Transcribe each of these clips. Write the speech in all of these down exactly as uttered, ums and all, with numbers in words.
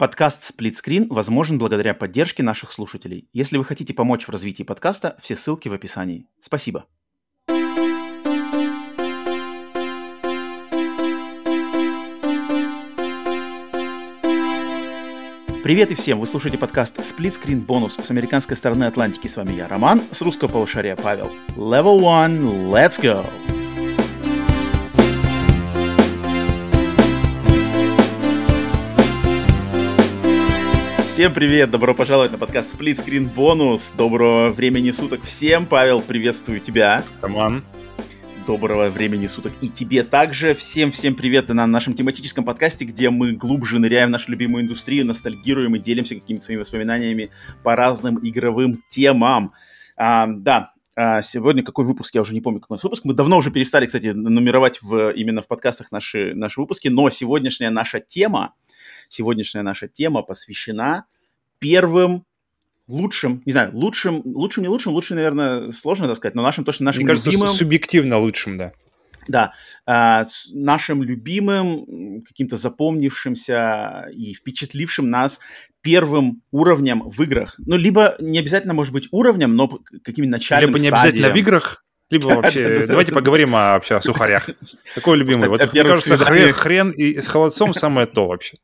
Подкаст «Сплитскрин» возможен благодаря поддержке наших слушателей. Если вы хотите помочь в развитии подкаста, все ссылки в описании. Спасибо. Привет и всем! Вы слушаете подкаст «Сплитскрин бонус» с американской стороны Атлантики. С вами я, Роман, с русского полушария Павел. Level one, let's go! Всем привет! Добро пожаловать на подкаст «Сплитскрин бонус». Доброго времени суток всем! Павел, приветствую тебя. Роман. Доброго времени суток и тебе также. Всем-всем привет на нашем тематическом подкасте, где мы глубже ныряем в нашу любимую индустрию, ностальгируем и делимся какими-то своими воспоминаниями по разным игровым темам. А, да, а сегодня какой выпуск, я уже не помню, какой у нас выпуск. Мы давно уже перестали, кстати, нумеровать в, именно в подкастах наши, наши выпуски, но сегодняшняя наша тема, сегодняшняя наша тема посвящена первым лучшим, не знаю, лучшим, лучшим, не лучшим, лучше, наверное, сложно так сказать, но нашим, точно нашим Мне любимым... кажется, субъективно лучшим, да. Да, э, нашим любимым, каким-то запомнившимся и впечатлившим нас первым уровнем в играх. Ну, либо не обязательно, может быть, уровнем, но каким-то начальным Либо не стадиям. обязательно в играх, либо вообще... Давайте поговорим вообще о сухарях. Какой любимый? Вот, мне кажется, хрен и с холодцом самое то вообще.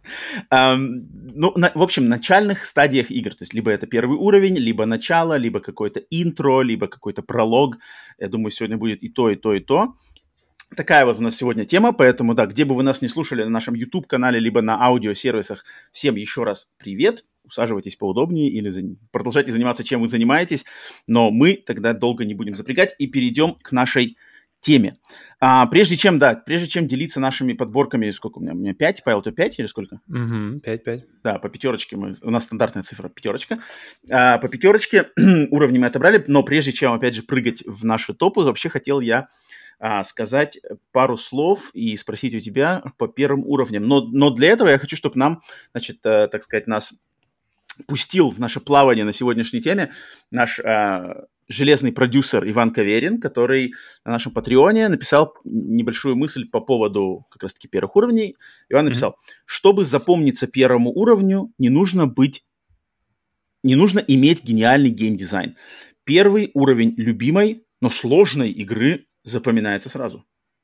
Um, ну, на, в общем, начальных стадиях игр. То есть, либо это первый уровень, либо начало, либо какое-то интро, либо какой-то пролог. Я думаю, сегодня будет и то, и то, и то. Такая вот у нас сегодня тема, поэтому, да, где бы вы нас не слушали, на нашем YouTube-канале, либо на аудиосервисах, всем еще раз привет. Усаживайтесь поудобнее или за... продолжайте заниматься, чем вы занимаетесь. Но мы тогда долго не будем запрягать и перейдем к нашей теме. А, прежде чем, да, прежде чем делиться нашими подборками, сколько у меня, у меня пять, Павел, то пять или сколько? Угу, пять, пять. Да, по пятерочке мы, у нас стандартная цифра пятерочка. А, по пятерочке уровни мы отобрали, но прежде чем, опять же, прыгать в наши топы, вообще хотел я а, сказать пару слов и спросить у тебя по первым уровням. Но, но для этого я хочу, чтобы нам, значит, а, так сказать, нас пустил в наше плавание на сегодняшней теме наш... А, железный продюсер Иван Каверин, который на нашем Патреоне написал небольшую мысль по поводу как раз-таки первых уровней. Иван написал, mm-hmm. чтобы запомниться первому уровню, не нужно быть, не нужно иметь гениальный геймдизайн. Первый уровень любимой, но сложной игры запоминается сразу.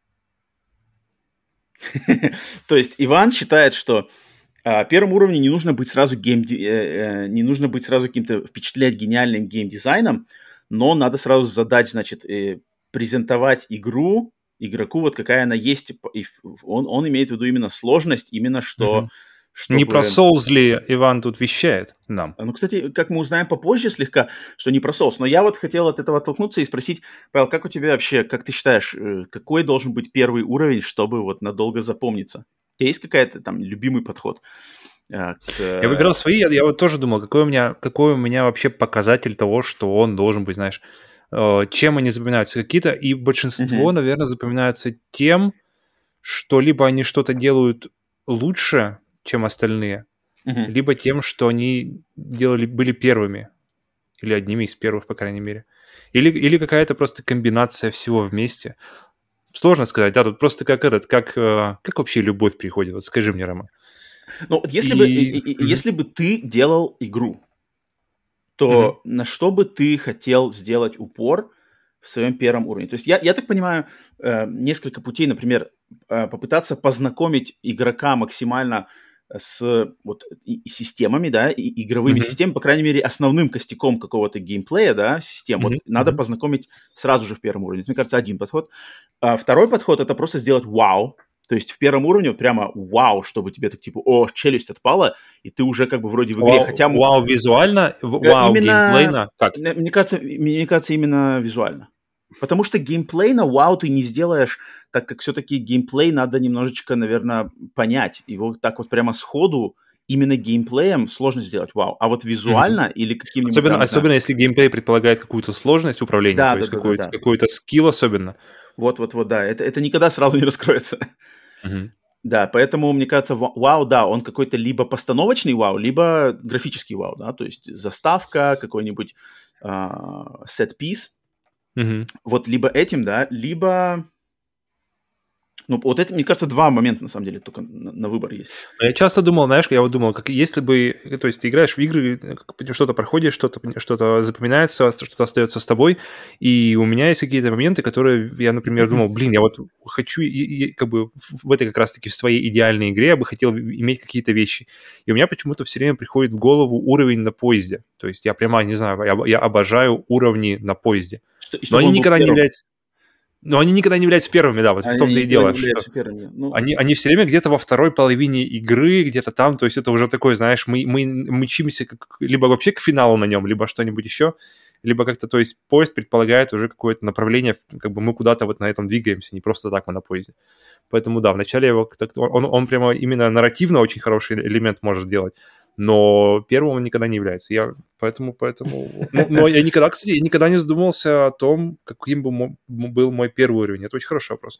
То есть Иван считает, что первому уровню не нужно быть сразу геймди... не нужно быть сразу каким-то впечатлять гениальным геймдизайном, но надо сразу задать, значит, э, презентовать игру игроку, вот какая она есть. И он, он имеет в виду именно сложность, именно что... Mm-hmm. Чтобы... Не про Souls ли Иван тут вещает нам? Ну, кстати, как мы узнаем попозже слегка, что не про Souls. Но я вот хотел от этого оттолкнуться и спросить, Павел, как у тебя вообще, как ты считаешь, какой должен быть первый уровень, чтобы вот надолго запомниться? У тебя есть какая-то там любимый подход? К... Я выбирал свои, я, я вот тоже думал, какой у меня, какой у меня вообще показатель того, что он должен быть, знаешь, э, чем они запоминаются какие-то, и большинство, uh-huh. наверное, запоминаются тем, что либо они что-то делают лучше, чем остальные, uh-huh. либо тем, что они делали, были первыми, или одними из первых, по крайней мере, или, или какая-то просто комбинация всего вместе. Сложно сказать, да, тут просто как этот, как, э, как вообще любовь приходит, вот скажи мне, Рома. Ну, вот если, и... бы, и, и, mm-hmm. если бы ты делал игру, то mm-hmm. на что бы ты хотел сделать упор в своем первом уровне? То есть я, я так понимаю, э, несколько путей, например, э, попытаться познакомить игрока максимально с вот, и, и системами, да, и игровыми mm-hmm. системами, по крайней мере, основным костяком какого-то геймплея, да, систем. Mm-hmm. Вот надо mm-hmm. познакомить сразу же в первом уровне. Мне кажется, один подход. А второй подход – это просто сделать вау. То есть в первом уровне прямо вау, чтобы тебе так типа, о, челюсть отпала, и ты уже как бы вроде в игре. Вау, хотя... вау визуально, вау именно... геймплейно, как? Мне кажется, мне кажется, именно визуально. Потому что геймплейно вау ты не сделаешь, так как все-таки геймплей надо немножечко, наверное, понять. Его так вот прямо сходу именно геймплеем сложно сделать вау. А вот визуально mm-hmm. или каким-нибудь... Особенно, там, особенно если геймплей предполагает какую-то сложность управления, да, то да, есть да, какой-то, да, да. какой-то скилл особенно. Вот-вот-вот, да. Это, это никогда сразу не раскроется. Mm-hmm. Да, поэтому, мне кажется, вау, да, он какой-то либо постановочный вау, либо графический вау, да, то есть заставка, какой-нибудь сет-пис, uh, mm-hmm. вот либо этим, да, либо, Ну, вот это, мне кажется, два момента, на самом деле, только на, на выбор есть. Я часто думал, знаешь, я вот думал, как если бы, то есть ты играешь в игры, что-то проходишь, что-то, что-то запоминается, что-то остается с тобой, и у меня есть какие-то моменты, которые я, например, думал, блин, я вот хочу, и, и, как бы в этой как раз-таки в своей идеальной игре я бы хотел иметь какие-то вещи. И у меня почему-то все время приходит в голову уровень на поезде. То есть я прямо, не знаю, я, я обожаю уровни на поезде. Что, Но они никогда первым. не являются... Но они никогда не являются первыми, да, вот они в том-то и дело, что ну... они, они все время где-то во второй половине игры, где-то там, то есть это уже такое, знаешь, мы, мы мчимся как, либо вообще к финалу на нем, либо что-нибудь еще, либо как-то, то есть поезд предполагает уже какое-то направление, как бы мы куда-то вот на этом двигаемся, не просто так мы на поезде. Поэтому да, вначале его, он, он прямо именно нарративно очень хороший элемент может делать, но первым он никогда не является. Я поэтому, поэтому... Но, но я никогда, кстати, я никогда не задумывался о том, каким бы мо- был мой первый уровень. Это очень хороший вопрос.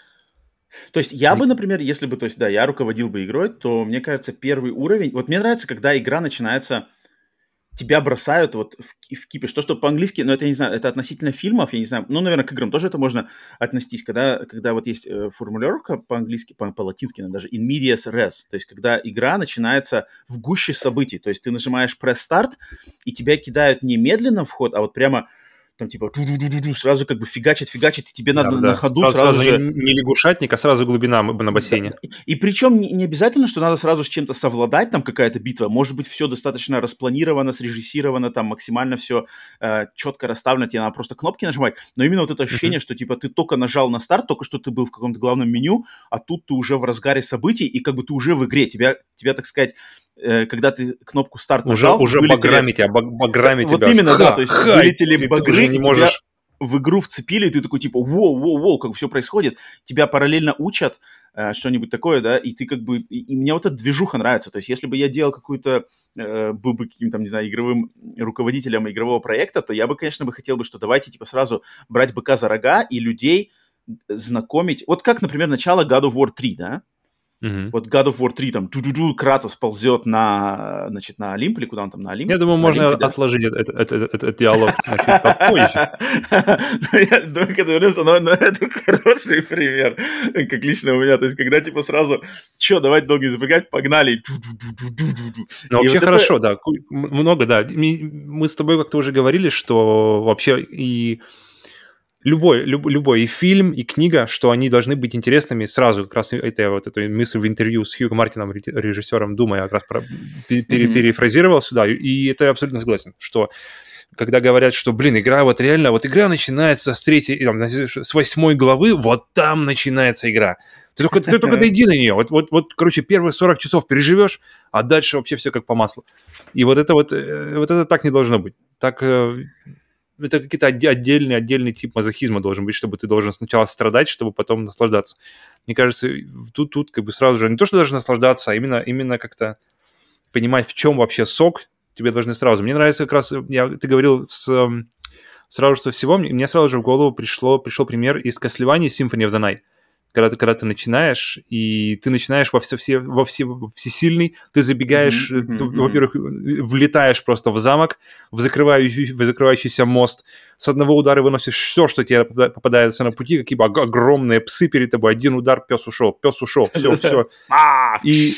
То есть я бы, например, если бы, то есть, да, я руководил бы игрой, то, мне кажется, первый уровень... Вот мне нравится, когда игра начинается... Тебя бросают вот в, в кипиш. То, что по-английски, ну, это, я не знаю, это относительно фильмов, я не знаю, ну, наверное, к играм тоже это можно отнестись, когда, когда вот есть э, формулировка по-английски, по- по-латински, даже in medias res, то есть когда игра начинается в гуще событий, то есть ты нажимаешь press start, и тебя кидают не медленно в ход, а вот прямо там типа сразу как бы фигачит, фигачит, и тебе да, надо да. на ходу сразу, сразу, сразу же... Не лягушатник, а сразу глубина на бассейне. Да. И причем не, не обязательно, что надо сразу с чем-то совладать, там какая-то битва. Может быть, все достаточно распланировано, срежиссировано, там максимально все э, четко расставлено, тебе надо просто кнопки нажимать. Но именно вот это ощущение, uh-huh. что типа ты только нажал на старт, только что ты был в каком-то главном меню, а тут ты уже в разгаре событий, и как бы ты уже в игре. Тебя, тебя так сказать... когда ты кнопку старт нажал, уже, уже вылетели... баграми тебя, баграми вот тебя. Вот именно, ха, да, то есть ха, вылетели багры, и можешь... тебя в игру вцепили, и ты такой типа воу-воу-воу, как все происходит. Тебя параллельно учат э, что-нибудь такое, да, и ты как бы... И, и мне вот эта движуха нравится. То есть если бы я делал какую-то... Э, был бы каким-то, не знаю, игровым руководителем игрового проекта, то я бы, конечно, бы хотел бы, что давайте типа сразу брать быка за рога и людей знакомить... Вот как, например, начало God of War три, да? Uh-huh. Вот God of War три, там, ду-ду-ду, Кратос ползет на, значит, на Олимп, или куда он там, на Олимп? Я думаю, на можно Олимпе, отложить да? этот, этот, этот, этот диалог на чуть попозже. Я думаю, когда вернемся, но это хороший пример, как лично у меня. То есть, когда, типа, сразу, что, давайте долго не запрягать, погнали. Ну, вообще хорошо, да, много, да. Мы с тобой как-то уже говорили, что вообще и... Любой, люб, любой и фильм, и книга, что они должны быть интересными сразу. Как раз это вот эту мысль в интервью с Хьюго Мартином, режиссером Дума, я как раз про, пере, mm-hmm. перефразировал сюда. И это я абсолютно согласен, что когда говорят, что, блин, игра вот реально, вот игра начинается с третьей, там, с восьмой главы, вот там начинается игра. Ты только, ты только дойди на нее. Вот, вот, вот, короче, первые сорок часов переживешь, а дальше вообще все как по маслу. И вот это вот, вот это так не должно быть. Так... Это какие-то отдельный, отдельный тип мазохизма должен быть, чтобы ты должен сначала страдать, чтобы потом наслаждаться. Мне кажется, тут, тут как бы сразу же не то, что даже наслаждаться, а именно, именно как-то понимать, в чем вообще сок, тебе должны сразу. Мне нравится как раз, я, ты говорил с, сразу же со всего, мне сразу же в голову пришло, пришел пример из Castlevania Symphony of the Night. Когда ты, когда ты начинаешь, и ты начинаешь во, все, все, во все, всесильный, ты забегаешь, mm-hmm, ты, mm-hmm. во-первых, влетаешь просто в замок, в закрывающий, в закрывающийся мост, с одного удара выносишь все, что тебе попадается на пути, какие-то огромные псы перед тобой, один удар, пес ушел, пес ушел, все, все. И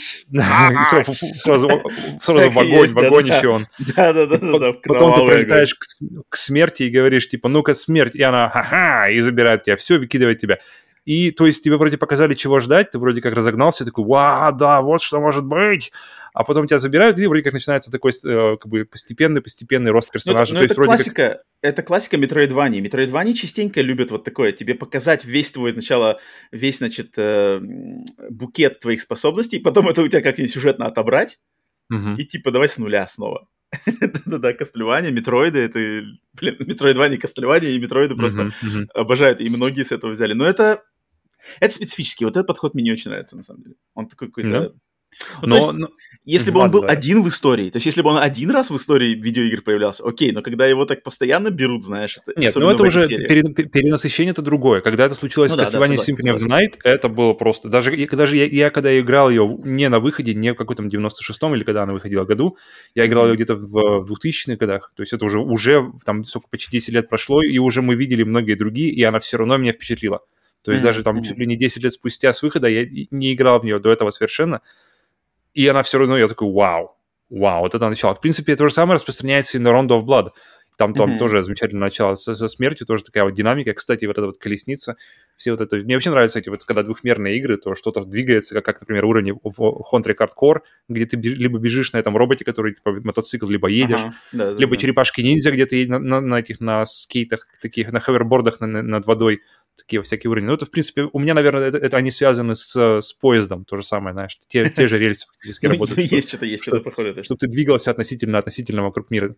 сразу в огонь, в огонь еще он. Да-да-да. Потом ты пролетаешь к смерти и говоришь, типа, ну-ка, смерть, и она, ха-ха, и забирает тебя, все, выкидывает тебя. И, то есть, тебе вроде показали, чего ждать, ты вроде как разогнался, такой, вау, да, вот что может быть. А потом тебя забирают, и вроде как начинается такой, э, как бы, постепенный-постепенный рост персонажа. Ну, то это, есть, вроде классика, как... это классика Metroidvania. Metroidvania частенько любят вот такое, тебе показать весь твой, сначала, весь, значит, э, букет твоих способностей, потом это у тебя как-нибудь сюжетно отобрать, uh-huh. и, типа, давай с нуля снова. Да-да-да, Castlevania, Метроиды, это, блин, Metroidvania, Castlevania и Метроиды просто обожают, и многие с этого взяли. Но это... Это специфический. Вот этот подход мне не очень нравится, на самом деле. Он такой какой-то... Да. Ну, но, есть, но... Если бы он был один в истории, то есть если бы он один раз в истории видеоигр появлялся, окей, но когда его так постоянно берут, знаешь... Это, Нет, ну это уже пере, перенасыщение, это другое. Когда это случилось ну, с да, Castlevania да, Symphony of the Night, это было просто... Даже, даже я, я, когда играл ее не на выходе, не в какой-то девяносто шестом или когда она выходила году, я играл mm-hmm. ее где-то в двухтысячных годах, то есть это уже, уже там сколько, почти десять лет прошло, и уже мы видели многие другие, и она все равно меня впечатлила. То есть mm-hmm. даже там mm-hmm. чуть ли не десять лет спустя с выхода я не играл в нее до этого совершенно. И она все равно, я такой, вау, вау, вот это начало. В принципе, то же самое распространяется и на Round of Blood. Там, там mm-hmm. тоже замечательное начало со, со смертью, тоже такая вот динамика. Кстати, вот эта вот колесница, все вот это... Мне вообще нравятся эти вот, когда двухмерные игры, то что-то двигается, как, как например, уровень в Hunter Hardcore, где ты беж, либо бежишь на этом роботе, который, типа, мотоцикл, либо едешь, uh-huh. да, либо да, черепашки-ниндзя, где ты на, на, на этих, на скейтах, таких, на ховербордах на, на, над водой, такие всякие уровни. Ну, это, в принципе, у меня, наверное, это, это они связаны с, с поездом, то же самое, знаешь, те, те же рельсы фактически работают. Есть что-то, есть что-то похожее. Чтобы ты двигался относительно, относительно вокруг мира.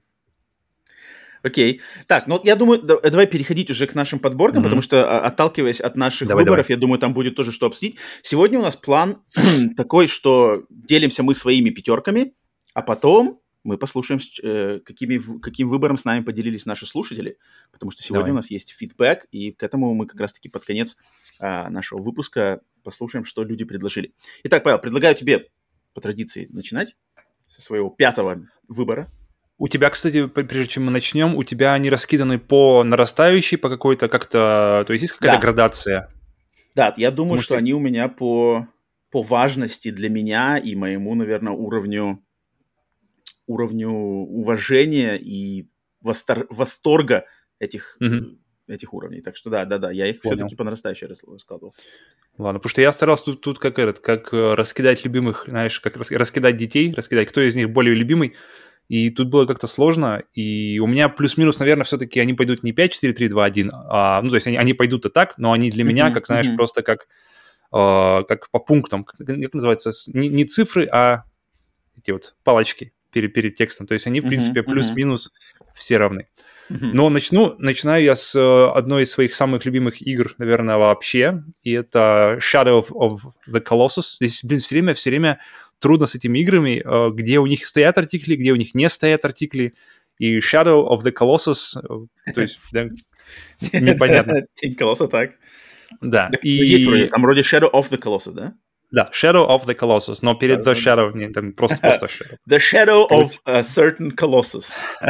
Окей. Так, ну я думаю, да, давай переходить уже к нашим подборкам, mm-hmm. потому что, отталкиваясь от наших давай, выборов, давай. Я думаю, там будет тоже что обсудить. Сегодня у нас план такой, что делимся мы своими пятерками, а потом мы послушаем, э, какими, каким выбором с нами поделились наши слушатели, потому что сегодня давай. У нас есть фидбэк, и к этому мы как раз-таки под конец э, нашего выпуска послушаем, что люди предложили. Итак, Павел, предлагаю тебе по традиции начинать со своего пятого выбора. У тебя, кстати, прежде чем мы начнем, у тебя они раскиданы по нарастающей, по какой-то как-то... То есть есть какая-то да. градация? Да, я думаю, Потому что, что они у меня по, по важности для меня и моему, наверное, уровню, уровню уважения и востор, восторга этих, mm-hmm. этих уровней. Так что да, да, да, я их Понял. Все-таки по нарастающей раскладывал. Ладно, потому что я старался тут, тут как этот, как раскидать любимых, знаешь, как раскидать детей, раскидать, кто из них более любимый. И тут было как-то сложно, и у меня плюс-минус, наверное, все-таки они пойдут не пять, четыре, три, два, один, а, ну, то есть они, они пойдут и так, но они для mm-hmm, меня, как, знаешь, mm-hmm. просто как, э, как по пунктам, как, как называется, не, не цифры, а эти вот палочки перед, перед текстом, то есть они, в принципе, mm-hmm, плюс-минус mm-hmm. все равны. Mm-hmm. Но начну, начинаю я с одной из своих самых любимых игр, наверное, вообще, и это Shadow of the Colossus. Здесь, блин, все время, все время трудно с этими играми, где у них стоят артикли, где у них не стоят артикли. И Shadow of the Colossus, то есть, да, непонятно. Тень Колосса, так. Да. И... Есть вроде, там вроде Shadow of the Colossus, да? Да, Shadow of the Colossus, но перед да, The да, Shadow, да. Нет, там просто, просто Shadow. The Shadow of a certain Colossus.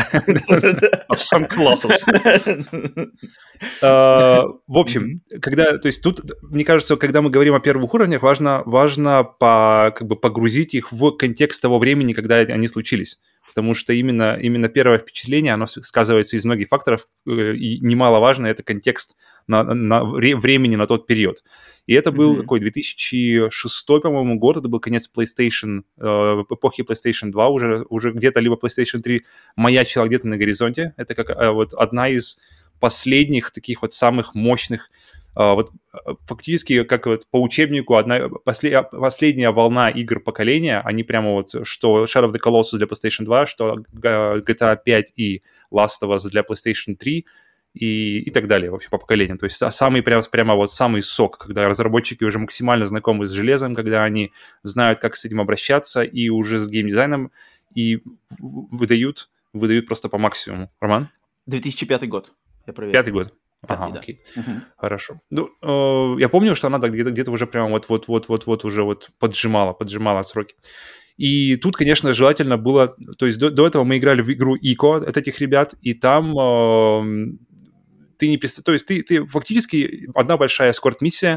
Of some Colossus. Uh, в общем, mm-hmm. когда, то есть тут, мне кажется, когда мы говорим о первых уровнях, важно, важно по, как бы погрузить их в контекст того времени, когда они случились. Потому что именно, именно первое впечатление, оно сказывается из многих факторов, и немаловажно это контекст на, на времени на тот период. И это был mm-hmm. какой, две тысячи шестой, по-моему, год, это был конец PlayStation, э, эпохи PlayStation два, уже, уже где-то либо PlayStation три маячила где-то на горизонте. Это как э, вот одна из последних таких вот самых мощных, э, вот фактически как вот по учебнику одна, послед, последняя волна игр поколения, они прямо вот, что Shadow of the Colossus для PlayStation два, что джи ти эй пять и Last of Us для PlayStation три, И, и так далее, вообще по поколениям. То есть самый прямо, прямо вот самый сок, когда разработчики уже максимально знакомы с железом, когда они знают, как с этим обращаться, и уже с геймдизайном, и выдают, выдают просто по максимуму. Роман? две тысячи пятый год, я проверил. Пятый год. Пятый, ага, да. Окей. Угу. Хорошо. Ну, э, я помню, что она так где-то, где-то уже прямо вот-вот-вот-вот уже вот поджимала, поджимала сроки. И тут, конечно, желательно было... То есть до, до этого мы играли в игру Ико от этих ребят, и там... Э, Ты не то есть ты, ты фактически одна большая эскорт-миссия,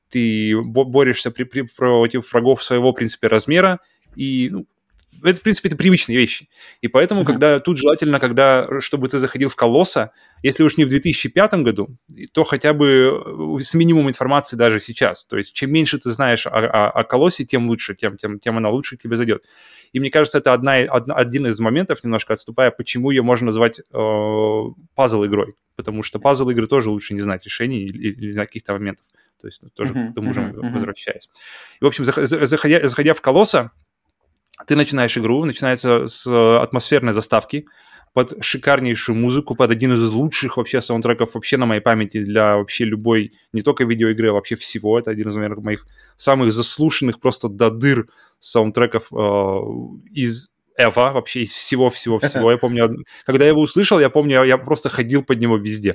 ты борешься при, при, против врагов своего, в принципе, размера, и ну, это, в принципе, это привычные вещи. И поэтому, mm-hmm. когда тут желательно, когда, чтобы ты заходил в Колосса, если уж не в две тысячи пятом году, то хотя бы с минимумом информации даже сейчас. То есть чем меньше ты знаешь о, о, о Колоссе, тем лучше, тем, тем, тем она лучше к тебе зайдет. И мне кажется, это одна, одна, один из моментов, немножко отступая, почему ее можно назвать э, пазл-игрой. Потому что пазл-игры тоже лучше не знать решений или, или каких-то моментов. То есть тоже uh-huh, к тому же uh-huh, возвращаясь. И, в общем, заходя, заходя в Колосса, ты начинаешь игру, начинается с атмосферной заставки, под шикарнейшую музыку, под один из лучших вообще саундтреков вообще на моей памяти для вообще любой, не только видеоигры, а вообще всего. Это один из, наверное, моих самых заслушанных просто до дыр саундтреков э, из Эва, вообще из всего-всего-всего. Я помню, когда я его услышал, я помню, я, я просто ходил под него везде.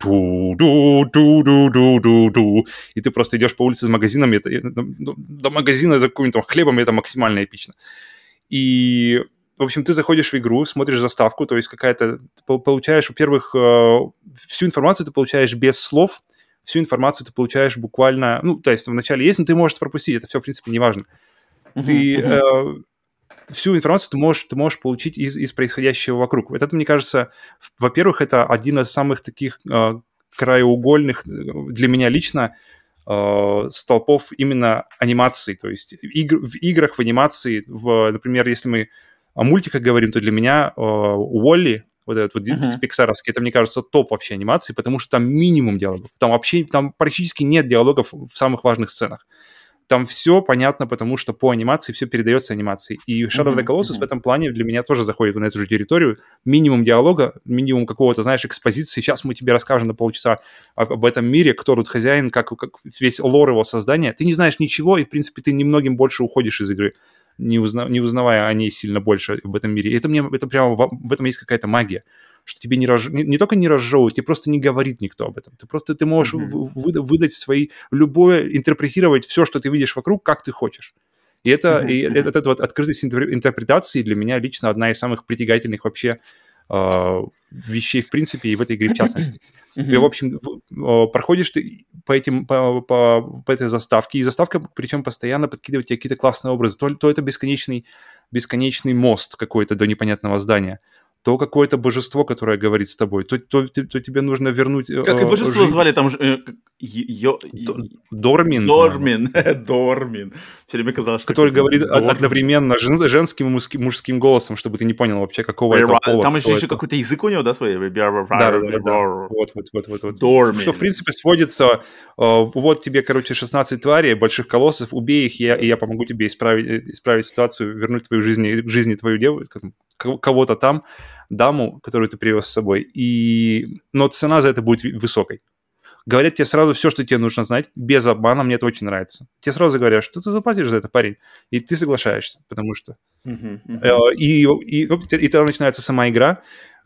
Ду-ду-ду-ду-ду-ду-ду. И ты просто идешь по улице с магазином, это, до, до магазина за каким-то хлебом, это максимально эпично. И... В общем, ты заходишь в игру, смотришь заставку, то есть какая-то... Ты получаешь, во-первых, всю информацию ты получаешь без слов, всю информацию ты получаешь буквально... Ну, то есть вначале есть, но ты можешь пропустить, это все, в принципе, неважно. Uh-huh, ты... Uh-huh. Э, всю информацию ты можешь, ты можешь получить из, из происходящего вокруг. Вот это, мне кажется, во-первых, это один из самых таких э, краеугольных для меня лично э, столпов именно анимации. То есть игр, в играх, в анимации, в, например, если мы о мультиках говорим, то для меня э, Уолли, вот этот вот uh-huh. пиксаровский, это, мне кажется, топ вообще анимации, потому что там минимум диалогов. Там вообще, там практически нет диалогов в самых важных сценах. Там все понятно, потому что по анимации все передается анимацией. И Shadow of the Colossus uh-huh. в этом плане для меня тоже заходит на эту же территорию. Минимум диалога, минимум какого-то, знаешь, экспозиции. Сейчас мы тебе расскажем на полчаса об, об этом мире, кто тут хозяин, как, как весь лор его создания. Ты не знаешь ничего, и, в принципе, ты немногим больше уходишь из игры, не, узна, не узнавая о ней сильно больше об этом мире. И это, мне, это прямо в, в этом есть какая-то магия. Что тебе не, разж... не, не только не разжевывают, тебе просто не говорит никто об этом. Ты просто ты можешь mm-hmm. вы, выдать свои... Любое, интерпретировать все, что ты видишь вокруг, как ты хочешь. И это, mm-hmm. и это, это вот открытость интерпретации для меня лично одна из самых притягательных вообще э, вещей в принципе, и в этой игре в частности. Mm-hmm. И, в общем, в, проходишь ты по, этим, по, по, по этой заставке, и заставка, причем постоянно подкидывает тебе какие-то классные образы. То, то это бесконечный, бесконечный мост какой-то до непонятного здания, то какое-то божество, которое говорит с тобой, то, то, то, то тебе нужно вернуть... Как и божество жизнь. Звали там... Э, ё, Дормин. Дормин. Дормин. Все время казалось, что... Который говорит Дормин. Одновременно жен, женским и мужским, мужским голосом, чтобы ты не понял вообще, какого это пола. Там еще, еще какой-то язык у него, да, свой? Да, да, да, да. Вот, вот, вот, вот, вот. Дормин. Что, в принципе, сводится... Вот тебе, короче, шестнадцать тварей, больших колоссов, убей их, и я, и я помогу тебе исправить, исправить ситуацию, вернуть твою жизнь, к жизни твою девушку, кого-то там, даму, которую ты привез с собой, и... но цена за это будет высокой. Говорят тебе сразу все, что тебе нужно знать, без обмана, мне это очень нравится. Тебе сразу говорят, что ты заплатишь за это, парень, и ты соглашаешься, потому что... Uh-huh, uh-huh. И, и, и, и тогда начинается сама игра,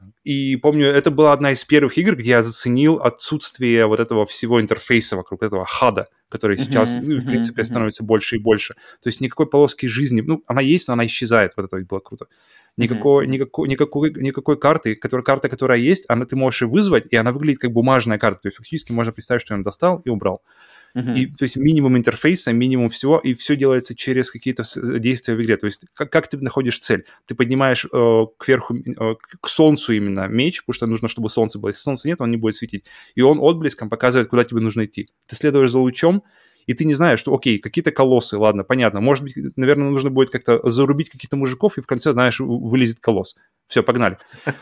и помню, это была одна из первых игр, где я заценил отсутствие вот этого всего интерфейса вокруг этого хада, который uh-huh, сейчас, ну, uh-huh, в принципе, uh-huh. становится больше и больше. То есть никакой полоски жизни, ну, она есть, но она исчезает, вот это было круто. Никакой, mm-hmm. никакой, никакой, никакой карты, которая, карта, которая есть, она, ты можешь ее вызвать, и она выглядит как бумажная карта. То есть фактически можно представить, что я достал и убрал. Mm-hmm. И, то есть минимум интерфейса, минимум всего, и все делается через какие-то действия в игре. То есть как, как ты находишь цель? Ты поднимаешь э, кверху, э, к солнцу именно меч, потому что нужно, чтобы солнце было. Если солнца нет, он не будет светить. И он отблеском показывает, куда тебе нужно идти. Ты следуешь за лучом, и ты не знаешь, что, окей, какие-то колоссы, ладно, понятно. Может быть, наверное, нужно будет как-то зарубить каких-то мужиков, и в конце, знаешь, вылезет колосс. Все, погнали.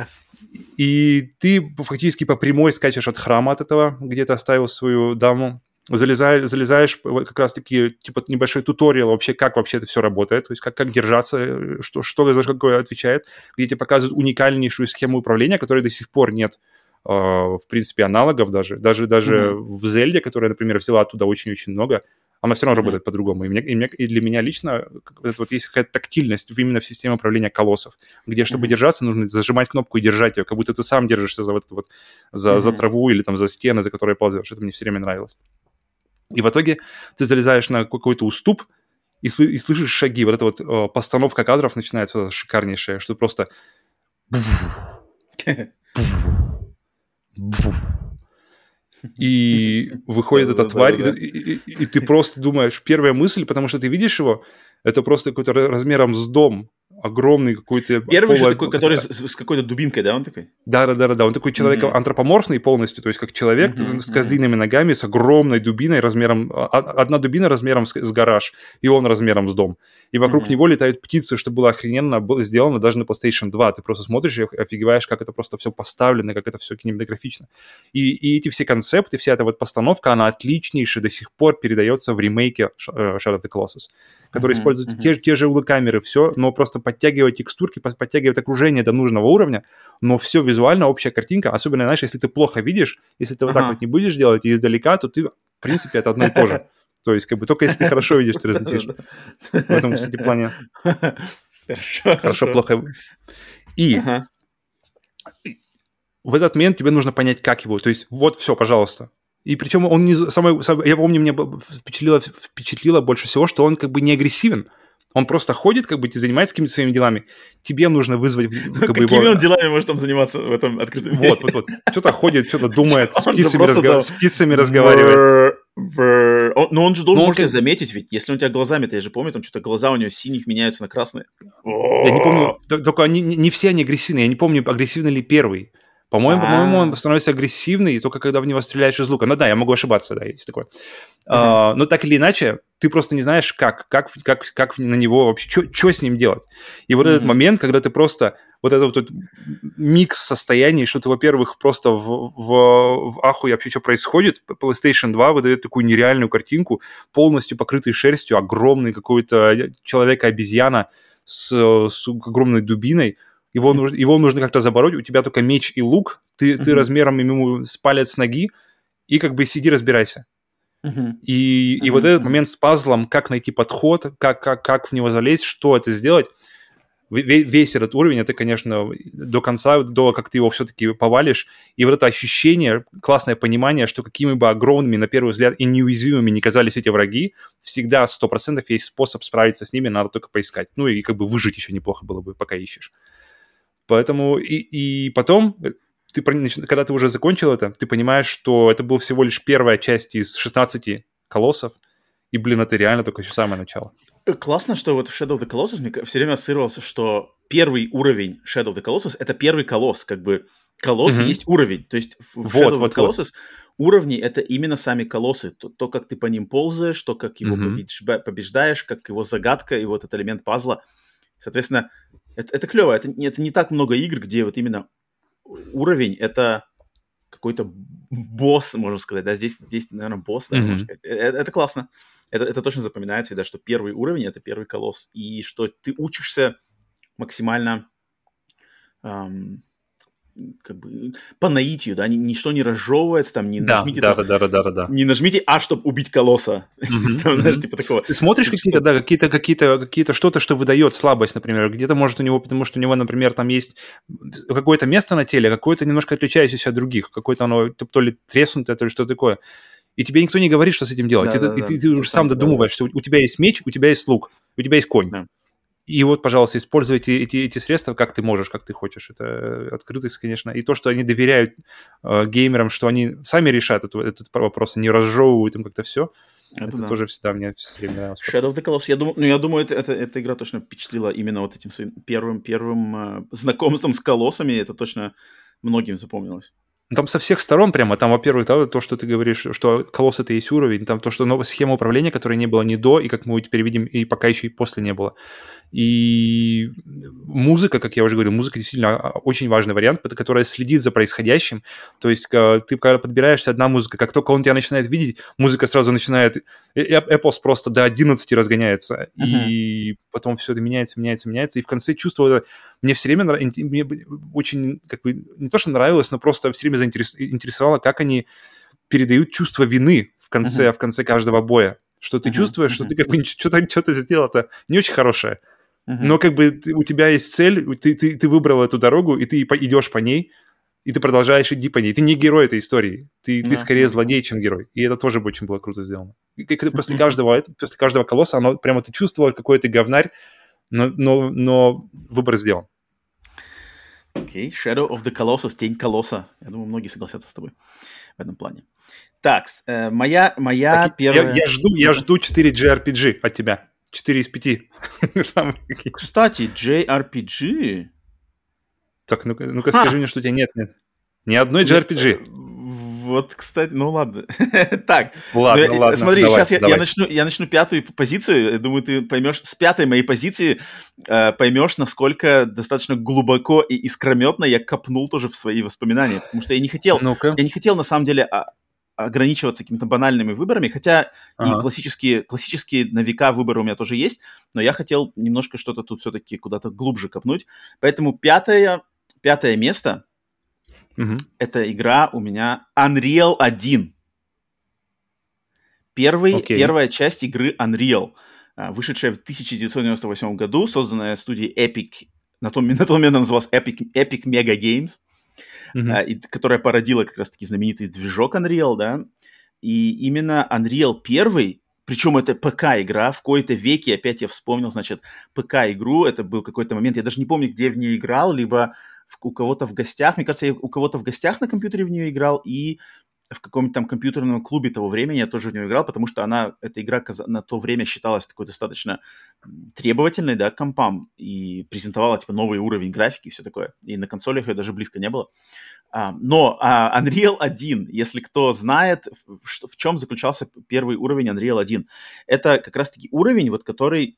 И ты фактически по прямой скачешь от храма от этого, где ты оставил свою даму, залезаешь, залезаешь как раз-таки, типа, небольшой туториал вообще, как вообще это все работает, то есть как, как держаться, что, что за какое отвечает, где тебе показывают уникальнейшую схему управления, которой до сих пор нет. В принципе, аналогов даже. Даже, даже mm-hmm. в Зельде, которая, например, взяла оттуда очень-очень много, она все равно mm-hmm. работает по-другому. И, мне, и, мне, и для меня лично это вот есть какая-то тактильность именно в системе управления колоссов, где, чтобы mm-hmm. держаться, нужно зажимать кнопку и держать ее, как будто ты сам держишься за, вот, вот, за, mm-hmm. за траву или там за стены, за которые ползешь. Это мне все время нравилось. И в итоге ты залезаешь на какой-то уступ и, сл- и слышишь шаги. Вот эта вот о, постановка кадров начинается шикарнейшая, что просто... И выходит эта тварь, и, и, и, и ты просто думаешь, первая мысль, потому что ты видишь его, это просто какой-то размером с дом, огромный какой-то... Первый полу... же такой, который с, с какой-то дубинкой, да, он такой? Да-да-да, он такой человек mm-hmm. антропоморфный полностью, то есть как человек mm-hmm. с козлиными ногами, с огромной дубиной размером... Одна дубина размером с, с гараж, и он размером с дом. И вокруг mm-hmm. него летают птицы, что было охрененно, было сделано даже на PlayStation два. Ты просто смотришь и офигеваешь, как это просто все поставлено, как это все кинематографично. И, и эти все концепты, вся эта вот постановка, она отличнейше до сих пор передается в ремейке Shadow of the Colossus, который mm-hmm. использует mm-hmm. те, те же углы-камеры, все, но просто подтягивает текстурки, подтягивает окружение до нужного уровня, но все визуально, общая картинка, особенно, знаешь, если ты плохо видишь, если ты вот uh-huh. так вот не будешь делать и издалека, то ты, в принципе, это одно и то же. То есть, как бы, только если ты хорошо видишь, ты различишь. В этом, кстати, плане. Хорошо. Хорошо, плохо. И в этот момент тебе нужно понять, как его. То есть, вот все, пожалуйста. И причем он не... Самое, я помню, мне впечатлило, впечатлило больше всего, что он как бы не агрессивен. Он просто ходит, как бы занимается какими-то своими делами. тебе нужно вызвать... Как бы, какими его... он делами может там заниматься в этом открытом мире? Вот, вот, вот. Что-то ходит, что-то думает, с птицами, разго... с птицами разговаривает. Но он же должен можешь заметить, ведь если он у тебя глазами-то, я же помню, там что-то глаза у него синих меняются на красные. Я не помню, только они, не все они агрессивные, я не помню, агрессивный ли первый. По-моему, по-моему, он становится агрессивный только когда в него стреляешь из лука. Ну да, я могу ошибаться, да, есть такое. Uh-huh. А, но так или иначе, ты просто не знаешь, как, как, как, как на него вообще, что с ним делать. И вот uh-huh. этот момент, когда ты просто, вот этот вот микс состояний, что ты, во-первых, просто в, в, в ахуе вообще, что происходит, PlayStation два выдает такую нереальную картинку, полностью покрытый шерстью, огромный какой-то человек-обезьяна с, с огромной дубиной. Его, mm-hmm. нужно, его нужно как-то забороть, у тебя только меч и лук, ты, mm-hmm. ты размером ему с палец ноги, и как бы сиди, разбирайся. Mm-hmm. И, mm-hmm. и вот этот момент с пазлом, как найти подход, как, как, как в него залезть, что это сделать, весь этот уровень, это, конечно, до конца, до как ты его все-таки повалишь, и вот это ощущение, классное понимание, что какими бы огромными, на первый взгляд, и неуязвимыми не казались эти враги, всегда сто процентов есть способ справиться с ними, надо только поискать. Ну и как бы выжить еще неплохо было бы, пока ищешь. Поэтому и, и потом, ты, когда ты уже закончил это, ты понимаешь, что это была всего лишь первая часть из шестнадцати колоссов, и, блин, это реально только еще самое начало. Классно, что вот в Shadow of the Colossus мне все время ассоциировался, что первый уровень Shadow of the Colossus — это первый колосс, как бы колосс mm-hmm. есть уровень, то есть в вот, Shadow of вот, the Colossus вот. Уровни — это именно сами колоссы, то, то, как ты по ним ползаешь, то, как его mm-hmm. побеждаешь, как его загадка, и вот этот элемент пазла. Соответственно, это, это клево, это, это не так много игр, где вот именно уровень — это какой-то босс, можно сказать, да, здесь, здесь наверное, босс, да, mm-hmm. можно сказать. Это, это классно, это, это точно запоминается, да, что первый уровень — это первый колосс, и что ты учишься максимально эм, как бы по наитию, да, ничто не разжевывается, там, не да, нажмите, да, там, да, да, да, да, да. не нажмите А, чтобы убить колосса, mm-hmm. там, знаешь, типа такого. Ты смотришь какие-то, да, какие-то, какие-то, какие-то что-то, что выдает слабость, например, где-то может у него, потому что у него, например, там есть какое-то место на теле, какое-то немножко отличающееся от других, какое-то оно то ли треснутое, то ли что такое. И тебе никто не говорит, что с этим делать. Да, и да, ты, да, и ты, ты уже сам додумываешь, да, что у тебя есть меч, у тебя есть лук, у тебя есть конь. Да. И вот, пожалуйста, используй эти, эти, эти средства, как ты можешь, как ты хочешь. Это открытость, конечно. И то, что они доверяют э, геймерам, что они сами решат эту, этот вопрос, не разжевывают им как-то все. Это, это да. тоже всегда мне все время нравилось. Shadow of the Colossus, я думаю, ну, я думаю, это, это, эта игра точно впечатлила именно вот этим своим первым, первым э, знакомством с колоссами. Это точно многим запомнилось. Там со всех сторон прямо, там, во-первых, да, то, что ты говоришь, что колосс — это есть уровень, там то, что новая схема управления, которой не было ни до, и как мы теперь видим, и пока еще и после не было. И музыка, как я уже говорил, музыка действительно очень важный вариант, которая следит за происходящим. То есть ты, когда подбираешься, одна музыка, как только он тебя начинает видеть, музыка сразу начинает... Эпос просто до одиннадцати разгоняется. Uh-huh. И потом все это меняется, меняется, меняется. И в конце чувство... Мне все время мне очень, как бы, не то, что нравилось, но просто все время заинтересовало, как они передают чувство вины в конце, uh-huh. в конце каждого боя. Что ты uh-huh. чувствуешь, uh-huh. что ты как бы что-то, что-то сделал-то не очень хорошее. Uh-huh. Но как бы ты, у тебя есть цель, ты, ты, ты выбрал эту дорогу, и ты идешь по ней, и ты продолжаешь идти по ней. Ты не герой этой истории. Ты, uh-huh. ты скорее злодей, чем герой. И это тоже очень было круто сделано. И после, uh-huh. каждого, после каждого колосса оно прямо ты чувствовал, какой ты говнарь, но, но, но выбор сделан. Окей, okay. Shadow of the Colossus, тень колосса. Я думаю, многие согласятся с тобой в этом плане. Так, э, моя, моя так, первая... Я, я, жду, я жду четыре джей ар пи джи от тебя. четыре из пяти. Кстати, джей ар пи джи... Так, ну-ка, ну-ка скажи мне, что у тебя нет, нет. Ни одной джей ар пи джи. Вот, кстати, ну ладно. Так, ладно, ну, ладно. Смотри, давай, сейчас я, давай. я, начну, я начну пятую позицию. Я думаю, ты поймешь, с пятой моей позиции э, поймешь, насколько достаточно глубоко и искрометно я копнул тоже в свои воспоминания. Потому что я не хотел, ну-ка. я не хотел на самом деле а, ограничиваться какими-то банальными выборами, хотя ага. и классические, классические на века выборы у меня тоже есть, но я хотел немножко что-то тут все-таки куда-то глубже копнуть. Поэтому пятое, пятое место... Uh-huh. Это игра у меня Unreal один. Первый, okay. Первая часть игры Unreal, вышедшая в тысяча девятьсот девяносто восьмом году, созданная студией Epic, на том, на том момент она называлась Epic, Epic Mega Games, uh-huh. и, которая породила как раз-таки знаменитый движок Unreal, да, и именно Unreal один причем это ПК-игра, в кои-то веке, опять я вспомнил, значит, ПК-игру, это был какой-то момент, я даже не помню, где я в нее играл, либо в, у кого-то в гостях, мне кажется, я у кого-то в гостях на компьютере в нее играл, и в каком-то там компьютерном клубе того времени я тоже в нее играл, потому что она, эта игра на то время считалась такой достаточно требовательной, да, к компам, и презентовала, типа, новый уровень графики и все такое. И на консолях ее даже близко не было. А, но а, Unreal один, если кто знает, в, в, в чем заключался первый уровень Unreal один, это как раз-таки уровень, вот, который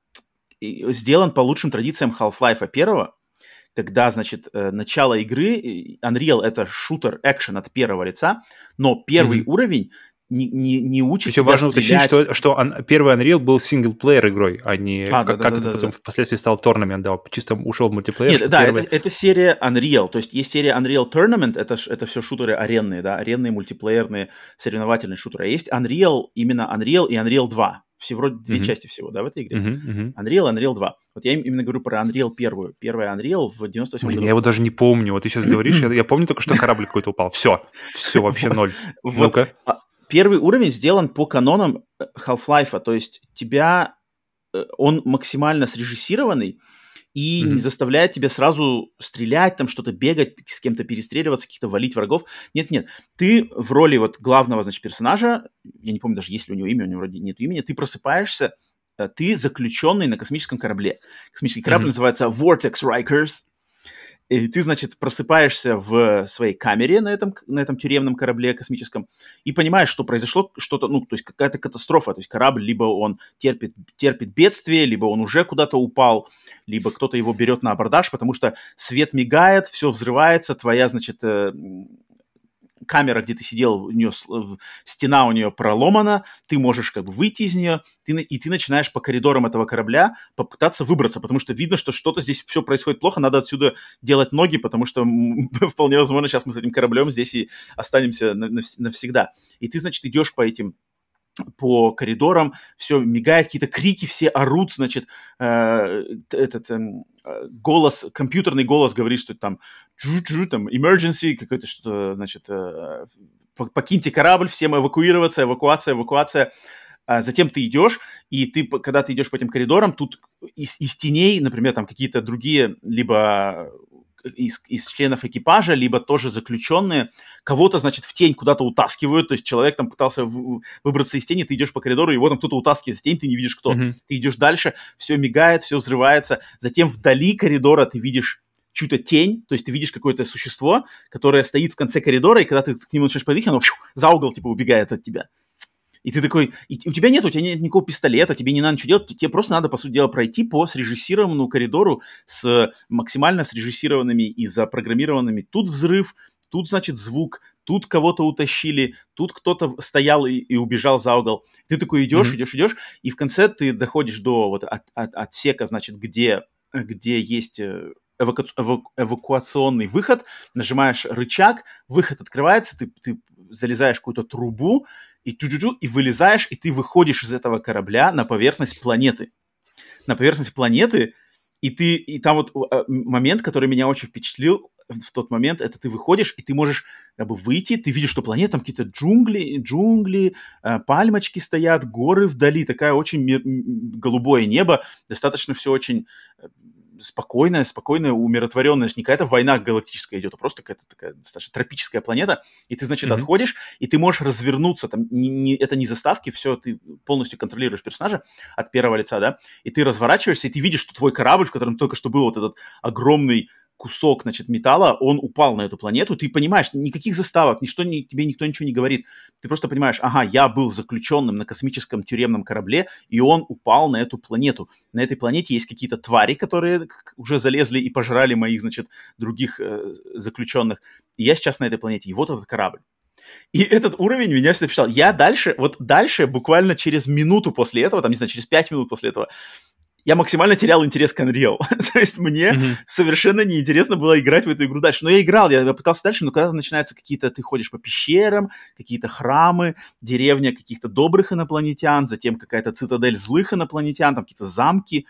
сделан по лучшим традициям Half-Life первого, когда, значит, начало игры, Unreal — это шутер, экшен от первого лица, но первый mm-hmm. уровень не, не, не учит Причем тебя важно стрелять. уточнить, что, что он, первый Unreal был синглплеер игрой, а не а, как, да, как да, это да, потом да. впоследствии стал Tournament, да, чисто ушел в мультиплеер. Нет, да, первый... это, это серия Unreal, то есть есть серия Unreal Tournament, это, это все шутеры аренные, да, аренные, мультиплеерные, соревновательные шутеры. А есть Unreal, именно Unreal и Unreal два. Все вроде две uh-huh. части всего, да, в этой игре. Uh-huh, uh-huh. Unreal, Unreal два. Вот я именно говорю про Unreal первую. Первая Unreal в девяносто восьмом году. Я его даже не помню. Вот ты сейчас говоришь, я, я помню только, что корабль какой-то упал. Все, все, вообще ноль. Ну-ка. Первый уровень сделан по канонам Half-Life, то есть тебя, он максимально срежиссированный и mm-hmm. не заставляет тебя сразу стрелять, там что-то бегать, с кем-то перестреливаться, каких-то валить врагов. Нет-нет, ты в роли вот главного, значит, персонажа, я не помню даже, есть ли у него имя, у него вроде нет имени, ты просыпаешься, ты заключенный на космическом корабле. Космический корабль mm-hmm. называется Vortex Rikers. И ты, значит, просыпаешься в своей камере на этом, на этом тюремном корабле космическом и понимаешь, что произошло что-то, ну, то есть какая-то катастрофа. То есть корабль либо он терпит, терпит бедствие, либо он уже куда-то упал, либо кто-то его берет на абордаж, потому что свет мигает, все взрывается, твоя, значит, камера, где ты сидел, у нее, стена у нее проломана, ты можешь как бы выйти из нее, ты, и ты начинаешь по коридорам этого корабля попытаться выбраться, потому что видно, что что-то здесь все происходит плохо, надо отсюда делать ноги, потому что вполне возможно сейчас мы с этим кораблем здесь и останемся навсегда. И ты, значит, идешь по этим по коридорам, все мигает, какие-то крики, все орут, значит, э, этот э, голос, компьютерный голос говорит, что там, там emergency, какое-то что-то, значит, э, покиньте корабль, всем эвакуироваться, эвакуация, эвакуация. А затем ты идешь, и ты, когда ты идешь по этим коридорам, тут из, из теней, например, там какие-то другие, либо Из, из членов экипажа, либо тоже заключенные, кого-то, значит, в тень куда-то утаскивают, то есть человек там пытался в, выбраться из тени, ты идешь по коридору, его там кто-то утаскивает в тень, ты не видишь кто. Mm-hmm. Ты идешь дальше, все мигает, все взрывается, затем вдали коридора ты видишь чью-то тень, то есть ты видишь какое-то существо, которое стоит в конце коридора, и когда ты к нему начинаешь подходить, оно за угол, типа, убегает от тебя. И ты такой, и у тебя нет, у тебя нет никакого пистолета, тебе не надо ничего делать, тебе просто надо, по сути дела, пройти по срежиссированному коридору с максимально срежиссированными и запрограммированными. Тут взрыв, тут, значит, звук, тут кого-то утащили, тут кто-то стоял и, и убежал за угол. Ты такой идешь, mm-hmm. идешь, идешь, и в конце ты доходишь до вот от, от, отсека, значит, где, где есть эваку, эваку, эвакуационный выход, нажимаешь рычаг, выход открывается, ты, ты залезаешь в какую-то трубу, и тю-джу-джу, и вылезаешь, и ты выходишь из этого корабля на поверхность планеты. На поверхность планеты, и ты, и там вот момент, который меня очень впечатлил в тот момент, это ты выходишь, и ты можешь как бы выйти, ты видишь, что планета, там какие-то джунгли, джунгли, пальмочки стоят, горы вдали, такая очень мир, голубое небо, достаточно все очень спокойная, спокойная, умиротворенная, не какая-то война галактическая идет, а просто какая-то такая достаточно тропическая планета, и ты, значит, mm-hmm. отходишь, и ты можешь развернуться, там, не, не, это не заставки, все, ты полностью контролируешь персонажа от первого лица, да, и ты разворачиваешься, и ты видишь, что твой корабль, в котором только что был вот этот огромный кусок, значит, металла, он упал на эту планету, ты понимаешь, никаких заставок, ничто, ни, тебе никто ничего не говорит, ты просто понимаешь, ага, я был заключенным на космическом тюремном корабле, и он упал на эту планету. На этой планете есть какие-то твари, которые уже залезли и пожрали моих, значит, других э, заключенных, и я сейчас на этой планете, и вот этот корабль. И этот уровень меня всегда впечатлял. Я дальше, вот дальше, буквально через минуту после этого, там, не знаю, через пять минут после этого, я максимально терял интерес к Unreal. То есть мне mm-hmm. совершенно неинтересно было играть в эту игру дальше. Но я играл, я пытался дальше, но когда начинаются какие-то, ты ходишь по пещерам, какие-то храмы, деревня каких-то добрых инопланетян, затем какая-то цитадель злых инопланетян, там какие-то замки,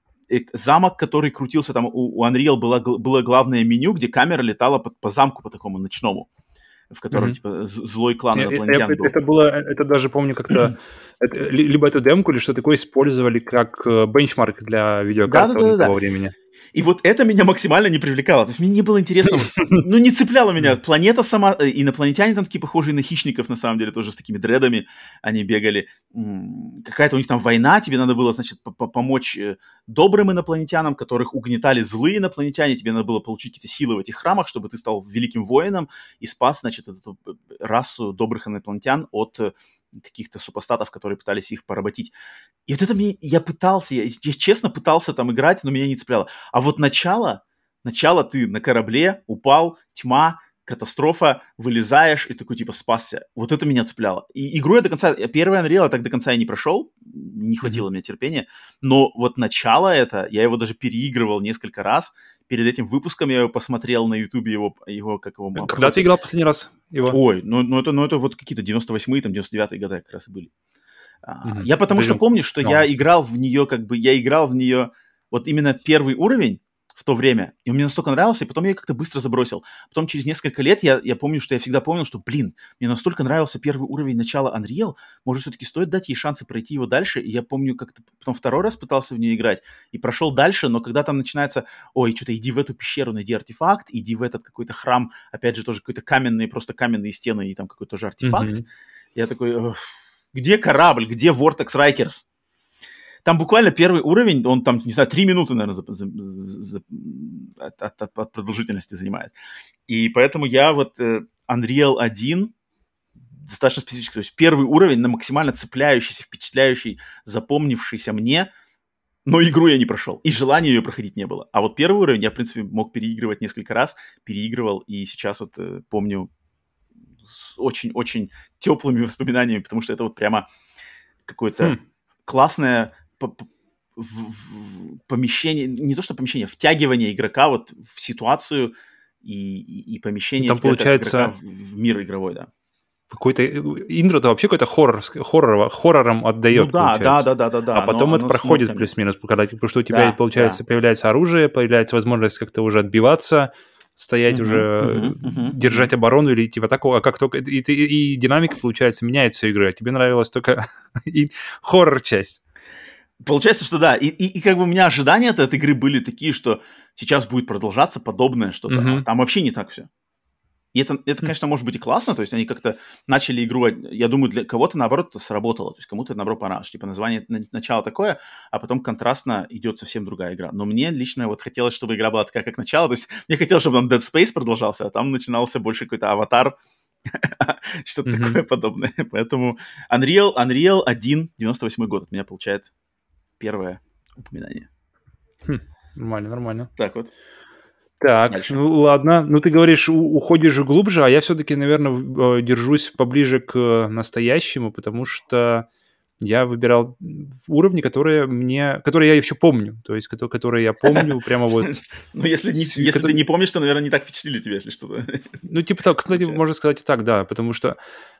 замок, который крутился, там у, у Unreal было, было главное меню, где камера летала по, по замку, по такому ночному, в котором, mm-hmm. типа, злой клан инопланетян это, был. Это было, это даже, помню, как-то Это, либо эту демку, или что такое использовали как бенчмарк для видеокарт того да, да. времени. И вот это меня максимально не привлекало. То есть мне не было интересно, вот, ну, не цепляло меня. Планета сама, инопланетяне там такие похожие на хищников, на самом деле, тоже с такими дредами они бегали. Какая-то у них там война, тебе надо было, значит, помочь добрым инопланетянам, которых угнетали злые инопланетяне, тебе надо было получить какие-то силы в этих храмах, чтобы ты стал великим воином и спас, значит, эту расу добрых инопланетян от каких-то супостатов, которые пытались их поработить. И вот это мне, я пытался, я, я честно пытался там играть, но меня не цепляло. А вот начало, начало ты на корабле, упал, тьма, катастрофа, вылезаешь и такой типа спасся. Вот это меня цепляло. И игру я до конца, первый Unreal я так до конца и не прошел, не хватило mm-hmm. мне терпения, но вот начало это, я его даже переигрывал несколько раз. Перед этим выпуском я его посмотрел на Ютубе, его, его, как его... Когда проходит. Ты играл последний раз его? Ой, ну, ну, это, ну это вот какие-то девяносто восьмые, там, девяносто девятые годы как раз и были. Mm-hmm. Я потому Блин. что помню, что no. я играл в нее, как бы, я играл в нее вот именно первый уровень в то время, и он мне настолько нравился, и потом я ее как-то быстро забросил. Потом через несколько лет я, я помню, что я всегда помнил, что, блин, мне настолько нравился первый уровень начала Unreal, может, все-таки стоит дать ей шансы пройти его дальше, и я помню, как-то потом второй раз пытался в нее играть, и прошел дальше, но когда там начинается, ой, что-то иди в эту пещеру, найди артефакт, иди в этот какой-то храм, опять же, тоже какой-то каменные, просто каменные стены, и там какой-то тоже артефакт, mm-hmm. я такой, где корабль, где Vortex Strikers? Там буквально первый уровень, он там, не знаю, три минуты, наверное, за, за, за, от, от, от продолжительности занимает. И поэтому я вот э, Unreal один достаточно специфический. То есть первый уровень на максимально цепляющийся, впечатляющий, запомнившийся мне, но игру я не прошел. И желания ее проходить не было. А вот первый уровень я, в принципе, мог переигрывать несколько раз, переигрывал, и сейчас вот э, помню с очень-очень теплыми воспоминаниями, потому что это вот прямо какое-то хм. классное... В, в, в помещение, не то что помещение, втягивание игрока вот в ситуацию и, и, и помещение там получается в, в мир игровой, да. Какой-то интро-то вообще какой-то хоррор, хоррор, хоррором отдает, ну, да, получается. да, да, да, да. А потом оно, это оно проходит смотрим. Плюс-минус, когда, потому что у тебя, да, получается, да. появляется оружие, появляется возможность как-то уже отбиваться, стоять uh-huh, уже, uh-huh, uh-huh, держать uh-huh. оборону или идти в атаку, а как только... И, и, и динамика, получается, меняется игры, а тебе нравилась только хоррор-часть. Получается, что да. И, и, и как бы у меня ожидания от игры были такие, что сейчас будет продолжаться подобное что-то. Mm-hmm. А там вообще не так все. И это, это, конечно, может быть и классно. То есть они как-то начали игру... Я думаю, для кого-то, наоборот, это сработало. То есть кому-то, наоборот, понравилось. Типа название начало такое, а потом контрастно идет совсем другая игра. Но мне лично вот хотелось, чтобы игра была такая, как начало. То есть мне хотелось, чтобы там Dead Space продолжался, а там начинался больше какой-то аватар, что-то mm-hmm. такое подобное. Поэтому Unreal, Unreal один, девяносто восьмой год от меня получает... Первое упоминание. Хм, нормально, нормально. Так вот. Так, дальше. Ну ладно. Ну ты говоришь, у- уходишь глубже, а я все-таки, наверное, держусь поближе к настоящему, потому что я выбирал уровни, которые мне, которые я еще помню, то есть которые я помню прямо вот. Ну если если ты не помнишь, то, наверное, не так впечатлили тебя, если что-то. Ну типа так, кстати, можно сказать и так, да, потому что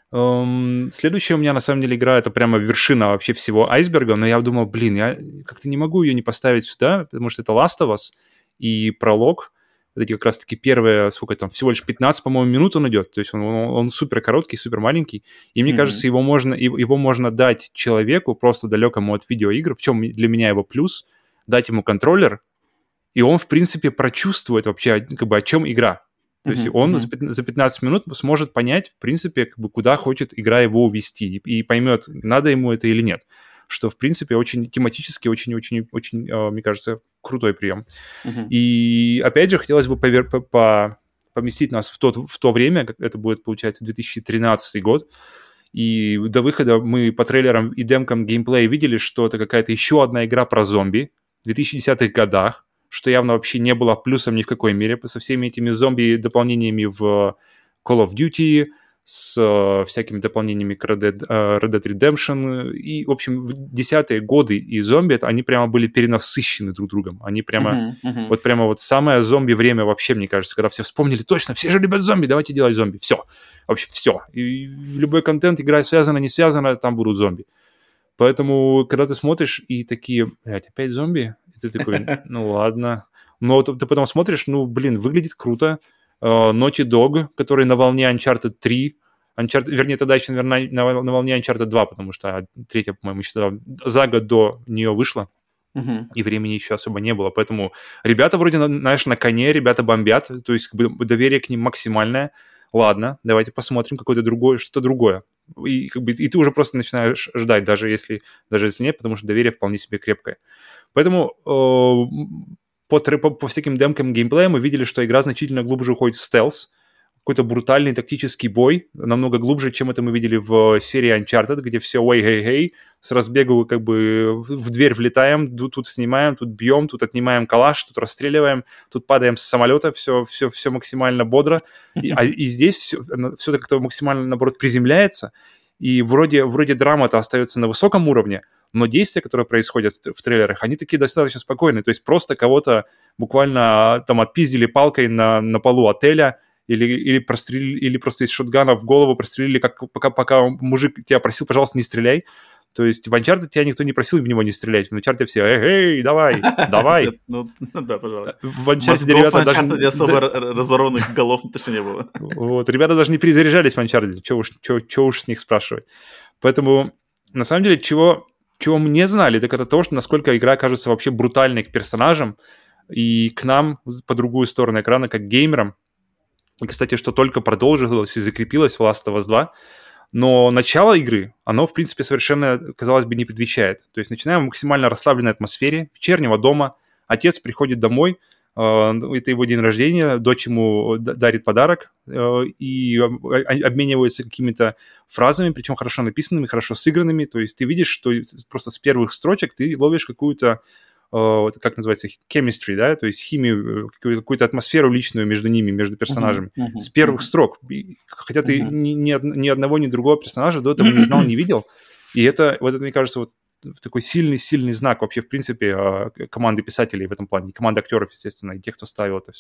Um, следующая у меня, на самом деле, игра — это прямо вершина вообще всего айсберга, но я думал, блин, я как-то не могу ее не поставить сюда, потому что это Last of Us и пролог, вот эти как раз-таки первые, сколько там, всего лишь пятнадцать, по-моему, минут он идет, то есть он, он, он супер короткий, супер маленький, и мне mm-hmm. кажется, его можно, его можно дать человеку, просто далекому от видеоигр, в чем для меня его плюс, дать ему контроллер, и он, в принципе, прочувствует вообще, как бы, о чем игра. То есть uh-huh, он uh-huh. за пятнадцать минут сможет понять, в принципе, как бы, куда хочет игра его увести, и, и поймет, надо ему это или нет. Что, в принципе, очень тематически, очень-очень-очень, мне кажется, крутой прием. Uh-huh. И, опять же, хотелось бы повер- по- по- поместить нас в, тот, в то время, как это будет, получается, две тысячи тринадцатый год, и до выхода мы по трейлерам и демкам геймплея видели, что это какая-то еще одна игра про зомби в две тысячи десятых годах, что явно вообще не было плюсом ни в какой мере, со всеми этими зомби-дополнениями в Call of Duty, с uh, всякими дополнениями к Red Dead, uh, Red Dead Redemption. И, в общем, в десятые годы и зомби, это, они прямо были перенасыщены друг другом. Они прямо, uh-huh, uh-huh. вот прямо вот самое зомби-время вообще, мне кажется, когда все вспомнили, точно, все же любят зомби, давайте делать зомби. Все. Вообще все. И любой контент, игра связана, не связана, там будут зомби. Поэтому, когда ты смотришь и такие, блядь, опять зомби? И ты такой, ну ладно. Но ты, ты потом смотришь, ну, блин, выглядит круто. Uh, Naughty Dog, который на волне Uncharted три, Uncharted, вернее, тогда еще, наверное, на, на волне Uncharted два, потому что третья, по-моему, еще тогда за год до нее вышла, uh-huh. и времени еще особо не было. Поэтому ребята вроде, знаешь, на коне, ребята бомбят, то есть как бы доверие к ним максимальное. Ладно, давайте посмотрим какое-то другое, что-то другое. И, как бы, и ты уже просто начинаешь ждать, даже если, даже если нет, потому что доверие вполне себе крепкое. Поэтому э, по, по, по всяким демкам геймплея мы видели, что игра значительно глубже уходит в стелс, какой-то брутальный тактический бой, намного глубже, чем это мы видели в серии Uncharted, где все ой-хей-хей, с разбегу как бы в дверь влетаем, тут снимаем, тут бьем, тут отнимаем калаш, тут расстреливаем, тут падаем с самолета, все, все, все максимально бодро. И, а, и здесь все, все как-то максимально, наоборот, приземляется, и вроде, вроде драма-то остается на высоком уровне, но действия, которые происходят в трейлерах, они такие достаточно спокойные, то есть просто кого-то буквально там отпиздили палкой на, на полу отеля, Или, или, прострелили, или просто из шотгана в голову прострелили, как, пока, пока мужик тебя просил, пожалуйста, не стреляй. То есть в Uncharted тебя никто не просил в него не стрелять. В Uncharted все, эй, эй, давай, давай. Ну да, пожалуйста. В Uncharted ребята даже... не особо разорванных голов точно не было. Вот, ребята даже не перезаряжались в Uncharted. Чего уж с них спрашивать. Поэтому, на самом деле, чего мы не знали, так это то, что насколько игра кажется вообще брутальной к персонажам и к нам по другую сторону экрана, как геймерам. И, кстати, что только продолжилось и закрепилось в Last of Us два, но начало игры, оно, в принципе, совершенно, казалось бы, не предвещает. То есть начинаем в максимально расслабленной атмосфере, вечернего дома, отец приходит домой, э, это его день рождения, дочь ему дарит подарок э, и обмениваются какими-то фразами, причем хорошо написанными, хорошо сыгранными. То есть ты видишь, что просто с первых строчек ты ловишь какую-то, вот, как называется, chemistry, да, то есть химию, какую-то атмосферу личную между ними, между персонажами, uh-huh, uh-huh, с первых uh-huh. строк. Хотя ты uh-huh. ни, ни, ни одного, ни другого персонажа до этого не знал, не видел. И это, вот это, мне кажется, вот такой сильный-сильный знак вообще, в принципе, команды писателей в этом плане, команды актеров, естественно, и тех, кто ставил это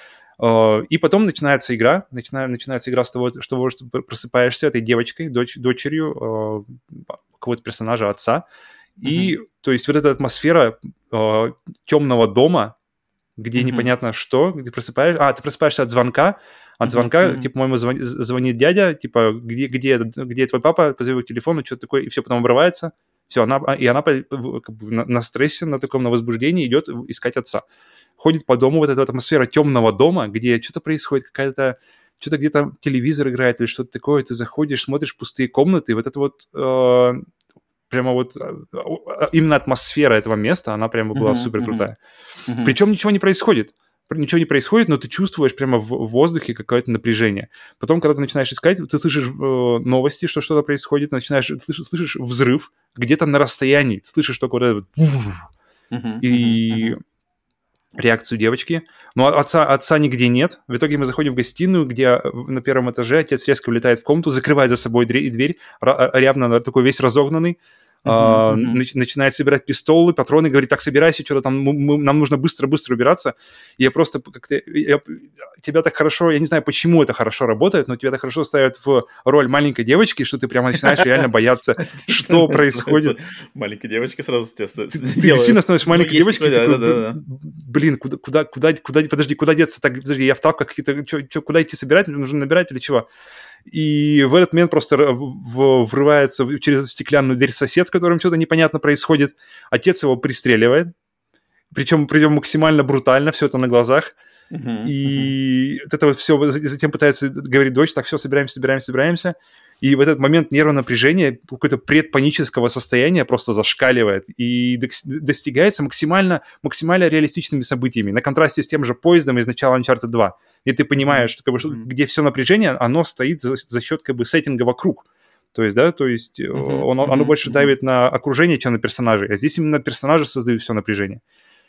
все. И потом начинается игра, начинается, начинается игра с того, что ты просыпаешься этой девочкой, дочь, дочерью какого-то персонажа, отца. И, uh-huh. то есть, вот эта атмосфера э, темного дома, где uh-huh. непонятно что, где просыпаешься... А, ты просыпаешься от звонка, от uh-huh. звонка, uh-huh. типа, по-моему, звонит, звонит дядя, типа, где, где, где твой папа, позови его к телефону, что-то такое, и все, потом обрывается, все, она, и она как бы, на, на стрессе, на таком, на возбуждении идет искать отца. Ходит по дому, вот эта вот атмосфера темного дома, где что-то происходит, какая-то... Что-то где-то телевизор играет или что-то такое, ты заходишь, смотришь пустые комнаты, вот это вот... Э, прямо вот именно атмосфера этого места, она прямо была uh-huh, супер крутая. Uh-huh. Uh-huh. Причем ничего не происходит. Ничего не происходит, но ты чувствуешь прямо в воздухе какое-то напряжение. Потом, когда ты начинаешь искать, ты слышишь э, новости, что что-то происходит, начинаешь, слышишь, слышишь взрыв где-то на расстоянии. Ты слышишь только вот это uh-huh, и uh-huh. реакцию девочки. Но отца, отца нигде нет. В итоге мы заходим в гостиную, где на первом этаже отец резко влетает в комнату, закрывает за собой дверь, дверь явно такой весь разогнанный. Uh-huh, uh-huh. Нач- начинает собирать пистолы, патроны, говорит, так, собирайся, что-то там, мы, мы, нам нужно быстро-быстро убираться. И я просто как-то... Я, тебя так хорошо... Я не знаю, почему это хорошо работает, но тебя так хорошо ставят в роль маленькой девочки, что ты прямо начинаешь реально бояться, что происходит. Маленькой девочки сразу, естественно. Ты действительно становишься маленькой девочкой. Блин, куда, куда, куда, подожди, куда деться? Так, подожди, я в тапках какие-то... Куда идти собирать? Нужно набирать или чего? И в этот момент просто врывается через эту стеклянную дверь сосед, с которым что-то непонятно происходит. Отец его пристреливает. Причем придем максимально брутально, все это на глазах. Uh-huh, и uh-huh. это вот все, затем пытается говорить дочь, так, все, собираемся, собираемся, собираемся. И в этот момент нервное напряжение, какое-то предпанического состояния просто зашкаливает и достигается максимально, максимально реалистичными событиями. На контрасте с тем же поездом из начала Uncharted два. И ты понимаешь, что, как бы, mm-hmm. где все напряжение, оно стоит за, за счет как бы сеттинга вокруг. То есть, да, то есть mm-hmm. он, оно mm-hmm. больше давит на окружение, чем на персонажей. А здесь именно персонажи создают все напряжение.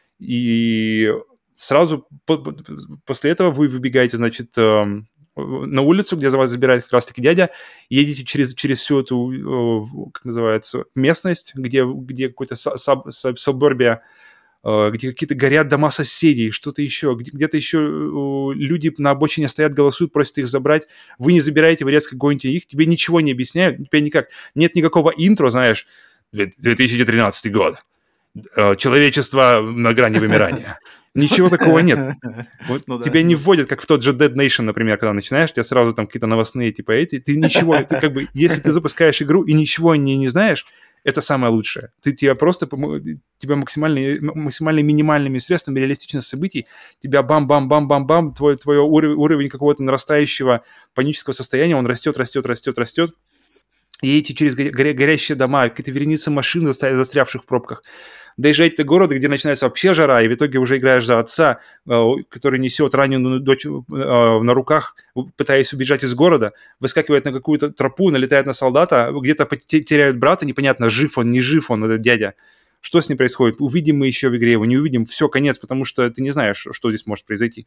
И сразу по- после этого вы выбегаете, значит, на улицу, где за вас забирает как раз-таки дядя, едете через, через всю эту, как называется, местность, где, где какой-то саборбия, где какие-то горят дома соседей, что-то еще, где- где-то еще люди на обочине стоят, голосуют, просят их забрать, вы не забираете, вы резко гоните их, тебе ничего не объясняют, тебе никак, нет никакого интро, знаешь, две тысячи тринадцатый год, человечество на грани вымирания. Ничего такого нет. Вот Ну да. тебя не вводят, как в тот же Dead Nation, например, когда начинаешь, у тебя сразу там какие-то новостные типа эти, ты ничего, ты как бы, если ты запускаешь игру и ничего не, не знаешь, это самое лучшее. Ты тебя просто, тебя максимально, максимально минимальными средствами реалистичных событий, тебя бам-бам-бам-бам-бам, твой, твой уровень, уровень какого-то нарастающего панического состояния, он растет, растет, растет, растет. И эти через горя- горящие дома, какие-то вереницы машин, застрявших в пробках. Доезжаете до города, где начинается вообще жара, и в итоге уже играешь за отца, который несет раненую дочь на руках, пытаясь убежать из города, выскакивает на какую-то тропу, налетает на солдата, где-то теряют брата, непонятно, жив он, не жив он, этот дядя. Что с ним происходит? Увидим мы еще в игре его, не увидим, все, конец, потому что ты не знаешь, что здесь может произойти.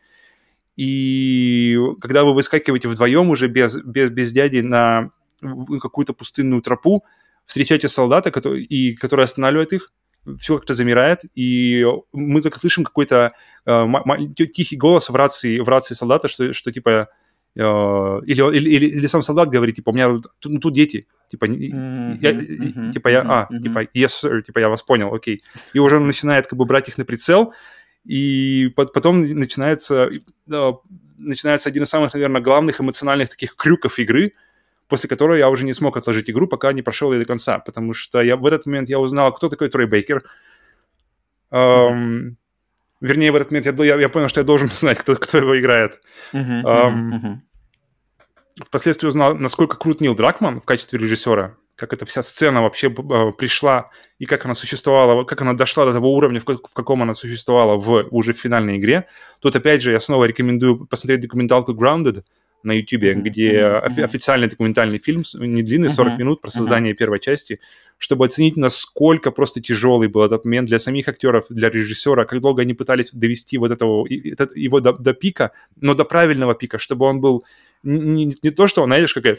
И когда вы выскакиваете вдвоем уже без, без, без дяди на какую-то пустынную тропу, встречаете солдата, который, и, который останавливает их, все как-то замирает, и мы только слышим какой-то э, м- м- тихий голос в рации, в рации солдата, что, что типа... Э, или, или, или, или сам солдат говорит, типа, у меня тут, ну, тут дети. Типа, mm-hmm, я, mm-hmm, типа я... Mm-hmm, а, mm-hmm. типа, yes, sir, типа, я вас понял, окей. И уже он начинает как бы брать их на прицел, и потом начинается, э, начинается один из самых, наверное, главных эмоциональных таких крюков игры, после которой я уже не смог отложить игру, пока не прошел ее до конца, потому что я, в этот момент я узнал, кто такой Трой Бейкер. Mm-hmm. Эм, вернее, в этот момент я, я, я понял, что я должен узнать, кто, кто его играет. Mm-hmm. Эм, mm-hmm. Впоследствии узнал, насколько крут Нил Дракман в качестве режиссера, как эта вся сцена вообще э, пришла, и как она существовала, как она дошла до того уровня, в, как, в каком она существовала в, уже в финальной игре. Тут, опять же, я снова рекомендую посмотреть документалку Grounded на YouTube, mm-hmm. где mm-hmm. официальный документальный фильм, не длинный, сорок mm-hmm. минут, про создание mm-hmm. первой части, чтобы оценить, насколько просто тяжелый был этот момент для самих актеров, для режиссера, как долго они пытались довести вот этого, его до, до пика, но до правильного пика, чтобы он был не, не, не то, что он, знаешь, какая-то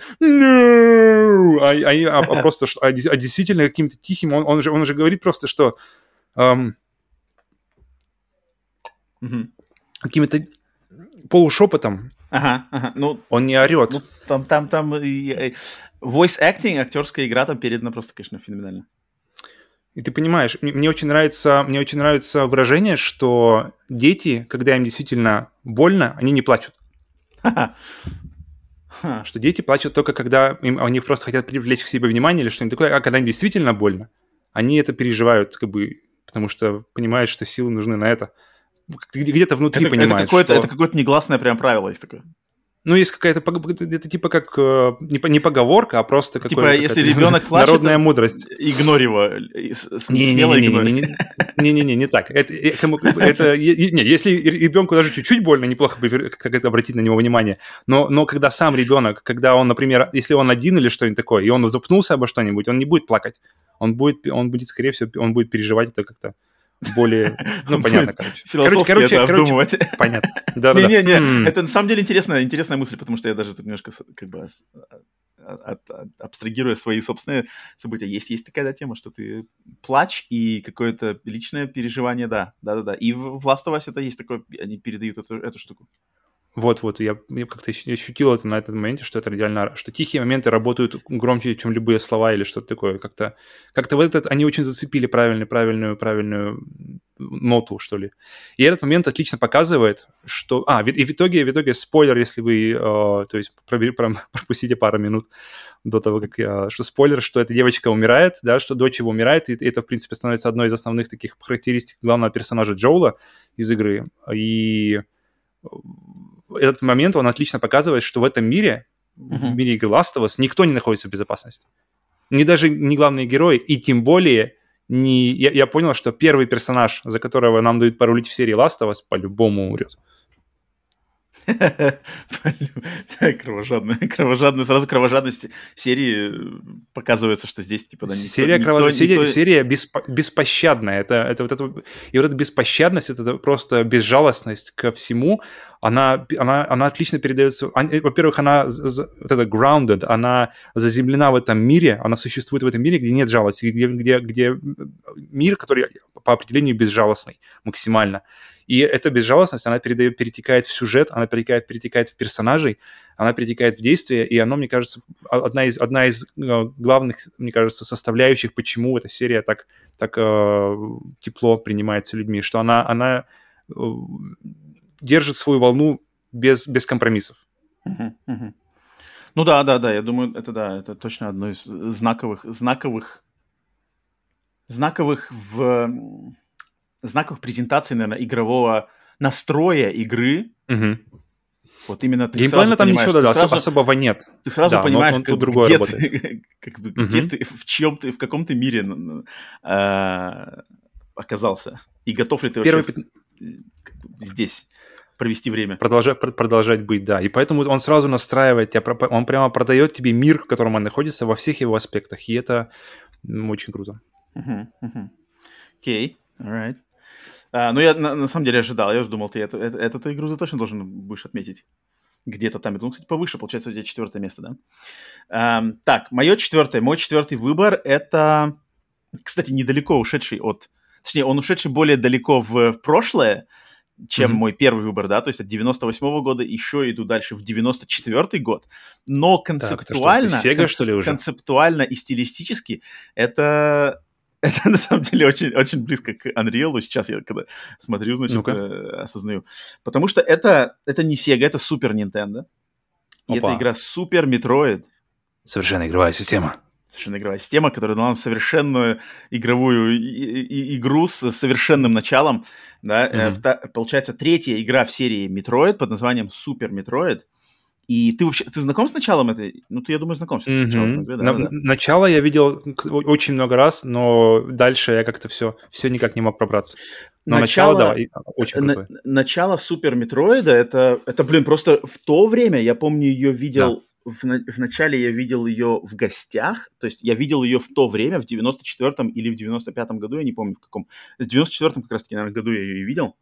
no! а, а, а, а просто а, а действительно каким-то тихим, он, он, же, он же говорит просто, что эм, mm-hmm. каким-то полушепотом. Ага, ага. Ну, он не орет. Ну, там, там, там и, и, voice acting, актерская игра там передана просто, конечно, феноменально. И ты понимаешь, мне, мне очень нравится, мне очень нравится выражение, что дети, когда им действительно больно, они не плачут. Что дети плачут только когда им, они просто хотят привлечь к себе внимание или что-нибудь такое, а когда им действительно больно, они это переживают, как бы, потому что понимают, что силы нужны на это. Где-то внутри это, понимают, это какое-то, что... Это какое-то негласное прям правило есть такое. Ну, есть какая-то, это типа как, не поговорка, а просто типа, какое-то... Типа, если ребенок плачет... Народная мудрость. Игнорь его, смело игнорь. Не-не-не, не так. Это, это, не, если ребенку даже чуть-чуть больно, неплохо бы как-то обратить на него внимание. Но, но когда сам ребенок, когда он, например, если он один или что-нибудь такое, и он запнулся обо что-нибудь, он не будет плакать. Он будет, он будет, скорее всего, он будет переживать это как-то более, ну, понятно, короче. Философски короче, это короче, обдумывать. Понятно. Да-да-да. Не-не-не, mm. это на самом деле интересная, интересная мысль, потому что я даже тут немножко как бы от, от, абстрагируя свои собственные события. Есть, есть такая да, тема, что ты плачь и какое-то личное переживание, да, да-да-да. И в, в Last of Us это есть такое, они передают эту, эту штуку. Вот-вот, я, я как-то ощутил это на этом моменте, что это реально, что тихие моменты работают громче, чем любые слова или что-то такое. Как-то, как-то в этот они очень зацепили правильную, правильную, правильную ноту, что ли. И этот момент отлично показывает, что... А, и в итоге, в итоге спойлер, если вы, э, то есть пропустите пару минут до того, как я... Что спойлер, что эта девочка умирает, да, что дочь его умирает, и это, в принципе, становится одной из основных таких характеристик главного персонажа Джоула из игры. И... этот момент, он отлично показывает, что в этом мире, uh-huh. в мире игры Last of Us, никто не находится в безопасности. Ни даже не главные герои, и тем более не... Я, я понял, что первый персонаж, за которого нам дают порулить в серии Last of Us, по-любому умрет. Кровожадная, кровожадная, сразу кровожадность серии показывается, что здесь типа да, никто, серия никто, кровожад... никто... серия, серия беспо... беспощадная. Это, это вот это и вот эта беспощадность, это просто безжалостность ко всему. Она, она, она отлично передается. Во-первых, она вот это grounded, она заземлена в этом мире, она существует в этом мире, где нет жалости, где, где, где мир, который по определению безжалостный максимально. И эта безжалостность, она передает, перетекает в сюжет, она перетекает, перетекает в персонажей, она перетекает в действие, и оно, мне кажется, одна из, одна из главных, мне кажется, составляющих, почему эта серия так, так э, тепло принимается людьми, что она, она держит свою волну без, без компромиссов. Uh-huh, uh-huh. Ну да, да, да, я думаю, это да, это точно одно из знаковых, знаковых, знаковых в знаковых презентаций, наверное, игрового настроя игры. Угу. Вот именно ты Геймплейно сразу там понимаешь, ничего да, сразу, особого нет. Ты сразу да, понимаешь, он, он как бы, другое где, работает. ты, как бы, где угу. ты, в чем ты, в каком ты мире э, оказался. И готов ли ты Первый... вообще как бы, здесь провести время. Продолжать, продолжать быть, да. И поэтому он сразу настраивает тебя, он прямо продает тебе мир, в котором он находится, во всех его аспектах. И это ну, очень круто. Окей, uh-huh, uh-huh. all right. Uh, ну, я на, на самом деле ожидал, я уже думал, ты эту, эту, эту игру ты точно должен будешь отметить. Где-то там. Ну, кстати, повыше, получается, у тебя четвертое место, да? Um, так, мое четвертое, мой четвертый выбор — это, кстати, недалеко ушедший от... Точнее, он ушедший более далеко в прошлое, чем mm-hmm. мой первый выбор, да, то есть от девяносто восьмого года еще иду дальше в девяносто четвёртый год, но концептуально, так, что, Sega, кон- что ли, уже? концептуально и стилистически это, это на самом деле очень, очень близко к Unreal, сейчас я когда смотрю, значит, э, осознаю, потому что это, это не Sega, это Super Nintendo, и Опа. это игра Super Metroid. Совершенно игровая система. Совершенно игровая система, которая дала нам совершенную игровую и- и- игру с совершенным началом. Да? Mm-hmm. Вта- получается, третья игра в серии Metroid под названием Super Metroid. И ты вообще, ты знаком с началом этой? Ну, ты, я думаю, знаком с mm-hmm. началом игры, да, На- да? Начало я видел очень много раз, но дальше я как-то все, все никак не мог пробраться. Но начало, начало да, очень крутое. На- начало Super Metroid, это, это, блин, просто в то время, я помню, ее видел... Да. В, в начале я видел ее в гостях, то есть я видел ее в то время, в девяносто четвёртом или в девяносто пятом году, я не помню в каком. В девяносто четвёртом как раз-таки, наверное, году я ее и видел.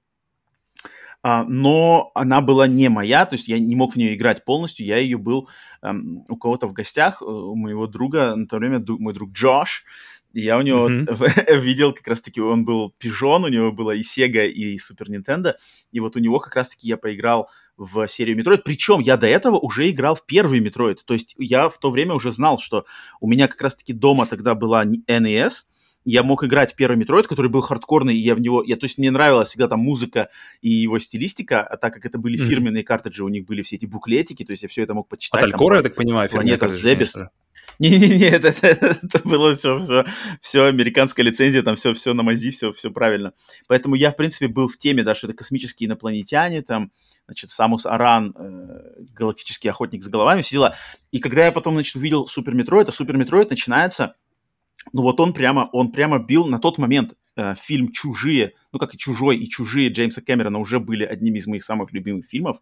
А, но она была не моя, то есть я не мог в нее играть полностью, я ее был эм, у кого-то в гостях, у моего друга, на то время ду- мой друг Джош, и я у него mm-hmm. видел как раз-таки, он был пижон, у него была и Sega, и Super Nintendo, и вот у него как раз-таки я поиграл в серию Metroid, причем я до этого уже играл в первый Metroid, то есть я в то время уже знал, что у меня как раз-таки дома тогда была эн и эс, я мог играть в первый Metroid, который был хардкорный, и я в него, я, то есть мне нравилась всегда там музыка и его стилистика, а так как это были mm-hmm. фирменные картриджи, у них были все эти буклетики, то есть я все это мог почитать. От Алькора, я так понимаю, Планета Зебис. Не-не-не, это, это, это было все, все, все американская лицензия, там все, все на мази, все, все правильно. Поэтому я, в принципе, был в теме, да, что это космические инопланетяне, там, значит, Самус Аран, э, галактический охотник с головами, все дела. И когда я потом, значит, увидел Супер Метроид, а Супер Метроид начинается, ну вот он прямо, он прямо бил на тот момент э, фильм «Чужие», ну как и «Чужой», и «Чужие» Джеймса Кэмерона уже были одними из моих самых любимых фильмов.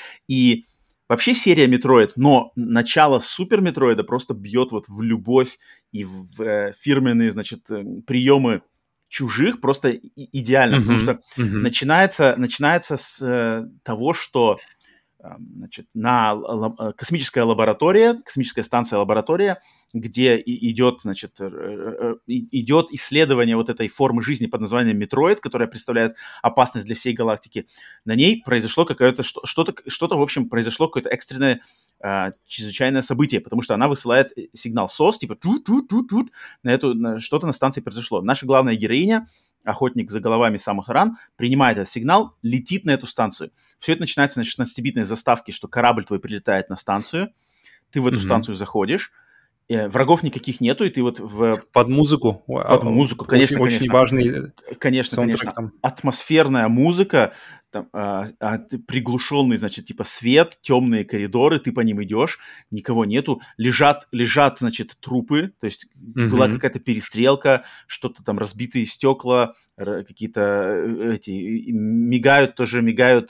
И вообще серия Metroid, но начало Супер Метроида просто бьет вот в любовь и в э, фирменные, значит, э, приемы Чужих просто и- идеально, mm-hmm. потому что mm-hmm. начинается, начинается с э, того, что э, значит, на л- космическая лаборатория, космическая станция-лаборатория, где и идет, значит, э, э, идет исследование вот этой формы жизни под названием Metroid, которая представляет опасность для всей галактики. На ней произошло какое-то что-то, что-то в общем, произошло какое-то экстренное э, чрезвычайное событие, потому что она высылает сигнал сос, типа тут-тут-тут-тут, на эту, на, что-то на станции произошло. Наша главная героиня, охотник за головами Самус Аран, принимает этот сигнал, летит на эту станцию. Все это начинается на шестнадцатибитной заставке, что корабль твой прилетает на станцию, ты в эту mm-hmm. станцию заходишь, э, врагов никаких нету, и ты вот в... Под музыку. Под музыку, конечно, очень, конечно. Очень важный Конечно, конечно. Там. Атмосферная музыка, там, а, а, приглушенный, значит, типа свет, темные коридоры, ты по ним идешь, никого нету, лежат, лежат, значит, трупы, то есть mm-hmm. была какая-то перестрелка, что-то там, разбитые стекла, какие-то эти, мигают тоже, мигают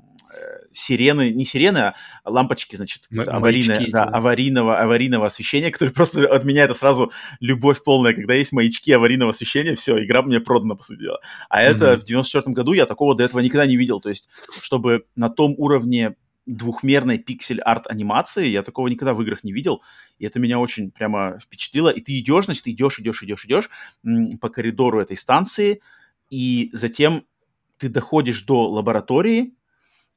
сирены, не сирены, а лампочки, значит, М- аварийное, да, да. аварийного, аварийного освещения, которые просто от меня это сразу любовь полная. Когда есть маячки аварийного освещения, все, игра мне продана, по сути дела. А mm-hmm. это в девяносто четвёртом году я такого до этого никогда не видел. То есть, чтобы на том уровне двухмерной пиксель-арт анимации, я такого никогда в играх не видел. И это меня очень прямо впечатлило. И ты идешь, значит, ты идешь, идешь, идешь, идешь по коридору этой станции, и затем ты доходишь до лаборатории,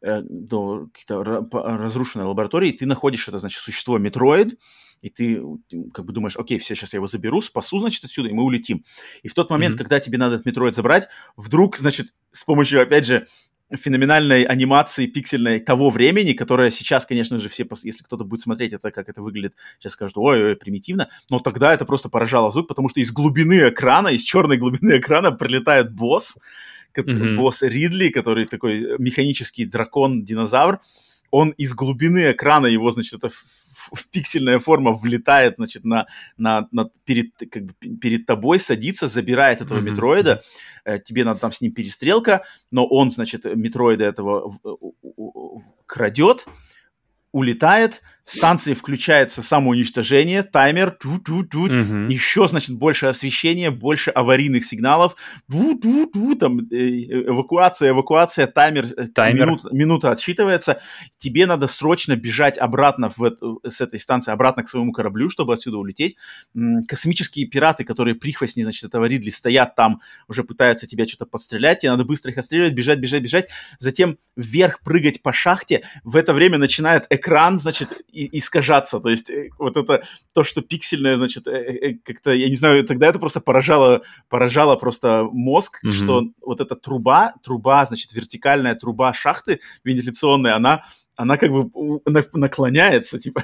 э, до каких-то разрушенной лаборатории, ты находишь это, значит, существо Метроид, и ты как бы думаешь, окей, все, сейчас я его заберу, спасу, значит, отсюда, и мы улетим. И в тот момент, mm-hmm. когда тебе надо этот Метроид забрать, вдруг, значит, с помощью, опять же, феноменальной анимации пиксельной того времени, которая сейчас, конечно же, все, если кто-то будет смотреть это, как это выглядит, сейчас скажут, ой, ой, примитивно, но тогда это просто поражало звук, потому что из глубины экрана, из черной глубины экрана прилетает босс, mm-hmm. босс Ридли, который такой механический дракон-динозавр, он из глубины экрана, его, значит, это в пиксельная форма влетает, значит, на, на, на, перед, как бы, перед тобой, садится, забирает этого mm-hmm. метроида, э, тебе надо там с ним перестрелка, но он, значит, метроида этого в, в, в, крадет, улетает, станции включается самоуничтожение, таймер, ту-ту-ту, mm-hmm. еще, значит, больше освещения, больше аварийных сигналов, ту-ту-ту, там, э, эвакуация, эвакуация, таймер, таймер. Минут, минута отсчитывается, тебе надо срочно бежать обратно в эту, с этой станции, обратно к своему кораблю, чтобы отсюда улететь. М- космические пираты, которые прихвостни, значит, этого Ридли, стоят там, уже пытаются тебя что-то подстрелять, тебе надо быстро их отстреливать, бежать, бежать, бежать, затем вверх прыгать по шахте, в это время начинает экран, значит, и, искажаться, то есть вот это то, что пиксельное, значит, как-то, я не знаю, тогда это просто поражало, поражало просто мозг, mm-hmm. что вот эта труба, труба, значит, вертикальная труба шахты вентиляционная, она она как бы наклоняется, типа,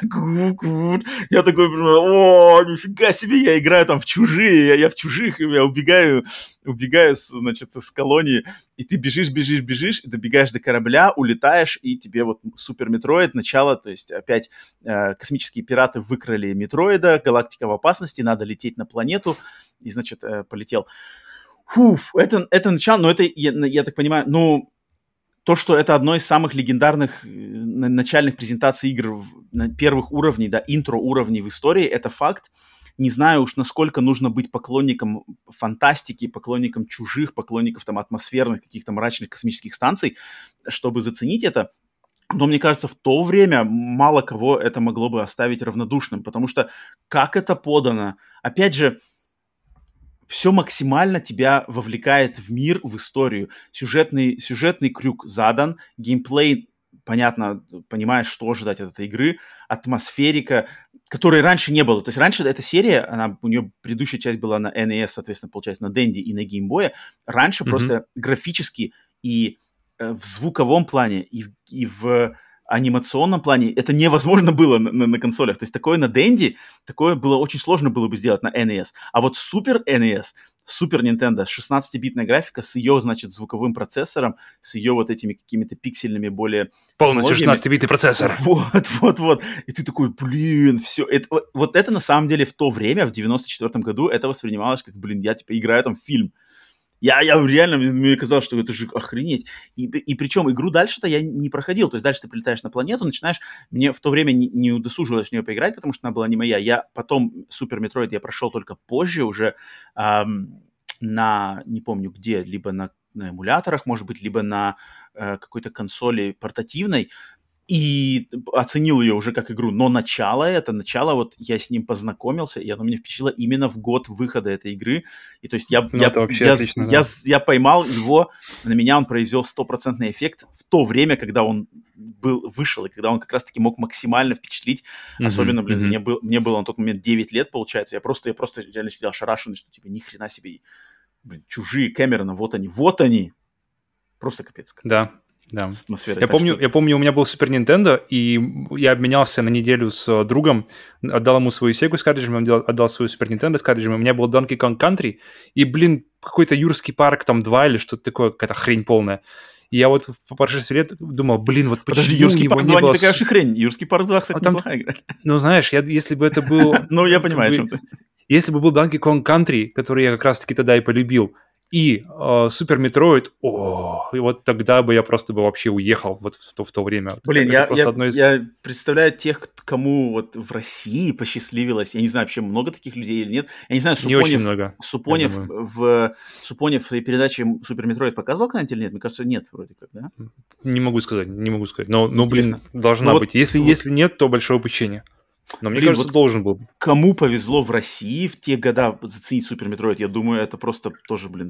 я такой, о, нифига себе, я играю там в чужие, я, я в чужих, я убегаю, убегаю, значит, с колонии, и ты бежишь, бежишь, бежишь, и добегаешь до корабля, улетаешь, и тебе вот Супер Метроид, начало, то есть опять э, космические пираты выкрали Метроида, галактика в опасности, надо лететь на планету, и, значит, э, полетел. Фу, это, это начало, но это, я, я так понимаю, ну... То, что это одно из самых легендарных начальных презентаций игр на первых уровней, да, интро-уровней в истории, это факт. Не знаю уж, насколько нужно быть поклонником фантастики, поклонником чужих, поклонников там атмосферных каких-то мрачных космических станций, чтобы заценить это. Но мне кажется, в то время мало кого это могло бы оставить равнодушным, потому что как это подано, опять же, все максимально тебя вовлекает в мир, в историю. Сюжетный, сюжетный крюк задан, геймплей, понятно, понимаешь, что ожидать от этой игры, атмосферика, которой раньше не было. То есть раньше эта серия, она, у нее предыдущая часть была на эн и эс, соответственно, получается, на Денди и на Геймбое. Раньше mm-hmm. просто графически и э, в звуковом плане, и, и в анимационном плане это невозможно было на, на, на консолях. То есть такое на Денди, такое было очень сложно было бы сделать на эн и эс. А вот Супер эн и эс, Супер Nintendo, шестнадцатибитная графика с ее, значит, звуковым процессором, с ее вот этими какими-то пиксельными более... Полностью шестнадцатибитный процессор. Вот, вот, вот. И ты такой, блин, все. Это, вот, вот это на самом деле в то время, в девяносто четвёртом году, это воспринималось как, блин, я типа играю там в фильм. Я, я реально, мне казалось, что это же охренеть. И, и причем игру дальше-то я не проходил. То есть дальше ты прилетаешь на планету, начинаешь... Мне в то время не, не удосужилось в нее поиграть, потому что она была не моя. Я потом Супер Метроид я прошел только позже уже эм, на, не помню где, либо на, на эмуляторах, может быть, либо на э, какой-то консоли портативной. И оценил ее уже как игру. Но начало это, начало, вот я с ним познакомился, и оно меня впечатлило именно в год выхода этой игры. И то есть я, ну, я, я, отлично, я, да. я, я поймал его, на меня он произвел стопроцентный эффект в то время, когда он был, вышел, и когда он как раз-таки мог максимально впечатлить. Mm-hmm, Особенно, блин, mm-hmm. мне, был, мне было на тот момент девять лет, получается. Я просто, я просто реально сидел ошарашенный, что типа ни хрена себе, блин, чужие Кэмерона, вот они, вот они. Просто капец. Да. Да. Я помню, что... я помню, у меня был Супер Nintendo, и я обменялся на неделю с другом, отдал ему свою Сегу с картриджами, он отдал свою Супер Nintendo с картриджами, у меня был Donkey Kong Country, и, блин, какой-то Юрский парк, там, два или что-то такое, какая-то хрень полная. И я вот по прошествии лет думал, блин, вот почему Подожди, Юрский у него парк не два было... не такая уж и хрень. Юрский парк два, кстати, а там... неплохая игра. Ну, знаешь, я, если бы это был... Ну, я понимаю, о чем ты. Если бы был Donkey Kong Country, который я как раз-таки тогда и полюбил, и Супер Метроид, о, и вот тогда бы я просто бы вообще уехал вот в то, в то время. Блин, я, я, из... я представляю тех, кому вот в России посчастливилось, я не знаю, вообще много таких людей или нет, я не знаю, Супонев, не очень много, Супонев, в, Супонев в своей передаче Супер Метроид показывал когда-нибудь или нет? Мне кажется, нет вроде как, да? Не могу сказать, не могу сказать, но, но блин, должна вот, быть. Если, вот. если нет, то большое упущение. Но мне Блин, кажется, вот должен был. кому повезло в России в те года заценить Супер Метроид, я думаю, это просто тоже, блин,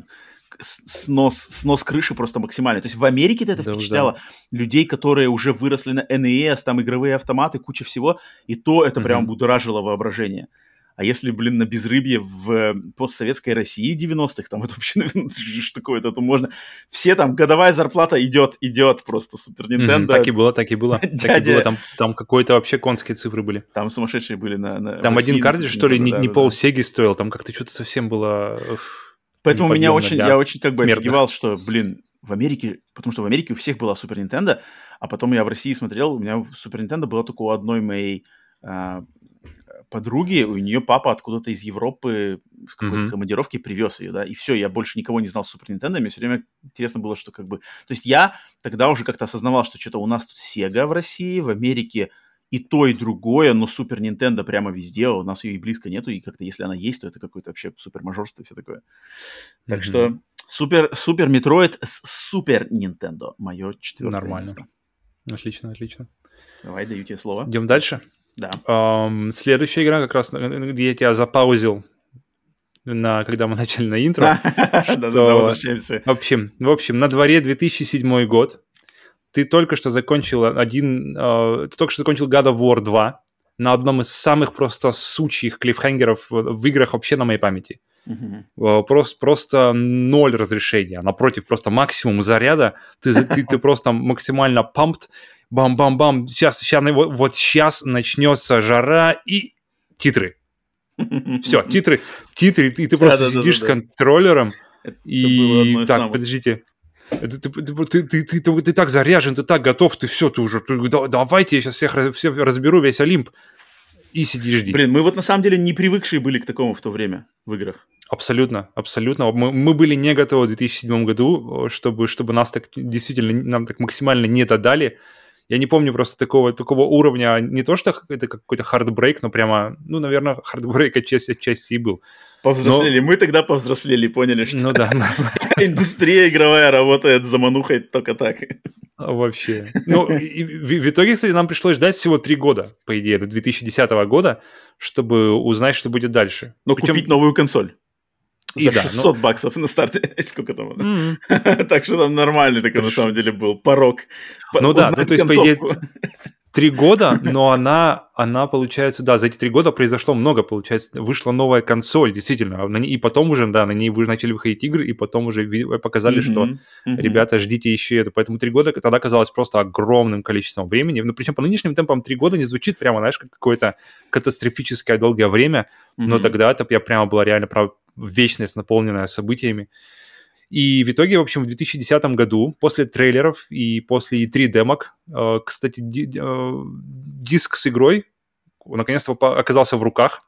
снос, снос крыши просто максимальный. То есть в Америке-то это Да уж, впечатляло да. людей, которые уже выросли на эн и эс, там игровые автоматы, куча всего, и то это прям Мгм. будоражило воображение. А если, блин, на безрыбье в постсоветской России девяностых, там это вообще, наверное, что такое-то, то можно... Все там, годовая зарплата идет, идет просто, Супер Мгм. Нинтендо. Так и было, так и было. Так и было. Дядя... Там, там какой-то вообще конские цифры были. Там сумасшедшие были на, на, в Там России один на картридж, Супер что ли, не, Нинтендо, не да-да-да. пол Сеги стоил. Там как-то что-то совсем было уф, Поэтому меня неподъемно очень, для я очень как бы смертных. офигевал, что, блин, в Америке, потому что в Америке у всех была Супер Нинтендо, а потом я в России смотрел, у меня Супер Нинтендо была только у одной моей а, подруги, у нее папа откуда-то из Европы в какой-то Мгм. командировке привез ее, да, и все, я больше никого не знал с Супер Нинтендо, мне все время интересно было, что как бы... То есть я тогда уже как-то осознавал, что что-то у нас тут Sega в России, в Америке и то, и другое, но Супер Нинтендо прямо везде, у нас ее и близко нету, и как-то если она есть, то это какое-то вообще супер мажорство и все такое. Так Мгм. что Супер, Супер Метроид с Супер Нинтендо. Мое четвертое Нормально. место. Отлично, отлично. Давай, даю тебе слово. Идем дальше. Да. Ам, следующая игра, как раз, э, где я тебя запаузил, на, когда мы начали на интро, Да-да-да, что... возвращаемся. В общем, в общем, на дворе две тысячи седьмой год. Ты только что закончил один... э, ты только что закончил God of War два на одном из самых просто сучьих клиффхенгеров в, в играх вообще на моей памяти. Мгм. Э, Просто, просто ноль разрешения. Напротив, просто максимум заряда. Ты, за- ты, ты просто максимально пампт. Бам-бам-бам. Сейчас, сейчас, вот, вот сейчас начнется жара и титры. Все, титры, титры, и ты просто Да-да-да-да-да. сидишь с контроллером Это было и... одно из Так, самых. подождите. Это Ты, ты, ты, ты, ты- ты- ты так заряжен, ты так готов, ты все, ты уже... ты- да- давайте, я сейчас всех, раз- всех разберу, весь Олимп. И сиди, жди. Блин, мы вот на самом деле не привыкшие были к такому в то время в играх. Абсолютно, абсолютно. Мы, мы были не готовы в две тысячи седьмом году, чтобы, чтобы нас так действительно, нам так максимально не додали. Я не помню просто такого, такого уровня, не то что это какой-то хардбрейк, но прямо, ну, наверное, хардбрейк отчасти, отчасти и был. Повзрослели. Мы тогда повзрослели, поняли, что Ну да, индустрия игровая работает за манухой только так. вообще. Ну, и в, в итоге, кстати, нам пришлось ждать всего три года, по идее, до две тысячи десятого года, чтобы узнать, что будет дальше. Но Причем- купить новую консоль. И За да, шестьсот баксов на старте. Сколько там? М. Так что там нормальный такой, на самом деле, был порог. Ну да, ну Узнать то есть, по идее, концовку. три года, но она, она, получается, да, за эти три года произошло много, получается, вышла новая консоль, действительно, на ней- и потом уже, да, на ней вы- начали выходить игры, и потом уже ви- показали, что, Мгм, мгм. ребята, ждите еще это. Поэтому три года тогда казалось просто огромным количеством времени. Ну, причем по нынешним темпам три года не звучит прямо, знаешь, как какое-то катастрофическое долгое время, но Мгм. тогда это я прямо была реально прав- вечность, наполненная событиями. И в итоге, в общем, в две тысячи десятом году, после трейлеров и после и три демок, э, кстати, ди- э, диск с игрой наконец-то попа- оказался в руках,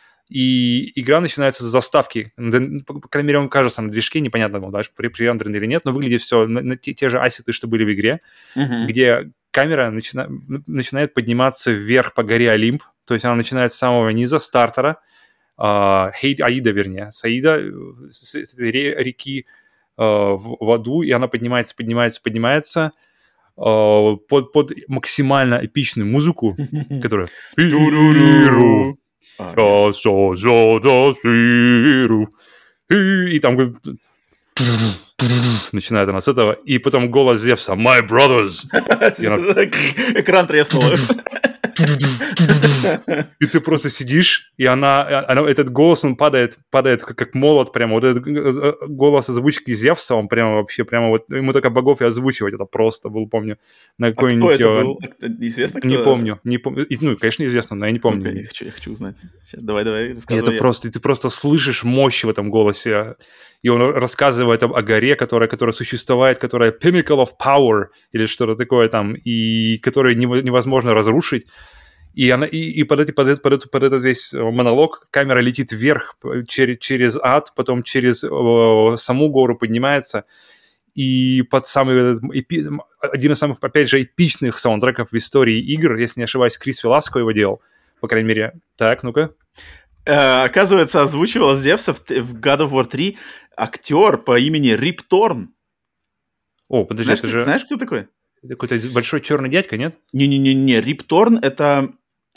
и игра начинается с заставки. Да, По, по крайней мере, он кажется на движке, непонятно, был, да, при- пререндерен или нет, но выглядит все на, на те, те же ассеты, что были в игре, Мгм. где камера начина- начинает подниматься вверх по горе Олимп, то есть она начинает с самого низа, стартера, а, Хейд- Аида, вернее, с Аида, э, с, с этой ре- реки э, в, в аду, и она поднимается, поднимается, поднимается э, под, под максимально эпичную музыку, которая... Туруру. А, нет. И там говорит, начинает она с этого, и потом голос Зевса «My brothers!» И она- Экран треснул. И ты просто сидишь, и она, она этот голос, он падает, падает как, как молот прямо. Вот этот г- голос озвучки Зевса, он прямо вообще, прямо вот, ему только богов и озвучивать, это просто был, помню, на А кто какой-нибудь... это э, был? Известно, кто? Не помню, не помню. И, Ну, конечно, известно, но я не Ну-ка, помню. я хочу, я хочу узнать. Сейчас, давай, давай, И рассказывай. это я. просто, и ты просто слышишь мощь в этом голосе. И он рассказывает об, о горе, которая, которая существует, которая pinnacle of power, или что-то такое там, и которую нево- невозможно разрушить. И, она, и, и под, эти, под, этот, под, этот, под этот весь монолог камера летит вверх через, через ад, потом через о, саму гору поднимается. И под самый этот эпи- один из самых, опять же, эпичных саундтреков в истории игр, если не ошибаюсь, Крис Веласко его делал, по крайней мере. Так, ну-ка. Э, оказывается, озвучивал Зевса в, т- в God of War три актер по имени Рип Торн. О, подожди, Знаешь, это кто- же знаешь, кто такой? какой-то большой черный дядька, нет? Не-не-не-не, Рип Торн — это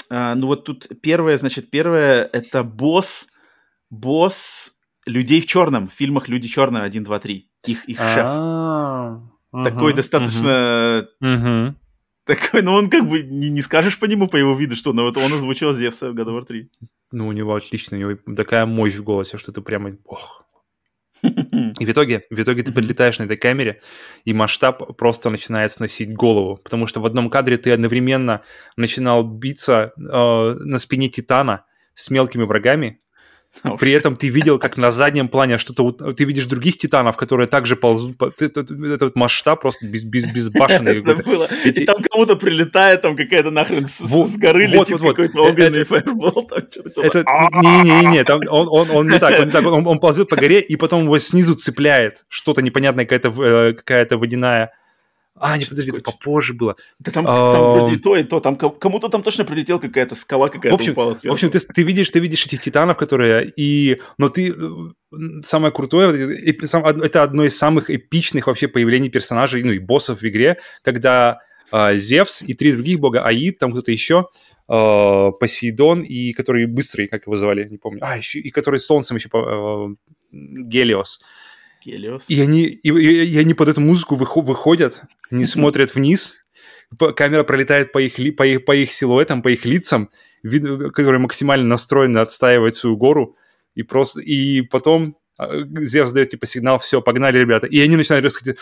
А, ну вот тут первое, значит, первое это босс, босс людей в черном, в фильмах «Люди черные» один, два, три, их, их шеф. Такой достаточно... Такой, ну он как бы не, не скажешь по нему, по его виду, что ну, вот он озвучил Зевса в God of War три. Ну, у него отлично, у него такая мощь в голосе, что ты прямо... Ох. И в итоге, в итоге ты подлетаешь на этой камере, и масштаб просто начинает сносить голову, потому что в одном кадре ты одновременно начинал биться э, на спине Титана с мелкими врагами, при этом ты видел, как на заднем плане что-то... Ты видишь других титанов, которые также ползут... Этот масштаб просто без, без, безбашенный. Это было. И, и там кому-то прилетает, там какая-то нахрен с, вот, с горы вот, летит вот, какой-то вот. огненный фаербол. Не-не-не, он, он, он не так, он, не так он, он ползет по горе, и потом его снизу цепляет что-то непонятное, какая-то, какая-то водяная... А, не, подожди, это попозже было. Да там, а, там вроде и то, и то. Там кому-то там точно прилетела какая-то скала, какая-то в общем, упала сверху. В общем, ты, ты, видишь, ты видишь этих титанов, которые... И... Но ты... Самое крутое... Это одно из самых эпичных вообще появлений персонажей, ну и боссов в игре, когда э, Зевс и три других бога, Аид, там кто-то еще, э, Посейдон, и который быстрый, как его звали, не помню. А, еще... И который с солнцем еще... Э, Гелиос. Гелиос. И они, и, и, и они под эту музыку выходят, они смотрят вниз, камера пролетает по их, по, их, по их силуэтам, по их лицам, вид, которые максимально настроены отстаивать свою гору, и просто и потом Зевс дает типа сигнал, все, погнали, ребята, и они начинают рассказать,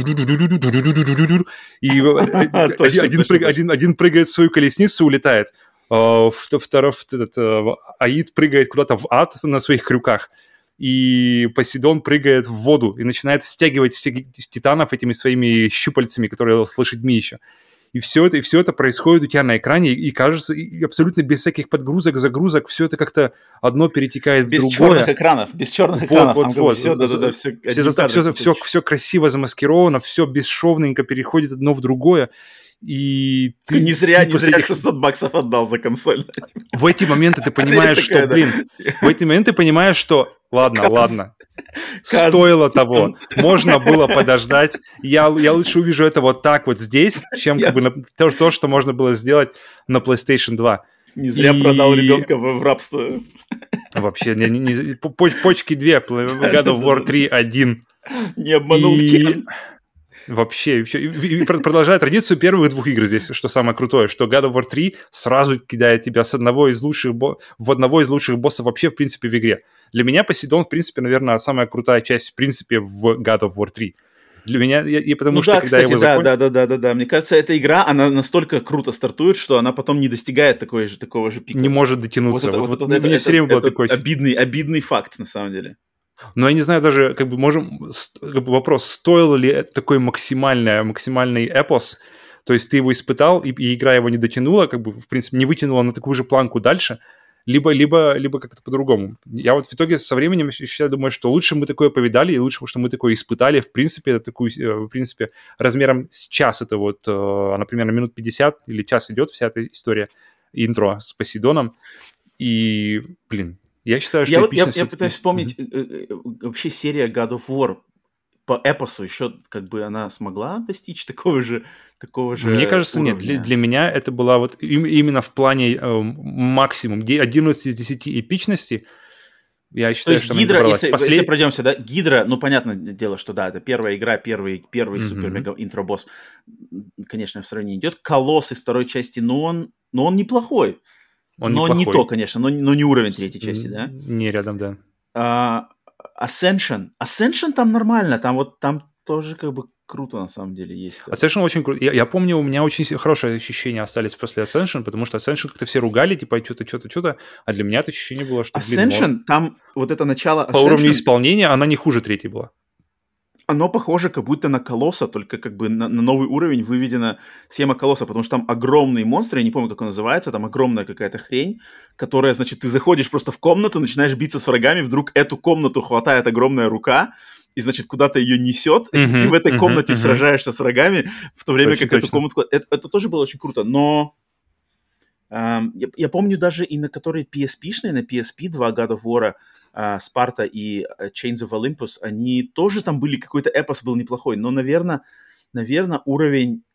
и один прыгает в свою колесницу, улетает, второй Аид прыгает куда-то в ад на своих крюках. И Посейдон прыгает в воду и начинает стягивать всех титанов этими своими щупальцами, которые с лошадьми еще. И все это, и все это происходит у тебя на экране, и, и кажется, и абсолютно без всяких подгрузок, загрузок, все это как-то одно перетекает без в другое. Без черных экранов, без черных вот, экранов. Вот, вот, все, да, да, да, все, все, все, все, все красиво замаскировано, все бесшовненько переходит одно в другое. И ты не зря, ты не зря этих... шестьсот баксов отдал за консоль. В эти моменты ты понимаешь, что, блин, в эти моменты ты понимаешь, что ладно, Каз... ладно, Каз... стоило того, можно было подождать. Я, я лучше увижу это вот так вот здесь, чем я... как бы на... то, то, что можно было сделать на PlayStation два. Не зря и... продал ребенка в, в рабство. Вообще, не, не, не... почки две, God of War три один. Не обманул и... Кен. Вообще, и, и продолжая традицию первых двух игр здесь, что самое крутое, что God of War три сразу кидает тебя с одного из лучших бо... в одного из лучших боссов вообще, в принципе, в игре. Для меня Посейдон, в принципе, наверное, самая крутая часть, в принципе, в God of War три. Для меня, и, и потому ну что, да, когда кстати, его да, закон... да, да, да, да, да. Мне кажется, эта игра, она настолько круто стартует, что она потом не достигает такой же, такого же пика. Не может дотянуться. Вот, вот, вот, вот, вот вот у меня это, все время это, был это такой... Обидный, обидный факт, на самом деле. Но я не знаю даже, как бы можем, как бы вопрос, стоил ли такой максимальный, максимальный эпос, то есть ты его испытал, и, и игра его не дотянула, как бы, в принципе, не вытянула на такую же планку дальше, либо, либо, либо как-то по-другому. Я вот в итоге со временем еще думаю, что лучше мы такое повидали, и лучше, что мы такое испытали, в принципе, это такую, в принципе, размером с час, это вот, она примерно минут пятьдесят или час идет вся эта история, интро с Посейдоном, и, блин, я считаю, что я, эпичность... Я, я пытаюсь вспомнить, mm-hmm. вообще серия God of War по эпосу еще как бы она смогла достичь такого же, такого же Мне кажется, уровня. Нет. Для, для меня это была вот именно в плане э, максимум одиннадцать из десяти эпичности. Я считаю, То есть что Гидра, если, Послед... если пройдемся, да, Гидра, ну, понятное дело, что да, это первая игра, первый, первый mm-hmm. супер-мега-интро-босс, конечно, в сравнении идет. Колосс из второй части, но он, но он неплохой. Он но неплохой. не то, конечно, но, но не уровень третьей части, да? Не рядом, да. А, Ascension. Ascension там нормально, там вот там тоже как бы круто на самом деле есть. Да. Ascension очень круто. Я, я помню, у меня очень хорошие ощущения остались после Ascension, потому что Ascension как-то все ругали, типа, что-то, что-то, что-то, а для меня это ощущение было, что... Ascension, блин, там вот это начало... По Ascension, уровню исполнения она не хуже третьей была. Оно похоже как будто на Колосса, только как бы на, на новый уровень выведена схема Колосса, потому что там огромные монстры, я не помню, как он называется, там огромная какая-то хрень, которая, значит, ты заходишь просто в комнату, начинаешь биться с врагами, вдруг эту комнату хватает огромная рука, и, значит, куда-то ее несет, uh-huh, и ты в этой uh-huh, комнате uh-huh. сражаешься с врагами, в то время точно, как точно. Эту комнату... Это, это тоже было очень круто, но... Эм, я, я помню даже и на которой пи эс пи-шной, на пи эс пи два God of War, Спарта uh, и uh, Chains of Olympus, они тоже там были, какой-то эпос был неплохой, но, наверное, наверное, уровень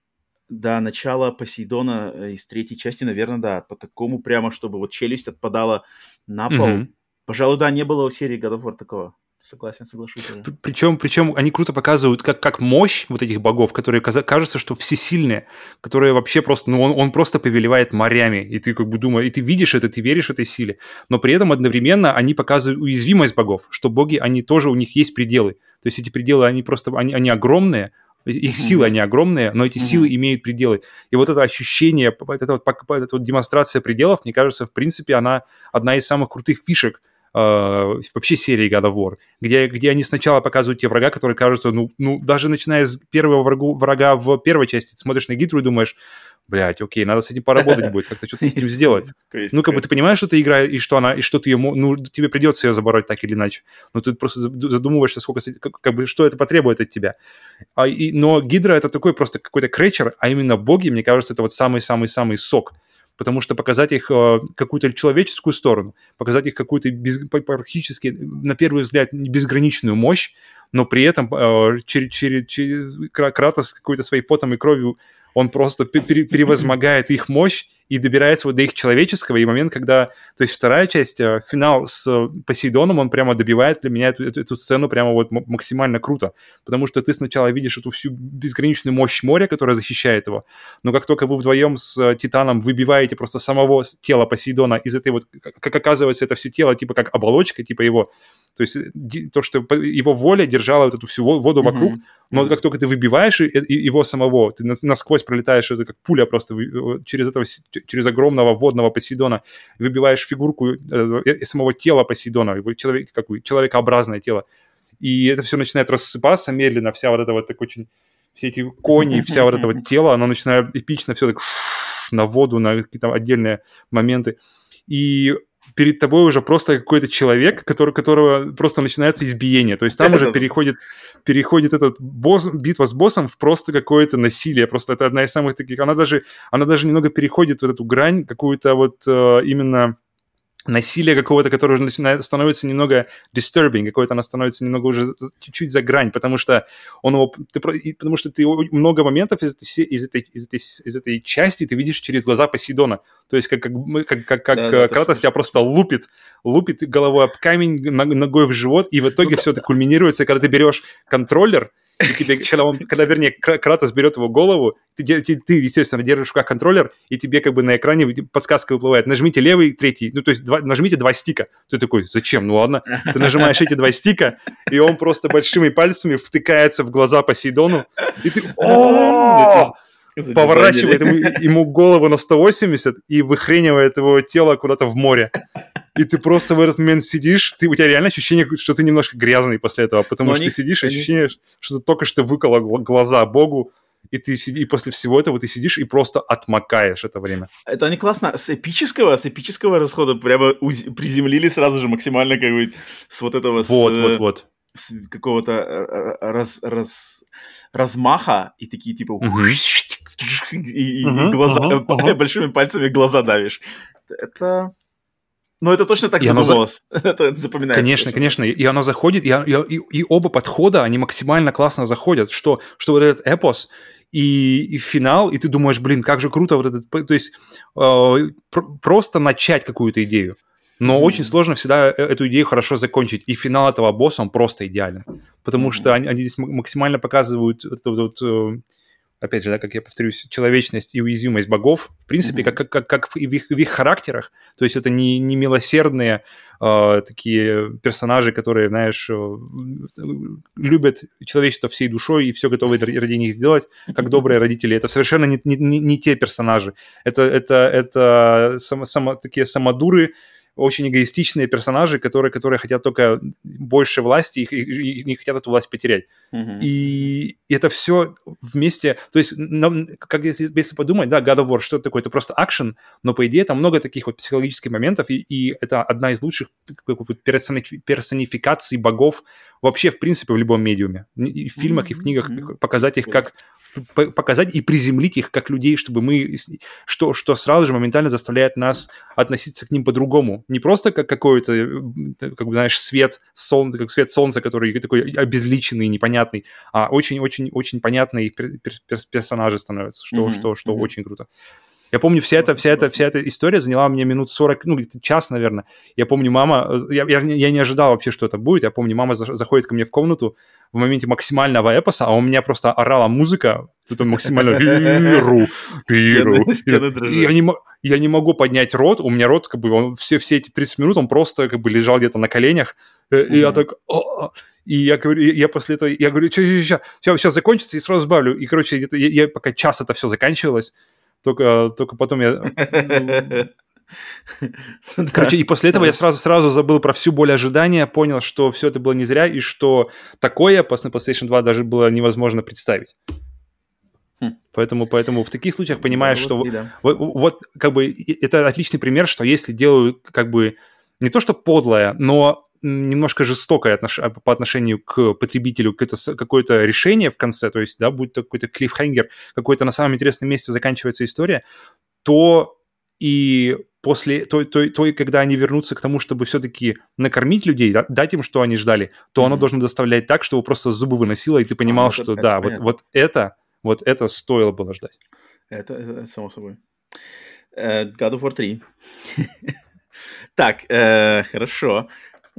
Да, начало Посейдона э, из третьей части, наверное, да, по такому прямо, чтобы вот челюсть отпадала на пол. Мгм. Пожалуй, да, не было у серии God of War такого. Согласен, соглашусь уже. Причем, причем они круто показывают, как, как мощь вот этих богов, которые каза- кажется, что всесильные, которые вообще просто, ну, он, он просто повелевает морями, и ты как бы думаешь, и ты видишь это, ты веришь этой силе, но при этом одновременно они показывают уязвимость богов, что боги, они тоже, у них есть пределы, то есть эти пределы, они просто, они, они огромные, их силы, они огромные, но эти силы имеют пределы. И вот это ощущение, эта вот, эта вот демонстрация пределов, мне кажется, в принципе, она одна из самых крутых фишек Uh, вообще серии God of War, где, где они сначала показывают те врага, которые кажутся, ну, ну даже начиная с первого врагу, врага в первой части, ты смотришь на Гидру и думаешь, блядь, окей, надо с этим поработать будет, как-то что-то с этим сделать. Ну, как бы ты понимаешь, что ты игра, и что она, и что ты ее, ну, тебе придется ее забороть так или иначе, но ты просто задумываешься, сколько, как, как бы, что это потребует от тебя. А, и, но Гидра — это такой просто какой-то кречер, а именно боги, мне кажется, это вот самый-самый-самый сок. Потому что показать их э, какую-то человеческую сторону, показать их какую-то без, практически, на первый взгляд, безграничную мощь, но при этом э, через, через, через Кратос какой-то своей потом и кровью, он просто пере, перевозмогает их мощь и добирается вот до их человеческого. И момент, когда... То есть вторая часть, э, финал с Посейдоном, он прямо добивает для меня эту, эту, эту сцену прямо вот максимально круто. Потому что ты сначала видишь эту всю безграничную мощь моря, которая защищает его, но как только вы вдвоем с Титаном выбиваете просто самого тела Посейдона из этой вот... Как оказывается, это все тело типа как оболочка, типа его... То есть то, что его воля держала вот эту всю воду вокруг, mm-hmm. но mm-hmm. как только ты выбиваешь его самого, ты насквозь пролетаешь, это как пуля просто через этого, через огромного водного Посейдона, выбиваешь фигурку самого тела Посейдона, его человек, какое, человекообразное тело, и это все начинает рассыпаться медленно, вся вот эта вот так очень... Все эти кони, вся вот это вот тело, оно начинает эпично все так на воду, на какие-то отдельные моменты. И перед тобой уже просто какой-то человек, который, которого просто начинается избиение. То есть там уже переходит, переходит этот босс, битва с боссом в просто какое-то насилие. Просто это одна из самых таких... Она даже, она даже немного переходит в эту грань, какую-то вот э, именно... насилие какого-то, которое уже начинает, становится немного disturbing, какое-то оно становится немного уже чуть-чуть за грань, потому что он его, ты, потому что ты много моментов из этой, из, этой, из, этой, из этой части ты видишь через глаза Посейдона. То есть как, как, как, как, как да, да, Кратос тебя просто лупит, лупит головой об камень, ногой в живот, и в итоге ну, все это кульминируется, когда ты берешь контроллер, и тебе, когда, он, когда, вернее, Кратос берет его голову, ты, ты, ты, естественно, держишь в руках контроллер, и тебе как бы на экране подсказка выплывает. Нажмите левый, третий, ну, то есть два, нажмите два стика. Ты такой, зачем? Ну, ладно. Ты нажимаешь эти два стика, и он просто большими пальцами втыкается в глаза Посейдону, и ты... поворачивает ему, ему голову на сто восемьдесят и выхренивает его тело куда-то в море. И ты просто в этот момент сидишь, ты, у тебя реально ощущение, что ты немножко грязный после этого, потому Но что они, ты сидишь, они... ощущение, что ты только что выкола глаза Богу, и ты и после всего этого ты сидишь и просто отмокаешь это время. Это они классно с эпического, с эпического расхода прямо уз... приземлили сразу же максимально как бы с вот этого... Вот, с... вот, вот. С какого-то раз, раз, размаха и такие типа uh-huh. и, и, uh-huh, и глаза uh-huh, uh-huh. большими пальцами глаза давишь. Это... Ну, это точно так и задумалось. За... это запоминается. Конечно, конечно. И оно заходит, и, и, и оба подхода, они максимально классно заходят. Что, что вот этот эпос и, и финал, и ты думаешь, блин, как же круто вот этот... То есть э, пр- просто начать какую-то идею. Но mm-hmm. очень сложно всегда эту идею хорошо закончить. И финал этого босса, он просто идеален. Потому mm-hmm. что они, они здесь максимально показывают... Это, вот, опять же, да, как я повторюсь, человечность и уязвимость богов, в принципе, mm-hmm. как, как, как в, их, в их характерах. То есть это не, не милосердные э, такие персонажи, которые, знаешь, э, любят человечество всей душой и все готовы ради них сделать, как добрые родители. Это совершенно не, не, не те персонажи. Это, это, это само, само, такие самодуры, очень эгоистичные персонажи, которые, которые хотят только больше власти и, и, и не хотят эту власть потерять. Mm-hmm. И, и это все вместе... То есть, как если, если подумать, да, God of War, что это такое? Это просто акшен, но, по идее, там много таких вот психологических моментов, и, и это одна из лучших персонификаций богов вообще, в принципе, в любом медиуме. И в фильмах, mm-hmm. и в книгах mm-hmm. показать их как... показать и приземлить их как людей, чтобы мы... Что, что сразу же моментально заставляет нас относиться к ним по-другому. Не просто как какой-то, как бы, знаешь, свет солнца, как свет солнца, который такой обезличенный, непонятный, а очень-очень-очень понятные персонажи становятся, что, mm-hmm. что, что mm-hmm. очень круто. Я помню, вся эта, вся, эта, вся эта история заняла мне минут сорок, ну, где-то час, наверное. Я помню, мама... Я, я, я не ожидал вообще, что это будет. Я помню, мама за, заходит ко мне в комнату в моменте максимального эпоса, а у меня просто орала музыка, тут максимально... Я не, я не могу поднять рот, у меня рот, как бы, он, все, все эти тридцать минут, он просто, как бы, лежал где-то на коленях, и я так... И я говорю, я после этого... Я говорю, сейчас, сейчас, сейчас закончится, и сразу сбавлю. И, короче, где-то я, я, пока час это все заканчивалось, Только, только потом я... Короче, и после этого я сразу-сразу забыл про всю боль ожидания, понял, что все это было не зря, и что такое после PlayStation два даже было невозможно представить. Поэтому, поэтому в таких случаях понимаешь, что вот, вот как бы это отличный пример, что если делаю как бы не то что подлое, но немножко жестокое отнош... по отношению к потребителю, какое-то, какое-то решение в конце, то есть, да, будет какой-то клиффхенгер, какой-то на самом интересном месте заканчивается история, то и после, то, то, то и когда они вернутся к тому, чтобы все-таки накормить людей, да, дать им, что они ждали, то mm-hmm. оно должно доставлять так, чтобы просто зубы выносило, и ты понимал, а, что это, да, это вот, вот это, вот это стоило было ждать. Это, это, это само собой. Uh, God of War три. Так, хорошо.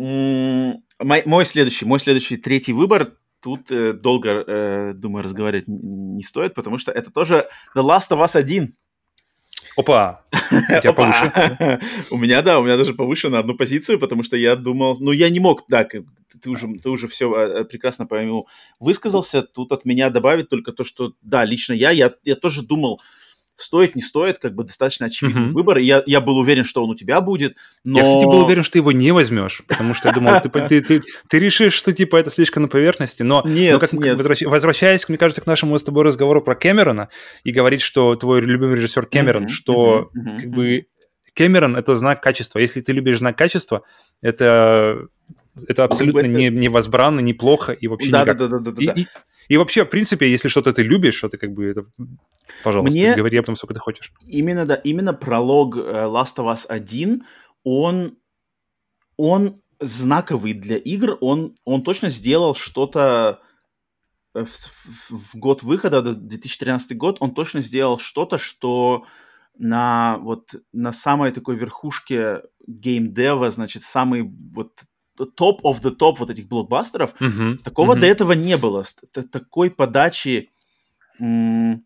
Мой, мой следующий, мой следующий третий выбор. Тут э, долго, э, думаю, разговаривать не стоит, потому что это тоже The Last of Us один. Опа! У тебя повыше? У меня, да, у меня даже повыше на одну позицию, потому что я думал... Ну, я не мог, да, ты уже, ты уже все прекрасно по нему высказался. Тут от меня добавить только то, что, да, лично я, я, я тоже думал, стоит, не стоит, как бы достаточно очевидный mm-hmm. выбор. Я, я был уверен, что он у тебя будет, но... Я, кстати, был уверен, что ты его не возьмешь, потому что я думал, ты, ты, ты, ты решишь, что, типа, это слишком на поверхности, но, нет, но как, нет. Возвращ, возвращаясь, мне кажется, к нашему с тобой разговору про Кэмерона и говорить, что твой любимый режиссер Кэмерон, mm-hmm. что, mm-hmm. как бы, Кэмерон — это знак качества. Если ты любишь знак качества, это, это абсолютно это... Не, невозбранно, неплохо и вообще да, никак. Да, да, да, да, и, да. И, и вообще, в принципе, если что-то ты любишь, это как бы, это, пожалуйста, Мне говори об этом, сколько ты хочешь. Именно, да, именно пролог Last of Us один, он, он знаковый для игр, он, он точно сделал что-то в, в, в год выхода, две тысячи тринадцатый год, он точно сделал что-то, что на, вот, на самой такой верхушке геймдева, значит, самый вот топ of the top вот этих блокбастеров, uh-huh, такого uh-huh. до этого не было. Такой подачи... М-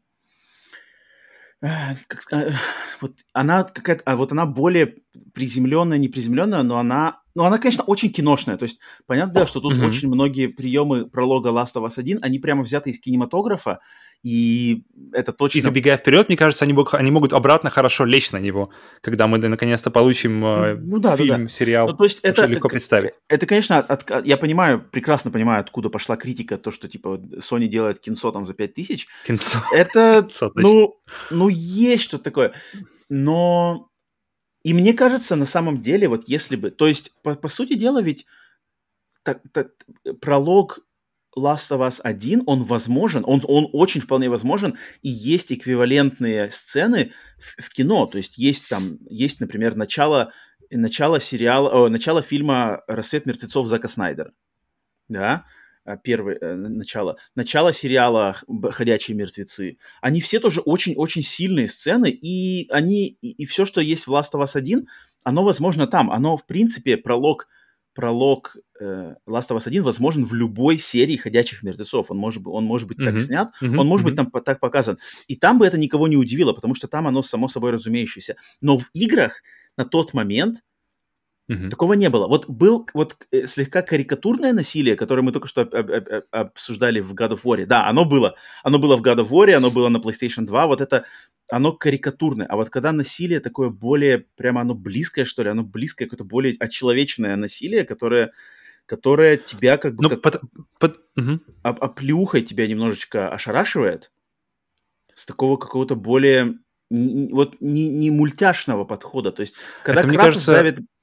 как сказать, вот она какая-то, а вот она более приземленная, не приземленная, но она, ну она, конечно, очень киношная. То есть понятно, да, что тут mm-hmm. очень многие приемы пролога Last of Us один, они прямо взяты из кинематографа, и это точно... И забегая вперед, мне кажется, они, они могут обратно хорошо лечь на него, когда мы наконец-то получим ну, да, фильм, да, да. сериал. Ну, то есть это легко представить. Это, конечно, от, от, я понимаю, прекрасно понимаю, откуда пошла критика, то, что типа Sony делает кинцо там за пять тысяч. Кинцо. Это, кинцо, ну, ну, есть что-то такое. Но и мне кажется, на самом деле, вот если бы... То есть, по, по сути дела, ведь так, так, пролог Last of Us один, он возможен, он, он очень вполне возможен, и есть эквивалентные сцены в, в кино. То есть есть там, есть, например, начало, начало сериала, о, начало фильма «Рассвет мертвецов» Зака Снайдера. Да? Первое э, начало. Начало сериала «Ходячие мертвецы». Они все тоже очень-очень сильные сцены, и они, и, и все, что есть в Last of Us один, оно возможно там. Оно, в принципе, пролог пролог э, Last of Us один возможен в любой серии «Ходячих мертвецов». Он может, он может быть так mm-hmm. снят, mm-hmm. он может mm-hmm. быть там так показан. И там бы это никого не удивило, потому что там оно само собой разумеющееся. Но в играх на тот момент mm-hmm. такого не было. Вот был вот э, слегка карикатурное насилие, которое мы только что об, об, об, обсуждали в God of War. Да, оно было. Оно было в God of War, оно было на PlayStation два. Вот это... Оно карикатурное. А вот когда насилие такое более, прямо оно близкое, что ли, оно близкое, какое-то более очеловеченное насилие, которое, которое тебя как бы... Ну, как, под, под, угу. оп- оплеухой тебя немножечко ошарашивает, с такого какого-то более... Не, вот не, не мультяшного подхода. То есть, когда это, Кратос кажется... давит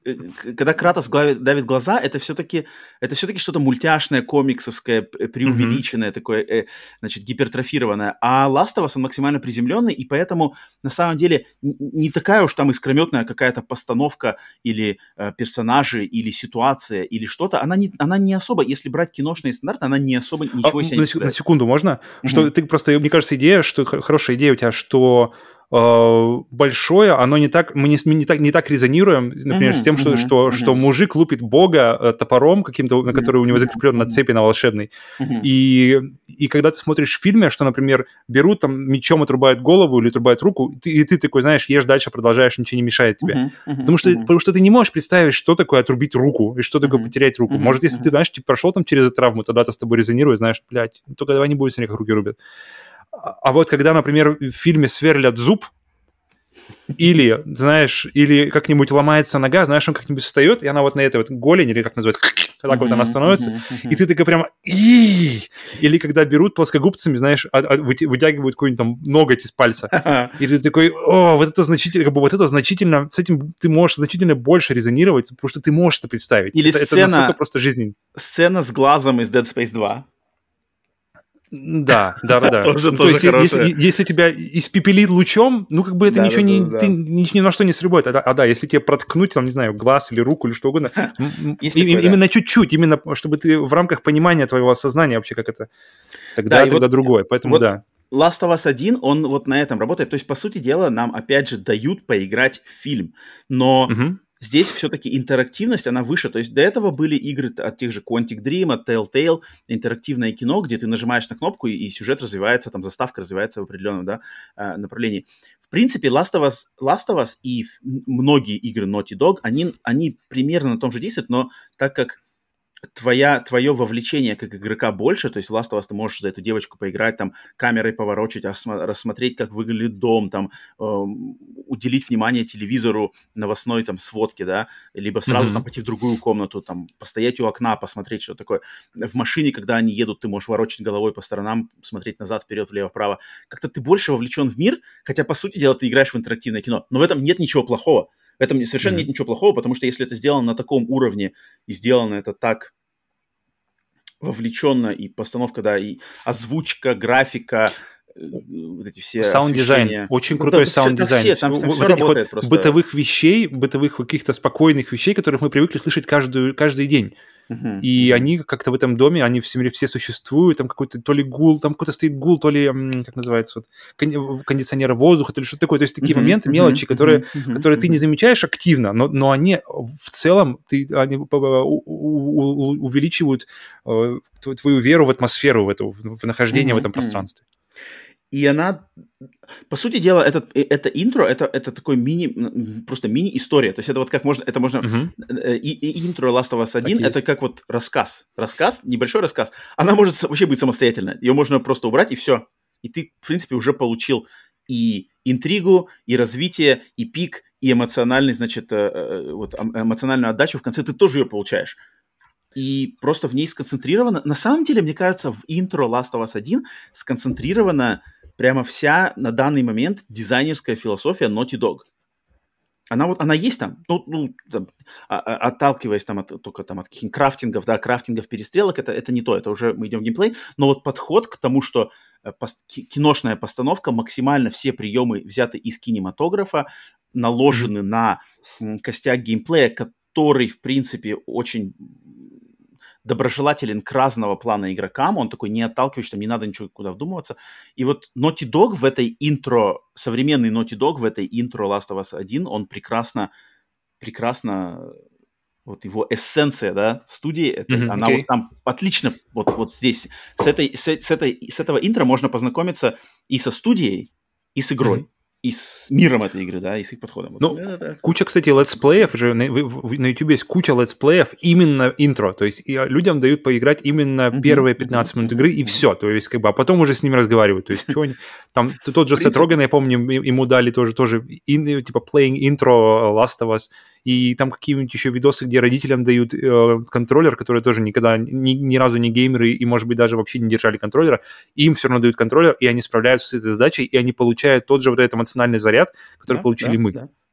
когда Кратос давит глаза, это все-таки, это все-таки что-то мультяшное, комиксовское, преувеличенное, mm-hmm. такое, значит, гипертрофированное. А Last of Us, он максимально приземленный, и поэтому, на самом деле, не такая уж там искрометная какая-то постановка или э, персонажи, или ситуация, или что-то. Она не, она не особо, если брать киношные стандарты, она не особо ничего а, себе на, не сказать. На секунду можно? Mm-hmm. Что ты просто, мне кажется, идея, что хорошая идея у тебя, что большое, оно не так, мы не, не, так, не так резонируем, например, uh-huh, с тем, что, uh-huh, что, uh-huh. что мужик лупит бога топором каким-то, на который uh-huh, у него закреплен uh-huh. на цепи на волшебной. Uh-huh. И, и когда ты смотришь в фильме, что, например, берут там мечом отрубают голову или отрубают руку, и ты, и ты такой, знаешь, ешь дальше, продолжаешь, ничего не мешает тебе. Uh-huh, uh-huh, потому, что, uh-huh. потому что ты не можешь представить, что такое отрубить руку и что такое uh-huh. потерять руку. Uh-huh, Может, если uh-huh. ты, знаешь, типа, прошел там через эту травму, тогда это с тобой резонирует, знаешь, блядь, только давай не будем смотреть, как руки рубят. А, а вот когда, например, в фильме сверлят зуб, или, знаешь, или как-нибудь ломается нога, знаешь, он как-нибудь встает, и она вот на этой вот голень, или как называется, так uh-huh, вот она становится, uh-huh, uh-huh. и ты такой прямо или когда берут плоскогубцами, знаешь, вытягивают какой-нибудь там ноготь из пальца, uh-huh. и ты такой, о, вот это значительно, как бы вот это значительно, с этим ты можешь значительно больше резонировать, потому что ты можешь это представить. Или это, сцена, это настолько просто жизненно. Сцена с глазом из Dead Space два. Да, да, да, да. тоже, ну, тоже то есть, если, если тебя испепелит лучом, ну, как бы это да, ничего да, не, да, ты, да. Ни, ни на что не сработает. А, а да, если тебе проткнуть, там, не знаю, глаз или руку или что угодно, и, такое, именно да. чуть-чуть, именно чтобы ты в рамках понимания твоего сознания вообще как это, тогда, да, тогда вот, другое. Поэтому вот да. Last of Us один, он вот на этом работает. То есть, по сути дела, нам опять же дают поиграть в фильм. Но... Угу. Здесь все-таки интерактивность, она выше. То есть до этого были игры от тех же Quantic Dream, от Telltale, интерактивное кино, где ты нажимаешь на кнопку, и, и сюжет развивается, там заставка развивается в определенном да, направлении. В принципе, Last of Us, Last of Us и многие игры Naughty Dog, они, они примерно на том же действуют, но так как твоя, твое вовлечение как игрока больше, то есть в Last of Us ты можешь за эту девочку поиграть, там, камерой поворочить, рассмотреть, как выглядит дом, там, э, уделить внимание телевизору, новостной, там, сводке, да, либо сразу, mm-hmm. там, пойти в другую комнату, там, постоять у окна, посмотреть, что такое. В машине, когда они едут, ты можешь ворочать головой по сторонам, смотреть назад, вперед, влево, вправо. Как-то ты больше вовлечен в мир, хотя, по сути дела, ты играешь в интерактивное кино, но в этом нет ничего плохого. В этом совершенно mm-hmm. нет ничего плохого, потому что если это сделано на таком уровне и сделано это так вовлеченно, и постановка, да, и озвучка, графика, вот эти все саунд-дизайн, очень крутой да, саунд-дизайн. Все, там, там вот все работает вот просто. Бытовых вещей, бытовых каких-то спокойных вещей, которых мы привыкли слышать каждую, каждый день. Uh-huh, и uh-huh. они как-то в этом доме, они все, все существуют, там какой-то то ли гул, там какой-то стоит гул, то ли, как называется, вот, кондиционер воздуха, то ли что-то такое. То есть такие uh-huh, моменты, uh-huh, мелочи, uh-huh, которые, uh-huh, которые uh-huh. ты не замечаешь активно, но, но они в целом ты, они увеличивают твою веру в атмосферу, в, эту, в нахождение uh-huh, в этом пространстве. И она, по сути дела, это, это интро, это, это такой мини, просто мини-история. То есть это вот как можно, это можно, uh-huh. и, и интро Last of Us один, это как вот рассказ. Рассказ, небольшой рассказ. Она может вообще быть самостоятельной. Ее можно просто убрать, и все. И ты, в принципе, уже получил и интригу, и развитие, и пик, и эмоциональный, значит, вот эмоциональную отдачу. В конце ты тоже ее получаешь. И просто в ней сконцентрировано. На самом деле, мне кажется, в интро Last of Us один сконцентрирована прямо вся на данный момент дизайнерская философия Naughty Dog. Она вот, она есть там, ну, ну там, а, а, отталкиваясь там от, только там от каких-нибудь крафтингов, да, крафтингов, перестрелок, это, это не то, это уже мы идем в геймплей, но вот подход к тому, что э, пост, киношная постановка, максимально все приемы взяты из кинематографа, наложены mm-hmm. на м, костяк геймплея, который, в принципе, очень доброжелателен к разного плана игрокам, он такой не отталкивающий, там не надо ничего куда вдумываться. И вот Naughty Dog в этой интро, современный Naughty Dog в этой интро Last of Us один, он прекрасно, прекрасно, вот его эссенция, да, студии, это, mm-hmm, она okay. вот там отлично, вот, вот здесь, с, этой, с, с, этой, с этого интро можно познакомиться и со студией, и с игрой. Mm-hmm. И с миром этой игры, да, и с их подходом. Ну, вот, да, да, куча, кстати, летсплеев, уже на, на YouTube есть куча летсплеев именно интро, то есть и людям дают поиграть именно uh-huh, первые пятнадцать uh-huh, минут игры, и uh-huh. все, то есть как бы, а потом уже с ними разговаривают, то есть что они, там тот же Сет Роген, я помню, ему дали тоже, тоже in, типа playing intro Last of Us, и там какие-нибудь еще видосы, где родителям дают э, контроллер, которые тоже никогда, ни, ни разу не геймеры и, может быть, даже вообще не держали контроллера, им все равно дают контроллер, и они справляются с этой задачей, и они получают тот же вот этот эмоциональный заряд, который да, получили да, мы. Да.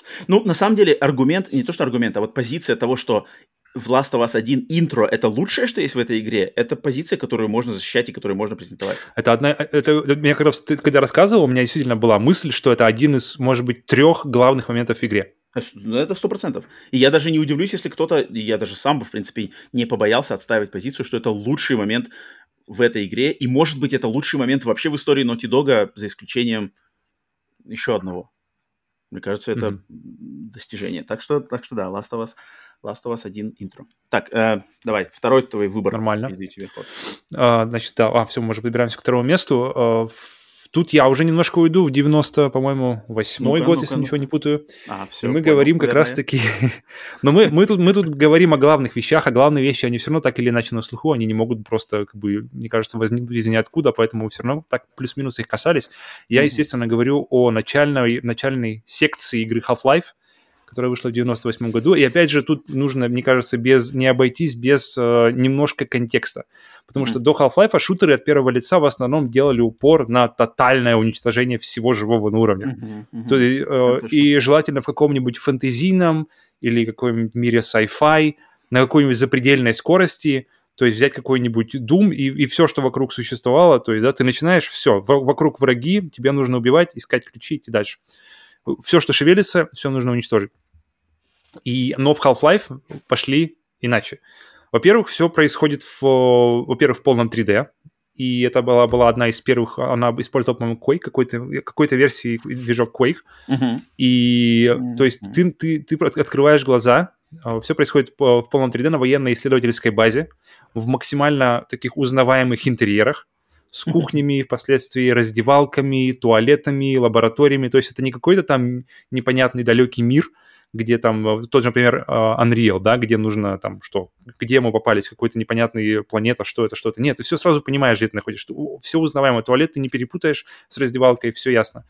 Ну, на самом деле, аргумент, не то что аргумент, а вот позиция того, что в Last of Us один интро — это лучшее, что есть в этой игре, это позиция, которую можно защищать и которую можно презентовать. Это одна... Это, это, меня когда, ты, когда рассказывал, у меня действительно была мысль, что это один из, может быть, трех главных моментов в игре. Это сто процентов. И я даже не удивлюсь, если кто-то, я даже сам бы, в принципе, не побоялся отстаивать позицию, что это лучший момент в этой игре. И, может быть, это лучший момент вообще в истории Naughty Dog, за исключением еще одного. Мне кажется, это mm-hmm. достижение. Так что, так что да, Last of Us, Last of Us один интро. Так, э, давай, второй твой выбор. Нормально. А, значит, да, а, все, мы уже подбираемся к второму месту. А, Тут я уже немножко уйду в девяносто, по-моему, восьмой ну-ка, год, ну-ка, если ну-ка. Ничего не путаю. А, все, и мы понял, говорим как наверное. раз-таки... Но мы, мы, тут, мы тут говорим о главных вещах, а главные вещи, они все равно так или иначе на слуху, они не могут просто, как бы, мне кажется, возникнуть из ниоткуда, поэтому все равно так плюс-минус их касались. Я, mm-hmm. естественно, говорю о начальной, начальной секции игры Half-Life, которая вышла в девяносто восьмом году. И опять же, тут нужно, мне кажется, без, не обойтись без э, немножко контекста. Потому mm-hmm. что до Half-Life шутеры от первого лица в основном делали упор на тотальное уничтожение всего живого на уровнях. Mm-hmm. Mm-hmm. То, э, и желательно в каком-нибудь фэнтезийном или каком-нибудь мире sci-fi, на какой-нибудь запредельной скорости. То есть взять какой-нибудь Doom и, и все, что вокруг существовало. То есть, да, ты начинаешь, все, в, вокруг враги, тебе нужно убивать, искать ключи, идти дальше. Все, что шевелится, все нужно уничтожить. И, но в Half-Life пошли иначе. Во-первых, все происходит в, во-первых, в полном три дэ. И это была, была одна из первых... Она использовала, по-моему, Quake, какой-то, какой-то версии движок Quake. Uh-huh. И, uh-huh. то есть, ты, ты, ты открываешь глаза, все происходит в полном три дэ на военно-исследовательской базе, в максимально таких узнаваемых интерьерах, с кухнями, впоследствии раздевалками, туалетами, лабораториями. То есть это не какой-то там непонятный далекий мир, где там тот же, например, Unreal, да, где нужно там что, где мы попались, какой-то непонятный планета, что это, что это. Нет, ты все сразу понимаешь, где ты находишься. Все узнаваемо. Туалет ты не перепутаешь с раздевалкой, все ясно.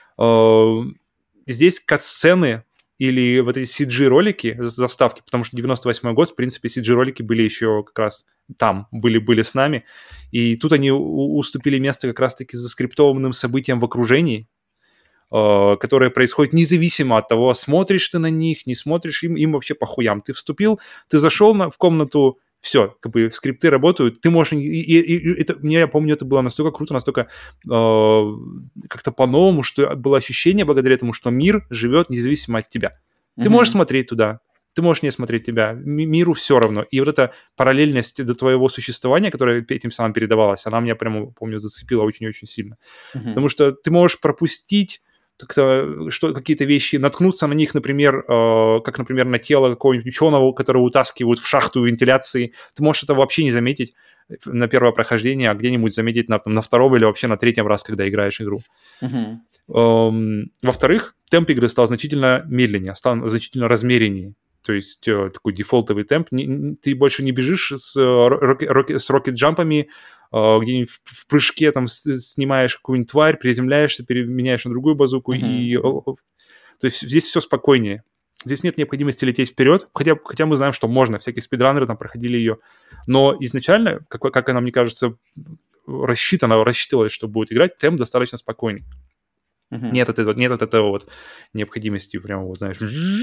Здесь кат-сцены или вот эти си джи-ролики, заставки, потому что девяносто восьмой год, в принципе, си джи-ролики были еще как раз там, были, были с нами, и тут они у- уступили место как раз-таки заскриптованным событиям в окружении, э, которое происходит независимо от того, смотришь ты на них, не смотришь, им, им вообще похуям. Ты вступил, ты зашел на, в комнату, все, как бы скрипты работают, ты можешь... И, и, и это, мне, я помню, это было настолько круто, настолько э, как-то по-новому, что было ощущение благодаря тому, что мир живет независимо от тебя. Ты mm-hmm. можешь смотреть туда, ты можешь не смотреть тебя, миру все равно. И вот эта параллельность до твоего существования, которая этим самым передавалась, она меня прямо, помню, зацепила очень-очень сильно. Mm-hmm. Потому что ты можешь пропустить как-то, что, какие-то вещи, наткнуться на них, например, э, как, например, на тело какого-нибудь ученого, которого утаскивают в шахту вентиляции. Ты можешь это вообще не заметить на первое прохождение, а где-нибудь заметить на, на втором или вообще на третьем раз, когда играешь игру. Uh-huh. Эм, во-вторых, темп игры стал значительно медленнее, стал значительно размереннее. То есть э, такой дефолтовый темп. Не, ты больше не бежишь с, роки, с рокет-джампами, э, где-нибудь в, в прыжке там с, снимаешь какую-нибудь тварь, приземляешься, переменяешь на другую базуку. Mm-hmm. И, то есть здесь все спокойнее. Здесь нет необходимости лететь вперед, хотя, хотя мы знаем, что можно. Всякие спидранеры там проходили ее. Но изначально, как, как она, мне кажется, рассчитана, рассчитывалась, что будет играть, темп достаточно спокойный. Uh-huh. Нет, от этого, нет от этого вот необходимости прямо, вот, знаешь,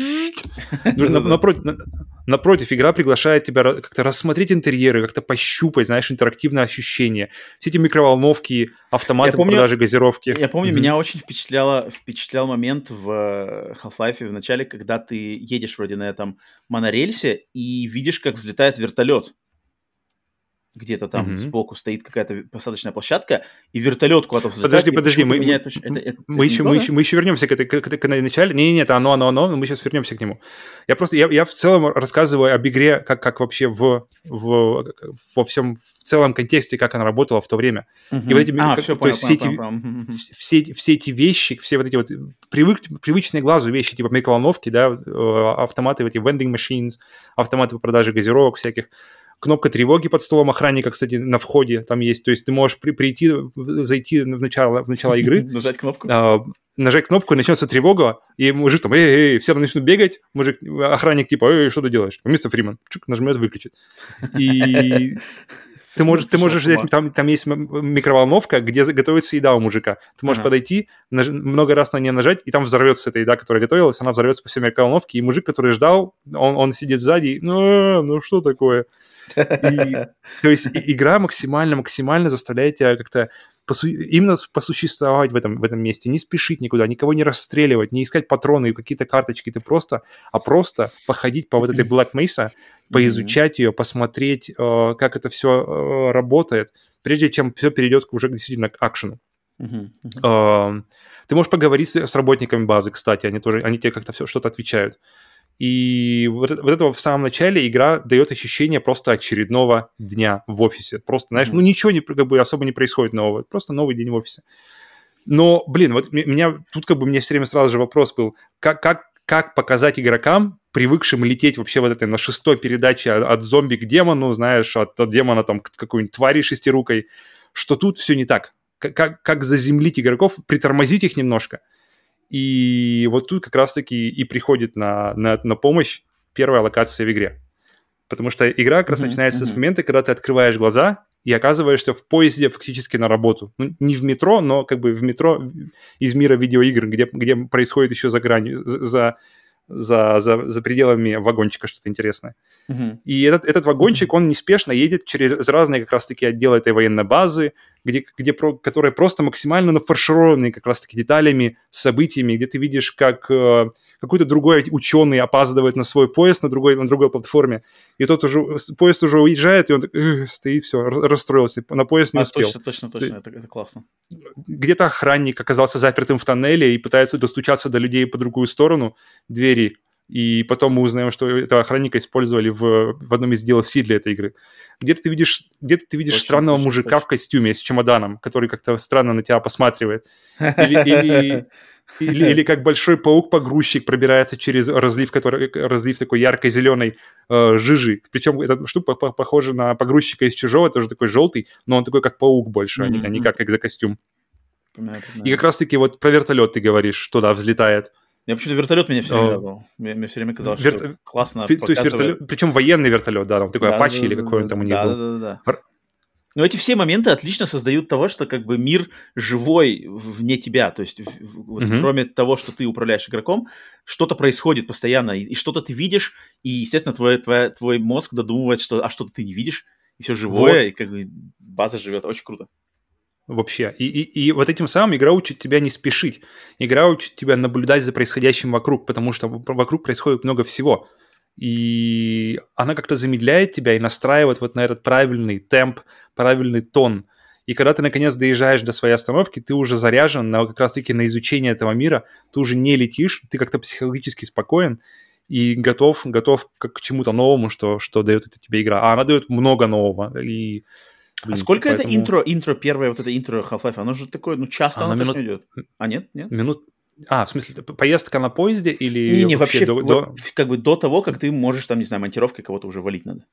напротив, напротив, игра приглашает тебя как-то рассмотреть интерьеры, как-то пощупать, знаешь, интерактивное ощущение. Все эти микроволновки, автоматы по продаже газировки. Я помню, меня очень впечатляло, впечатлял момент в Half-Life в начале, когда ты едешь вроде на этом монорельсе и видишь, как взлетает вертолет. Где-то там uh-huh. сбоку стоит какая-то посадочная площадка, и вертолет куда-то взлетает. Подожди, подожди, мы, это, это, это, мы, это еще, мы, еще, мы еще вернемся к этой к, к, к начале. Не-не-не, это оно, оно, оно, мы сейчас вернемся к нему. Я просто, я, я в целом рассказываю об игре, как, как вообще в, в, во всем, в целом контексте, как она работала в то время. Uh-huh. И вот эти, а, как, все, понял, понял, все, понял, эти, понял. Все, все эти вещи, все вот эти вот привык, привычные глазу вещи, типа микроволновки, да, автоматы, эти vending machines, автоматы по продаже газировок всяких, кнопка тревоги под столом охранника, кстати, на входе там есть. То есть ты можешь при, прийти, зайти в начало, в начало игры. Нажать кнопку. А, нажать кнопку, и начнется тревога, и мужик там, эй, эй, все начнут бегать. Мужик, охранник типа, эй, что ты делаешь? Мистер Фриман, чик, нажмет, выключит. И... Ты можешь, ты можешь взять, там, там есть микроволновка, где готовится еда у мужика. Ты можешь ага. подойти, наж, много раз на нее нажать, и там взорвется эта еда, которая готовилась, она взорвется по всей микроволновке, и мужик, который ждал, он, он сидит сзади, ну, ну что такое? И, то есть игра максимально-максимально заставляет тебя как-то посу- именно посуществовать в этом, в этом месте, не спешить никуда, никого не расстреливать, не искать патроны и какие-то карточки, ты просто, а просто походить по вот этой Black Mesa, поизучать ее, посмотреть, э, как это все э, работает, прежде чем все перейдет уже действительно к акшену. Uh-huh, uh-huh. Э, ты можешь поговорить с, с работниками базы, кстати, они тоже, они тебе как-то все что-то отвечают. И вот, вот этого в самом начале игра дает ощущение просто очередного дня в офисе. Просто, знаешь, mm-hmm. ну ничего не, как бы, особо не происходит нового. Просто новый день в офисе. Но, блин, вот меня тут как бы мне все время сразу же вопрос был, как, как, как показать игрокам, привыкшим лететь вообще вот этой на шестой передаче от, от зомби к демону, знаешь, от, от демона там к какой-нибудь твари шестирукой, что тут все не так. Как, как, как заземлить игроков, притормозить их немножко. И вот тут как раз-таки и приходит на, на, на помощь первая локация в игре. Потому что игра как раз uh-huh, начинается uh-huh. с момента, когда ты открываешь глаза и оказываешься в поезде фактически на работу. Ну, не в метро, но как бы в метро из мира видеоигр, где, где происходит еще за гранью, за, за, за, за пределами вагончика что-то интересное. Uh-huh. И этот, этот вагончик, uh-huh. он неспешно едет через разные как раз-таки отделы этой военной базы, где, где про, которые просто максимально нафаршированы как раз-таки деталями, событиями, где ты видишь, как э, какой-то другой ученый опаздывает на свой поезд на другой, на другой платформе, и тот уже, поезд уже уезжает, и он так, э, стоит, все, расстроился, на поезд не а, успел. Точно, точно, точно, ты, это, это классно. Где-то охранник оказался запертым в тоннеле и пытается достучаться до людей по другую сторону двери, и потом мы узнаем, что этого охранника использовали в, в одном из ди эл си для этой игры. Где-то ты видишь, где-то ты видишь точно, странного точно, мужика точно. в костюме с чемоданом, который как-то странно на тебя посматривает. Или, или, или, или как большой паук-погрузчик пробирается через разлив, который, разлив такой ярко-зеленой э, жижи. Причем эта штука похожа на погрузчика из «Чужого», тоже такой желтый, но он такой как паук больше, mm-hmm. а не как экзокостюм. Понимаю, понимаю. И как раз-таки вот про вертолет ты говоришь, туда взлетает. Я почему-то вертолет меня все время радовал. Мне, мне все время казалось, Верт... что классно Фи... показывает... То есть вертолет, причем военный вертолет, да, там такой да, Apache да, или какой он там у них да, был. Да, да, да, да. Но эти все моменты отлично создают того, что как бы мир живой вне тебя. То есть вот, uh-huh. кроме того, что ты управляешь игроком, что-то происходит постоянно, и, и что-то ты видишь, и, естественно, твой, твой, твой мозг додумывает, что а что-то ты не видишь, и все живое, вот. И как бы база живет. Очень круто. Вообще. И, и, и вот этим самым игра учит тебя не спешить. Игра учит тебя наблюдать за происходящим вокруг, потому что вокруг происходит много всего. И она как-то замедляет тебя и настраивает вот на этот правильный темп, правильный тон. И когда ты, наконец, доезжаешь до своей остановки, ты уже заряжен на, как раз-таки на изучение этого мира, ты уже не летишь, ты как-то психологически спокоен и готов, готов к чему-то новому, что, что дает эта тебе игра. А она дает много нового. И... Блин, а сколько поэтому... это интро, интро, первое вот это интро Half-Life, оно же такое, ну, часто оно, оно минут... идет. А, нет? Нет? Минут... А, в смысле, поездка на поезде или Не-не, вообще, вообще до, до... как бы до того, как ты можешь, там, не знаю, монтировкой кого-то уже валить надо.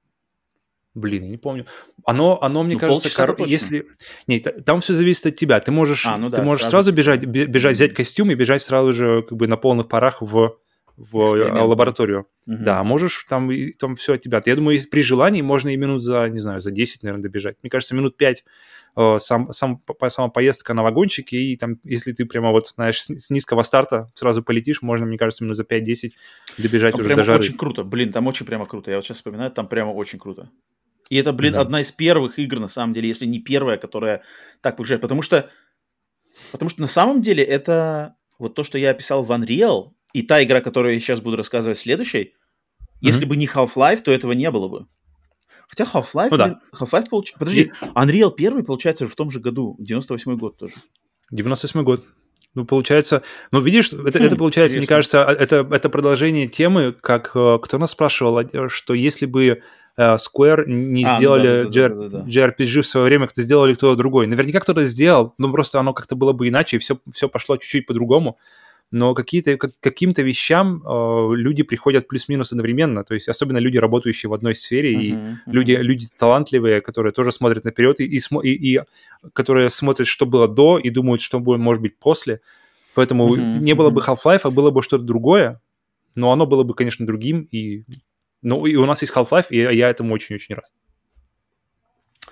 Блин, я не помню. Оно, оно мне ну, кажется, кор... если... Нет, там все зависит от тебя. Ты можешь, а, ну да, ты можешь сразу, сразу бежать, бежать, взять костюм и бежать сразу же как бы на полных парах в... в лабораторию. Угу. Да, можешь, там, там все от тебя. Я думаю, при желании можно и минут за, не знаю, за десять, наверное, добежать. Мне кажется, минут пять э, сам, сам, сама поездка на вагончике, и там, если ты прямо вот, знаешь, с, с низкого старта сразу полетишь, можно, мне кажется, минут за пять-десять добежать там уже до жары. Очень круто. Блин, там очень прямо круто. Я вот сейчас вспоминаю, там прямо очень круто. И это, блин, угу. одна из первых игр, на самом деле, если не первая, которая так выезжает. Потому что, потому что на самом деле это вот то, что я описал в Unreal, и та игра, которую я сейчас буду рассказывать следующей, mm-hmm. если бы не Half-Life, то этого не было бы. Хотя Half-Life, ну, да. Half-Life получ... Подожди, Есть... Unreal первый, получается, в том же году, девяносто восьмой год тоже. девяносто восьмой год. Ну, получается... Ну, видишь, это, хм, это получается, интересно. Мне кажется, это, это продолжение темы, как кто нас спрашивал, что если бы Square не а, сделали ну, да, да, да, да, да. джей ар пи джи в свое время, как-то сделали кто-то другой. Наверняка кто-то сделал, но просто оно как-то было бы иначе, и все, все пошло чуть-чуть по-другому. Но какие-то, как, каким-то вещам э, люди приходят плюс-минус одновременно, то есть особенно люди, работающие в одной сфере, uh-huh, и uh-huh. люди, люди талантливые, которые тоже смотрят наперед, и, и, и, и которые смотрят, что было до, и думают, что будет, может быть, после. Поэтому uh-huh, не было uh-huh. бы Half-Life, а было бы что-то другое, но оно было бы, конечно, другим. И, ну, и у нас есть Half-Life, и я этому очень-очень рад.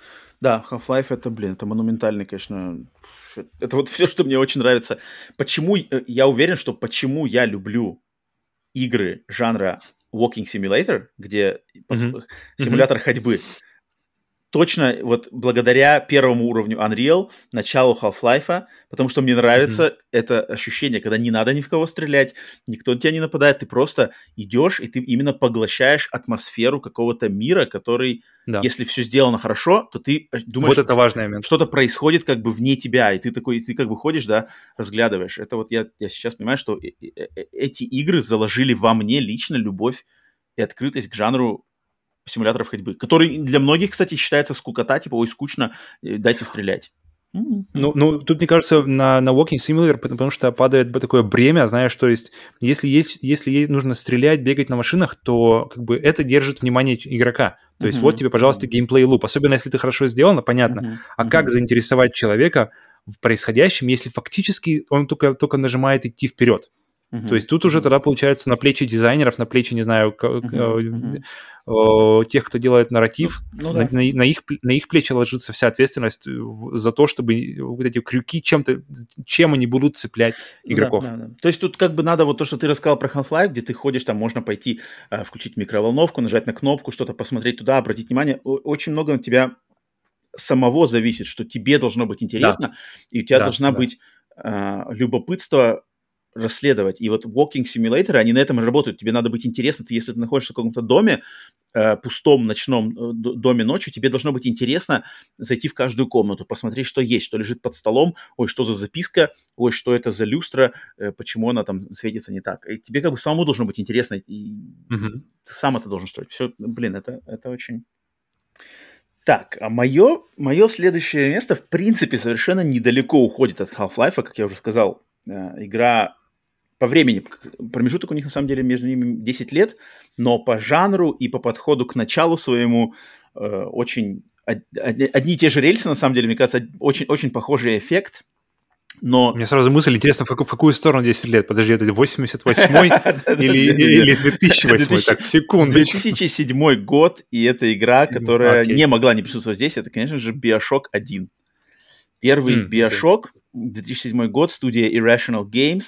Да, Half-Life это, блин, это монументальный, конечно. Это вот все, что мне очень нравится. Почему, я уверен, что почему я люблю игры жанра Walking Simulator, где Мгм. симулятор ходьбы. Точно вот благодаря первому уровню Unreal, началу Half-Life, потому что мне нравится Мгм. это ощущение, когда не надо ни в кого стрелять, никто на тебя не нападает, ты просто идешь, и ты именно поглощаешь атмосферу какого-то мира, который, Да. если все сделано хорошо, то ты думаешь, Вот это важный момент. что-то происходит как бы вне тебя, и ты такой, и ты как бы ходишь, да, разглядываешь. Это вот я, я сейчас понимаю, что э- э- э- эти игры заложили во мне лично любовь и открытость к жанру симуляторов ходьбы, который для многих, кстати, считается скукота, типа, ой, скучно, э, дайте стрелять. Ну, ну, тут, мне кажется, на, на Walking Simulator, потому что падает б- такое бремя, знаешь, то есть, если есть, если ей нужно стрелять, бегать на машинах, то как бы это держит внимание ч- игрока. То есть, вот Мгм. тебе, пожалуйста, геймплей луп. Особенно, если это хорошо сделано, понятно. Мгм. А как Мгм. заинтересовать человека в происходящем, если фактически он только, только нажимает идти вперед? То Мгм. есть тут уже Мгм. тогда получается на плечи дизайнеров, на плечи, не знаю, к- к- Мгм. э, Мгм. э, тех, кто делает Ну, нарратив, ну на, да. на- на их, пл- на их плечи ложится вся ответственность в- за то, чтобы вот эти крюки чем-то, чем они будут цеплять Ну да, игроков. да, да. То есть тут как бы надо вот то, что ты рассказал про Half-Life, где ты ходишь, там можно пойти, э, включить микроволновку, нажать на кнопку, что-то посмотреть туда, обратить внимание. О- очень много на тебя самого зависит, что тебе должно быть Да, интересно, и у тебя да, должна да. быть а, любопытство расследовать. И вот walking симуляторы, они на этом и работают. Тебе надо быть интересно. Ты, если ты находишься в каком-то доме, э, пустом ночном э, д- доме ночью, тебе должно быть интересно зайти в каждую комнату, посмотреть, что есть, что лежит под столом, ой, что за записка, ой, что это за люстра, э, почему она там светится не так. И тебе как бы самому должно быть интересно, и Мгм. ты сам это должен строить. Все, блин, это, это очень... Так, а мое, мое следующее место, в принципе, совершенно недалеко уходит от Half-Life, как я уже сказал. Э, игра по времени, к- промежуток у них на самом деле между ними десять лет, но по жанру и по подходу к началу своему э, очень од- од- одни и те же рельсы, на самом деле, мне кажется, очень, очень похожий эффект, У но... меня сразу мысль, интересно, в какую, в какую сторону десять лет? Подожди, это восемьдесят восьмой или, или две тысячи восьмой? Так, секундочку. две тысячи седьмой год, и это игра, Седьмой. которая не Окей. могла не присутствовать здесь, это, конечно же, BioShock один. Первый М, окей. BioShock, две тысячи седьмой год, студия Irrational Games.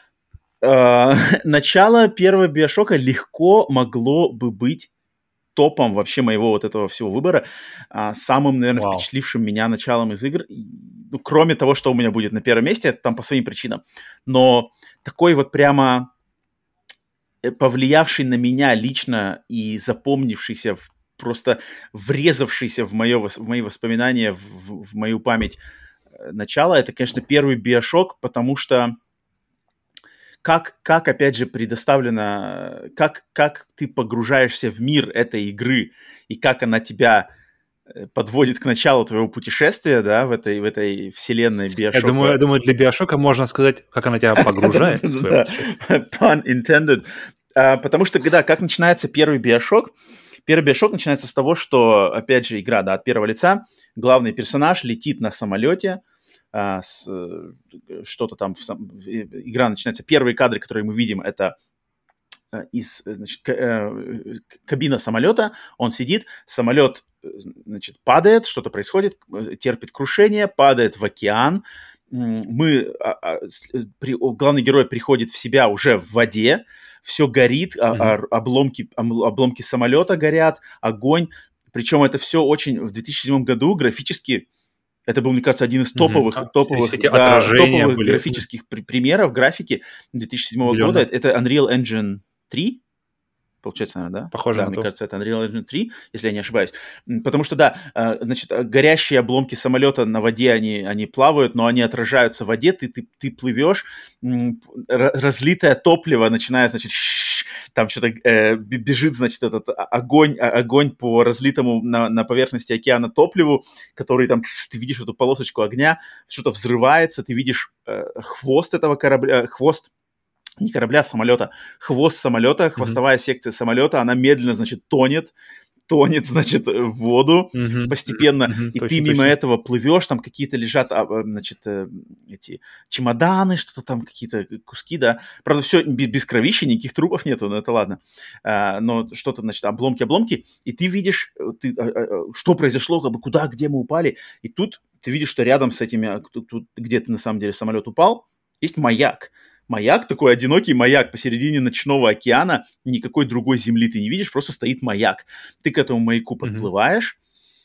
Э, Начало первого BioShock'а легко могло бы быть топом вообще моего вот этого всего выбора, а, самым, наверное, Вау. впечатлившим меня началом из игр, и, ну, кроме того, что у меня будет на первом месте, это там по своим причинам, но такой вот прямо э, повлиявший на меня лично и запомнившийся, в, просто врезавшийся в, мое, вос- в мои воспоминания, в, в- в мою память э, начало, это, конечно, первый BioShock, потому что как, как опять же, предоставлено, как, как ты погружаешься в мир этой игры и как она тебя э, подводит к началу твоего путешествия, да, в этой, в этой вселенной Я думаю, я BioShock. думаю, для Биошока можно сказать, как она тебя погружает в твое Да, путешествие. pun intended. А, Потому что, да, как начинается первый BioShock? Первый BioShock начинается с того, что, опять же, игра, да, от первого лица. Главный персонаж летит на самолете, а, с, э, что-то там, в сам- в- э, игра начинается. Первые кадры, которые мы видим, это э, из, э, значит, к- э, к- кабина самолета, он сидит, самолет, э, значит, падает, что-то происходит, э, терпит крушение, падает в океан. М, Мы, а, а, с- э, при- о, главный герой приходит в себя уже в воде, все горит, а- Мгм. а- обломки, ом- обломки самолета горят, огонь. Причем это все очень в две тысячи седьмом году графически это был, мне кажется, один из Мгм. топовых, А, все топовых, все эти да, отражения топовых были. М, графических при- примеров графики две тысячи седьмого года. определенно. Это Unreal Engine три, получается, наверное, да? Похоже Да, на мне то. кажется, это Unreal Engine три, если я не ошибаюсь. М, Потому что, да, э, значит, э, горящие обломки самолета на воде, они, они плавают, но они отражаются в воде, ты, ты, ты плывешь, м, р- разлитое топливо, начиная, значит, там что-то э, б- бежит, значит, этот о- огонь, о- огонь по разлитому на, на поверхности океана топливу, который там, ты видишь эту полосочку огня, что-то взрывается, ты видишь э, хвост этого корабля, э, хвост не корабля, а самолета, хвост самолета, Мгм. хвостовая секция самолета, она медленно, значит, тонет, тонет, значит, в воду Мгм. постепенно, Мгм. и ты Точно, мимо точно. этого плывешь, там какие-то лежат, а, а, значит, э, эти чемоданы, что-то там, какие-то куски, да. Правда, все без кровища, никаких трупов нету, но это ладно. А, но что-то, значит, обломки-обломки, и ты видишь, э, ты, а, а, а, что произошло, как бы куда, где мы упали, и тут ты видишь, что рядом с этими, а, тут, тут, где ты на самом деле самолет упал, есть маяк. Маяк, такой одинокий маяк посередине ночного океана, никакой другой земли ты не видишь, просто стоит маяк. Ты к этому маяку Мгм. подплываешь,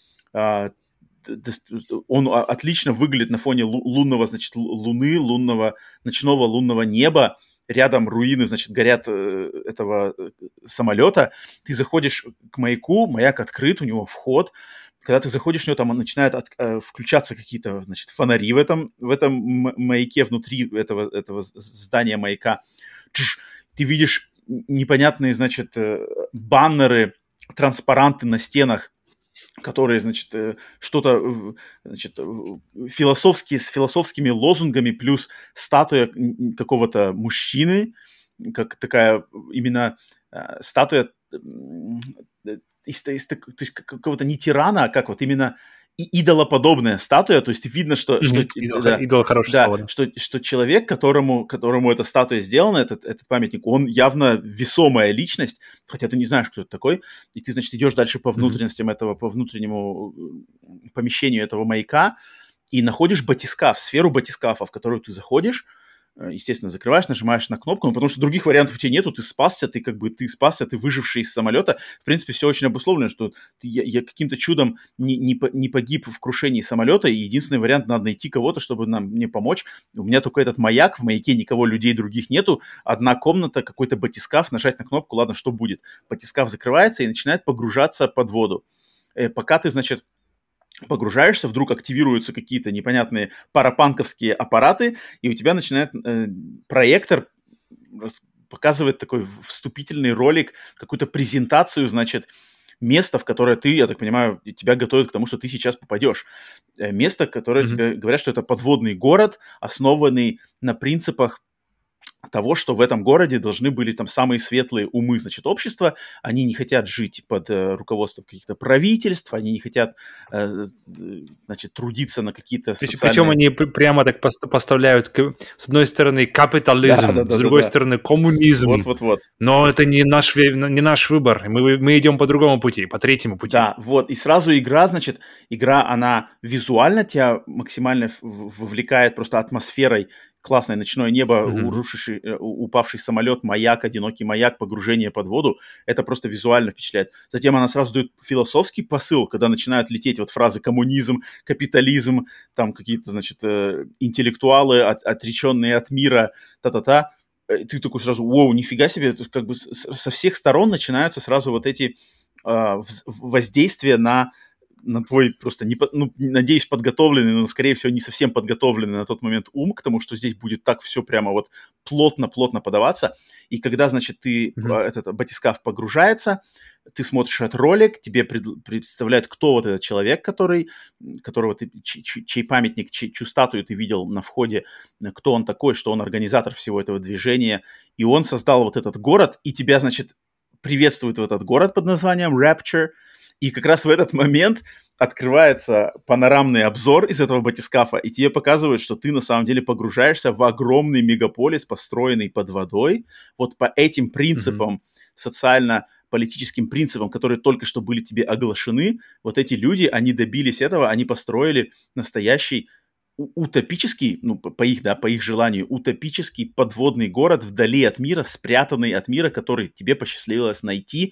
а, т- т- он а, отлично выглядит на фоне лу- лунного, значит, лу- луны, лунного, ночного лунного неба. Рядом руины, значит, горят э, этого э, самолета. Ты заходишь к маяку, маяк открыт, у него вход. Когда ты заходишь в него, там начинают от- э, включаться какие-то, значит, фонари в этом, в этом м- маяке, внутри этого, этого з- здания маяка. Чш, ты видишь непонятные, значит, э, баннеры, транспаранты на стенах, которые, значит, э, что-то, в- значит, в- философские, с философскими лозунгами, плюс статуя м, какого-то мужчины, как такая именно э, статуя м, э, из, из так- то есть как- какого-то не тирана, а как вот именно и- идолоподобная статуя, то есть видно, что, что, Мгм. э, Идол, х- да, идол хорошее да, слово, да. что, что человек, которому, которому эта статуя сделана, этот, этот памятник, он явно весомая личность, хотя ты не знаешь, кто это такой, и ты, значит, идешь дальше по Мгм. внутренностям этого, по внутреннему э, помещению этого маяка и находишь батискаф, сферу батискафа, в которую ты заходишь, э, естественно, закрываешь, нажимаешь на кнопку, ну, потому что других вариантов у тебя нету, ты спасся, ты как бы, ты спасся, ты выживший из самолета. В принципе, все очень обусловлено, что ты, я, я каким-то чудом не, не, по- не погиб в крушении самолета, и единственный вариант, надо найти кого-то, чтобы нам, мне помочь. У меня только этот маяк, в маяке никого, людей других нету, одна комната, какой-то батискаф, нажать на кнопку, ладно, что будет? Батискаф закрывается и начинает погружаться под воду. Э, пока ты, значит, погружаешься, вдруг активируются какие-то непонятные парапанковские аппараты, и у тебя начинает э, проектор рас- показывает такой в- вступительный ролик, какую-то презентацию, значит, место, в которое ты, я так понимаю, и тебя готовят к тому, что ты сейчас попадешь. Э, Место, которое Мгм. тебе говорят, что это подводный город, основанный на принципах того, что в этом городе должны были там самые светлые умы, значит, общества. Они не хотят жить под э, руководством каких-то правительств, они не хотят, э, э, значит, трудиться на какие-то Причем социальные... они пр- прямо так пост- поставляют, к- с одной стороны, Да, да, капитализм, с да, да, другой да. стороны, коммунизм. Вот-вот-вот. Но это не наш, ве- не наш выбор. Мы, мы идем по другому пути, по третьему пути. Да, вот, и сразу игра, значит, игра, она визуально тебя максимально в- в- вовлекает просто атмосферой, классное ночное небо, Мгм. урушивший, э, у- упавший самолет, маяк, одинокий маяк, погружение под воду, это просто визуально впечатляет. Затем она сразу дает философский посыл, когда начинают лететь вот фразы коммунизм, капитализм, там какие-то, значит, э, интеллектуалы, от- отреченные от мира, та-та-та. Э, Ты такой сразу, вау, нифига себе, то есть как бы с- с- со всех сторон начинаются сразу вот эти а, вз- воздействие на, на твой просто, не, по- ну, надеюсь, подготовленный, но, скорее всего, не совсем подготовленный на тот момент ум к тому, что здесь будет так все прямо вот плотно-плотно подаваться. И когда, значит, ты, Мгм. а, этот батискаф погружается, ты смотришь этот ролик, тебе пред- представляют, кто вот этот человек, который, которого ты, чей, чей- чей памятник, чей, чью статую ты видел на входе, э, кто он такой, что он организатор всего этого движения, и он создал вот этот город, и тебя, значит, приветствует в этот город под названием Rapture, и как раз в этот момент открывается панорамный обзор из этого батискафа, и тебе показывают, что ты на самом деле погружаешься в огромный мегаполис, построенный под водой, вот по этим Мгм. принципам, социально-политическим принципам, которые только что были тебе оглашены, вот эти люди, они добились этого, они построили настоящий у- утопический, ну, по по их, да, по их желанию, утопический подводный город вдали от мира, спрятанный от мира, который тебе посчастливилось найти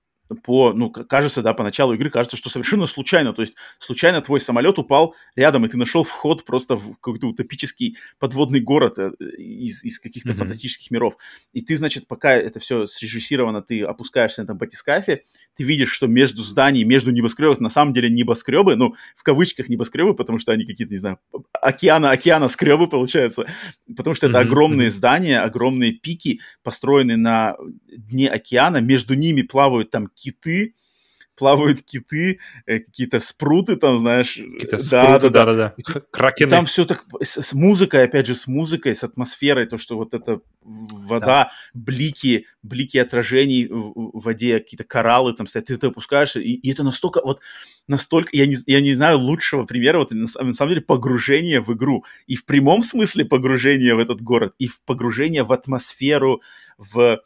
по, ну, к- кажется, да, по началу игры кажется, что совершенно случайно, то есть случайно твой самолет упал рядом, и ты нашел вход просто в какой-то утопический подводный город э, из, из каких-то Мгм. фантастических миров. И ты, значит, пока это все срежиссировано, ты опускаешься на этом батискафе, ты видишь, что между зданий, между небоскребов, на самом деле небоскребы, ну, в кавычках небоскребы, потому что они какие-то, не знаю, океана, океана скребы, получается, потому что это Мгм. огромные Мгм. здания, огромные пики, построенные на дне океана, между ними плавают там киты, плавают киты, э, какие-то спруты там, знаешь. Какие-то спруты, да-да-да. Кракены. Там все так с, с музыкой, опять же, с музыкой, с атмосферой, то, что вот эта вода, да. блики, блики отражений в, в воде, какие-то кораллы там стоят, ты, ты опускаешься, и, и это настолько, вот, настолько, я не, я не знаю лучшего примера, вот, на, на самом деле, погружение в игру, и в прямом смысле погружение в этот город, и в погружение в атмосферу, в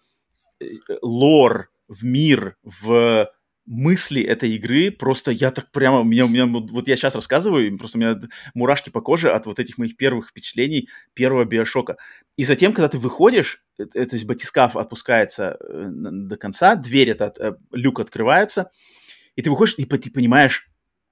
лор, в мир, в мысли этой игры, просто я так прямо, у меня, у меня вот я сейчас рассказываю, просто у меня мурашки по коже от вот этих моих первых впечатлений, первого Биошока. И затем, когда ты выходишь, э, то есть батискаф отпускается э, до конца, дверь, этот э, люк открывается, и ты выходишь, и ты понимаешь,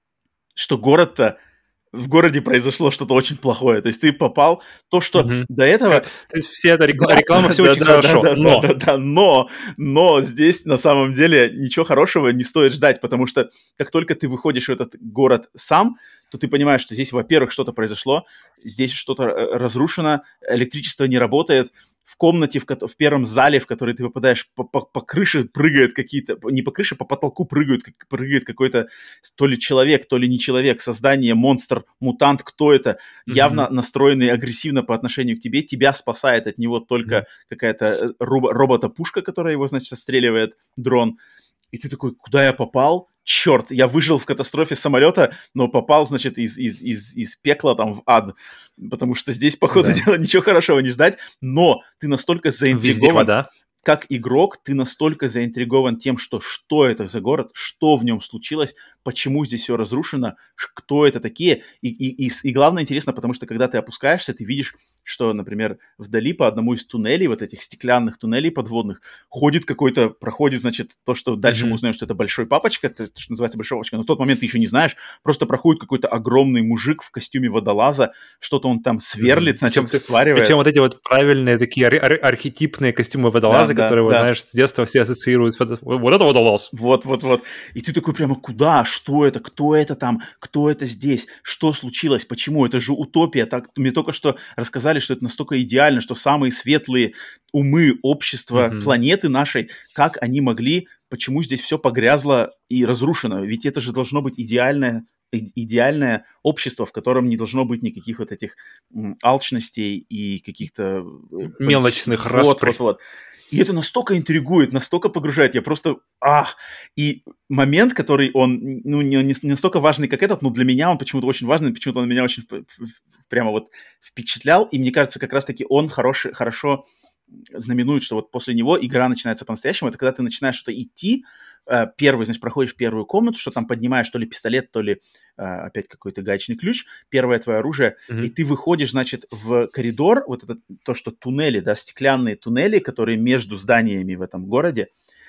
что город-то, в городе произошло что-то очень плохое. То есть ты попал, то, что угу. до этого... Как, то есть вся эта реклама, да, реклама все да, очень да, хорошо, да, но... Да, да, да, но, но здесь на самом деле ничего хорошего не стоит ждать, потому что как только ты выходишь в этот город сам, то ты понимаешь, что здесь, во-первых, что-то произошло, здесь что-то разрушено, электричество не работает, в комнате, в, в первом зале, в который ты попадаешь, по, по, по крыше прыгают какие-то, не по крыше, по потолку прыгают, как, прыгает какой-то то ли человек, то ли не человек, создание, монстр, мутант, кто это, mm-hmm. явно настроенный агрессивно по отношению к тебе, тебя спасает от него только mm-hmm. какая-то робо- робота-пушка, которая его, значит, отстреливает, дрон. И ты такой, куда я попал? Черт, я выжил в катастрофе самолета, но попал, значит, из, из, из, из пекла там в ад. Потому что здесь, по ходу да. дела, ничего хорошего не ждать. Но ты настолько заинтригован. Везде вода. Как игрок, ты настолько заинтригован тем, что что это за город, что в нем случилось, почему здесь все разрушено, кто это такие. И, и, и, и главное интересно, потому что когда ты опускаешься, ты видишь, что, например, вдали по одному из туннелей, вот этих стеклянных туннелей подводных, ходит какой-то, проходит, значит, то, что дальше mm-hmm. мы узнаем, что это большой папочка, то, что называется большой папочка, но в тот момент ты еще не знаешь, просто проходит какой-то огромный мужик в костюме водолаза, что-то он там сверлит, mm-hmm. значит, причем, сваривает. Причем вот эти вот правильные такие ар- ар- архетипные костюмы водолаза, да, которые, да, вот, да. знаешь, с детства все ассоциируют с водолаз. Вот это водолаз. Вот, вот, вот. И ты такой прямо, куда? Что это? Кто это там? Кто это здесь? Что случилось? Почему? Это же утопия. Так, мне только что рассказали, что это настолько идеально, что самые светлые умы общества mm-hmm. планеты нашей, как они могли, почему здесь все погрязло и разрушено? Ведь это же должно быть идеальное идеальное общество, в котором не должно быть никаких вот этих м, алчностей и каких-то... мелочных вот, распри. Вот, вот. И это настолько интригует, настолько погружает. Я просто... Ах! И момент, который он, ну, не, не настолько важный, как этот, но для меня он почему-то очень важный, почему-то он меня очень прямо вот впечатлял. И мне кажется, как раз-таки он хороший, хорошо знаменует, что вот после него игра начинается по-настоящему. Это когда ты начинаешь что-то идти, первый, значит, проходишь первую комнату, что там поднимаешь то ли пистолет, то ли а, опять какой-то гаечный ключ, первое твое оружие, mm-hmm. и ты выходишь, значит, в коридор, вот это то, что туннели, да, стеклянные туннели, которые между зданиями в этом городе,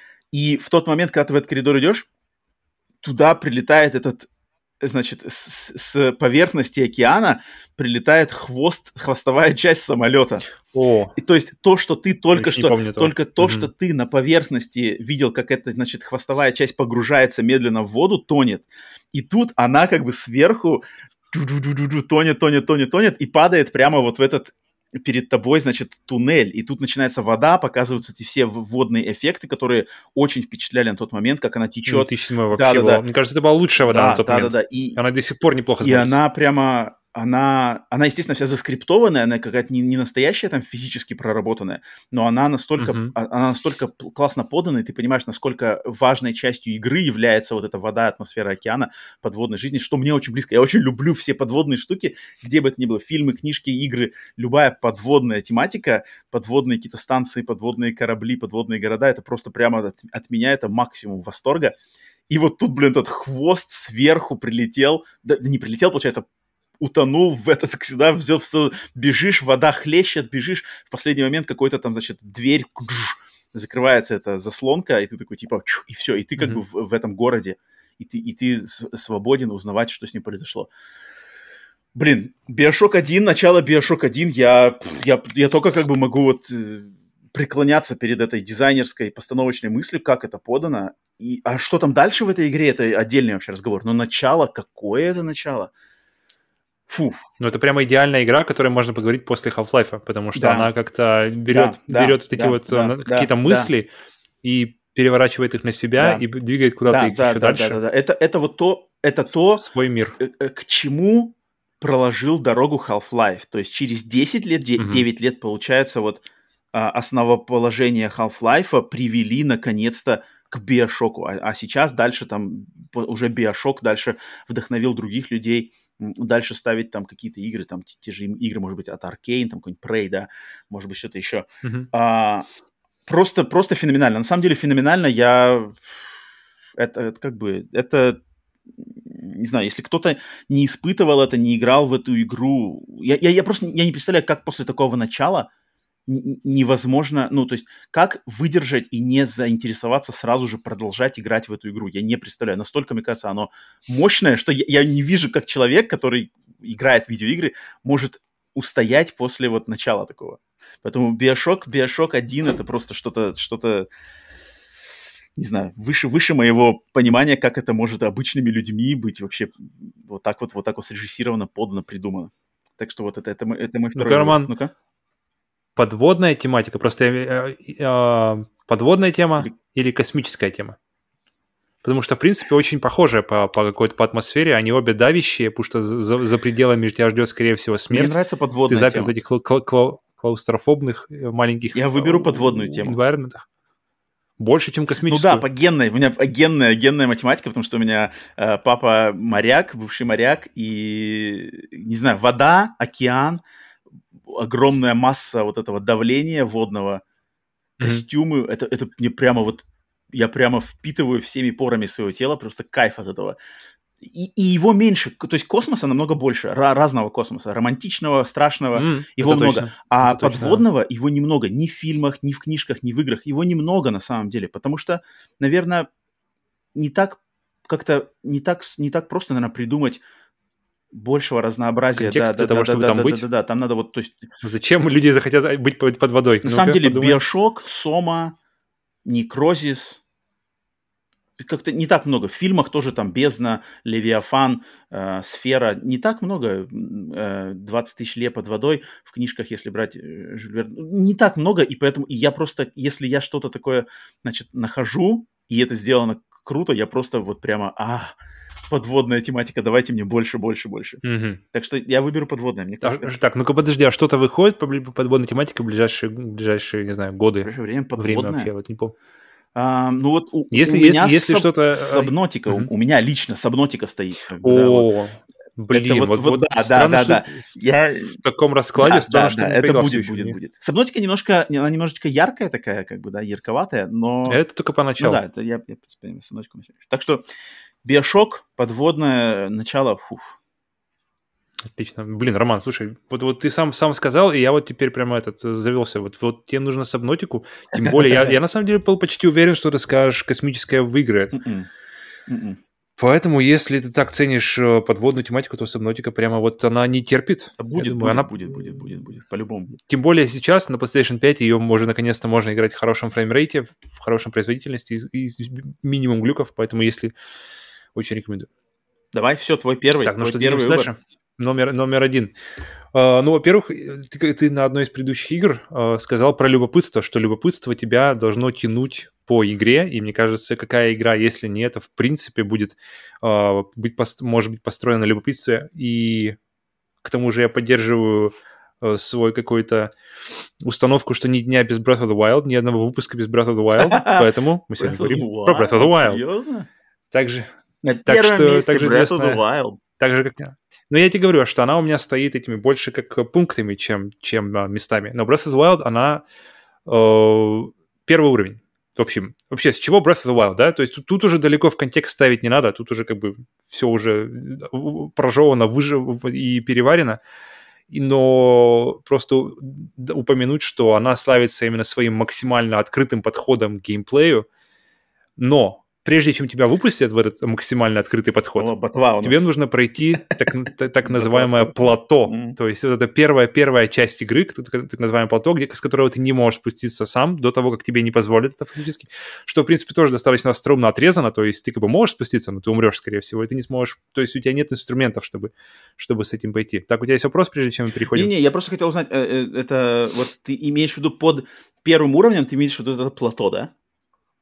и в тот момент, когда ты в этот коридор идешь, туда прилетает этот, значит, с, с поверхности океана прилетает хвост, хвостовая часть самолета. О. И то есть то, что ты только что, только то, mm-hmm. что ты на поверхности видел, как эта, значит, хвостовая часть погружается медленно в воду, тонет. И тут она как бы сверху тонет, тонет, тонет, тонет и падает прямо вот в этот перед тобой, значит, туннель. И тут начинается вода, показываются эти все водные эффекты, которые очень впечатляли на тот момент, как она течет. две тысячи седьмой вообще да, была. Да. Мне кажется, это была лучшая вода да, на тот да, момент. Да, да, и, она до сих пор неплохо смотрится. И она прямо... Она, она, естественно, вся заскриптованная, она какая-то не, не настоящая, там, физически проработанная, но она настолько, uh-huh. она настолько классно подана, и ты понимаешь, насколько важной частью игры является вот эта вода, атмосфера океана, подводной жизни, что мне очень близко. Я очень люблю все подводные штуки, где бы это ни было, фильмы, книжки, игры, любая подводная тематика, подводные какие-то станции, подводные корабли, подводные города, это просто прямо от, от меня это максимум восторга. И вот тут, блин, этот хвост сверху прилетел, да не прилетел, получается, утонул в этот, сюда, взял, все, бежишь, вода хлещет, бежишь, в последний момент какой-то там, значит, дверь, закрывается эта заслонка, и ты такой, типа, и все, и ты как mm-hmm. бы в, в этом городе, и ты, и ты свободен узнавать, что с ним произошло. Блин, Биошок один, начало Биошок один, я, я, я только как бы могу вот преклоняться перед этой дизайнерской постановочной мыслью, как это подано, и, а что там дальше в этой игре, это отдельный вообще разговор, но начало, какое это начало? Фу. Ну, это прямо идеальная игра, о которой можно поговорить после Half-Life, потому что да. она как-то берет, да, берет да, вот эти да, вот да, какие-то да, мысли да. и переворачивает их на себя да. и двигает куда-то да, их да, еще да, дальше. Да, да, да. Это, это вот то, это то, свой мир. К чему проложил дорогу Half-Life. То есть через десять лет, девять mm-hmm. лет, получается, вот основоположение Half-Life привели наконец-то к Биошоку. А, а сейчас дальше там уже Биошок дальше вдохновил других людей дальше ставить там какие-то игры, там те же игры, может быть, от Arkane, там какой-нибудь Prey, да, может быть, что-то еще. Mm-hmm. А, просто, просто феноменально. На самом деле феноменально. Я... Это, это как бы... Это... Не знаю, если кто-то не испытывал это, не играл в эту игру... Я, я, я просто я не представляю, как после такого начала невозможно, ну, то есть, как выдержать и не заинтересоваться сразу же продолжать играть в эту игру. Я не представляю. Настолько, мне кажется, оно мощное, что я, я не вижу, как человек, который играет в видеоигры, может устоять после вот начала такого. Поэтому Bioshock, Bioshock один это просто что-то, что-то, не знаю, выше, выше моего понимания, как это может обычными людьми быть вообще вот так вот, вот так вот срежиссировано, подано, придумано. Так что вот это, это, это, это мой второй... Ну-ка, Роман, ну-ка. Подводная тематика, просто э, э, подводная тема или... или космическая тема? Потому что, в принципе, очень похожие по, по какой-то по атмосфере, они обе давящие, потому что за, за пределами тебя ждет, скорее всего, смерть. Мне нравится подводная тема. Ты заперт тема. в этих кла- кла- клаустрофобных маленьких... Я выберу подводную тему. Environment'ах. Больше, чем космическую. Ну да, по генной. У меня генная, генная математика, потому что у меня э, папа моряк, бывший моряк, и, не знаю, вода, океан, огромная масса вот этого давления водного, костюмы, mm-hmm. это, это мне прямо вот, я прямо впитываю всеми порами своего тела, просто кайф от этого. И, и его меньше, то есть космоса намного больше, ra- разного космоса, романтичного, страшного, mm, его много. Точно. А это подводного точно. Его немного, ни в фильмах, ни в книжках, ни в играх, его немного на самом деле, потому что, наверное, не так как-то, не так, не так просто, наверное, придумать большего разнообразия. Контекст да, для да, того, да, чтобы да, там да, быть? Да, да, да, там надо вот, то есть... Зачем люди захотят быть под, под водой? На ну, самом деле, Биошок, Сома, Некрозис, как-то не так много. В фильмах тоже там Бездна, Левиафан, э, Сфера. Не так много. Э, двадцать тысяч лет под водой. В книжках, если брать э, Жюль Верн, не так много. И поэтому и я просто, если я что-то такое, значит, нахожу, и это сделано круто, я просто вот прямо, а, подводная тематика, давайте мне больше, больше, больше. Mm-hmm. Так что я выберу подводное. Мне кажется, а, это... Так, ну-ка подожди, а что-то выходит по подводной тематике в ближайшие, ближайшие, не знаю, годы? В ближайшее время подводное? Время вообще, вот не помню. А, ну вот у, если, у меня если, если саб, что-то... Сабнотика, uh-huh. у, у меня лично Сабнотика стоит. Как бы, О, да, вот. Блин, вот, вот, вот, вот да, странно, да, да, да. В, я... в таком раскладе да, странно, да, что да, не это будет, будет, мне. будет. Сабнотика немножко, она немножечко яркая такая, как бы, да, ярковатая, но... Это только поначалу. Ну да, это я, я понимаю, Сабнотику на следующий. Так что Биошок, подводное начало, фух. Отлично. Блин, Роман, слушай, вот, вот ты сам, сам сказал, и я вот теперь прямо этот завелся. Вот, вот тебе нужно Сабнотику, тем более я, я на самом деле был почти уверен, что ты скажешь, космическая выиграет. Mm-mm. Mm-mm. Поэтому, если ты так ценишь подводную тематику, то Сабнотика прямо вот она не терпит. Будет, думаю, будет, она... будет, будет, будет, будет, по-любому. Тем более сейчас на PlayStation пять ее уже наконец-то можно играть в хорошем фреймрейте, в хорошем производительности и с минимум глюков, поэтому если... Очень рекомендую. Давай, все, твой первый. Так, ну твой что, первый двигаемся дальше? Номер, номер один. Uh, ну, во-первых, ты, ты на одной из предыдущих игр uh, сказал про любопытство, что любопытство тебя должно тянуть по игре, и мне кажется, какая игра, если не это, в принципе, будет, uh, быть, пост- может быть построена на любопытстве, и к тому же я поддерживаю uh, свой какой-то установку, что ни дня без Breath of the Wild, ни одного выпуска без Breath of the Wild, поэтому мы сегодня говорим про Breath of the Wild. Серьезно? Также, на так что, месте также Breath известно, of the Wild. Так же, как я. Но я тебе говорю, что она у меня стоит этими больше как пунктами, чем, чем а, местами. Но Breath of the Wild, она э, первый уровень. В общем, вообще, с чего Breath of the Wild, да? То есть тут, тут уже далеко в контекст ставить не надо, тут уже как бы все уже прожевано, выжив и переварено. Но просто упомянуть, что она славится именно своим максимально открытым подходом к геймплею. Но прежде чем тебя выпустят в этот максимально открытый подход, О, ботва тебе нужно пройти так, так называемое плато. Mm-hmm. То есть это первая, первая часть игры, так называемое плато, где, с которого ты не можешь спуститься сам до того, как тебе не позволят это фактически. Что, в принципе, тоже достаточно остроумно отрезано. То есть ты как бы можешь спуститься, но ты умрешь, скорее всего, и ты не сможешь... То есть у тебя нет инструментов, чтобы, чтобы с этим пойти. Так, у тебя есть вопрос, прежде чем мы переходим? Не-не, я просто хотел узнать, это вот ты имеешь в виду под первым уровнем, ты имеешь в виду это плато, да?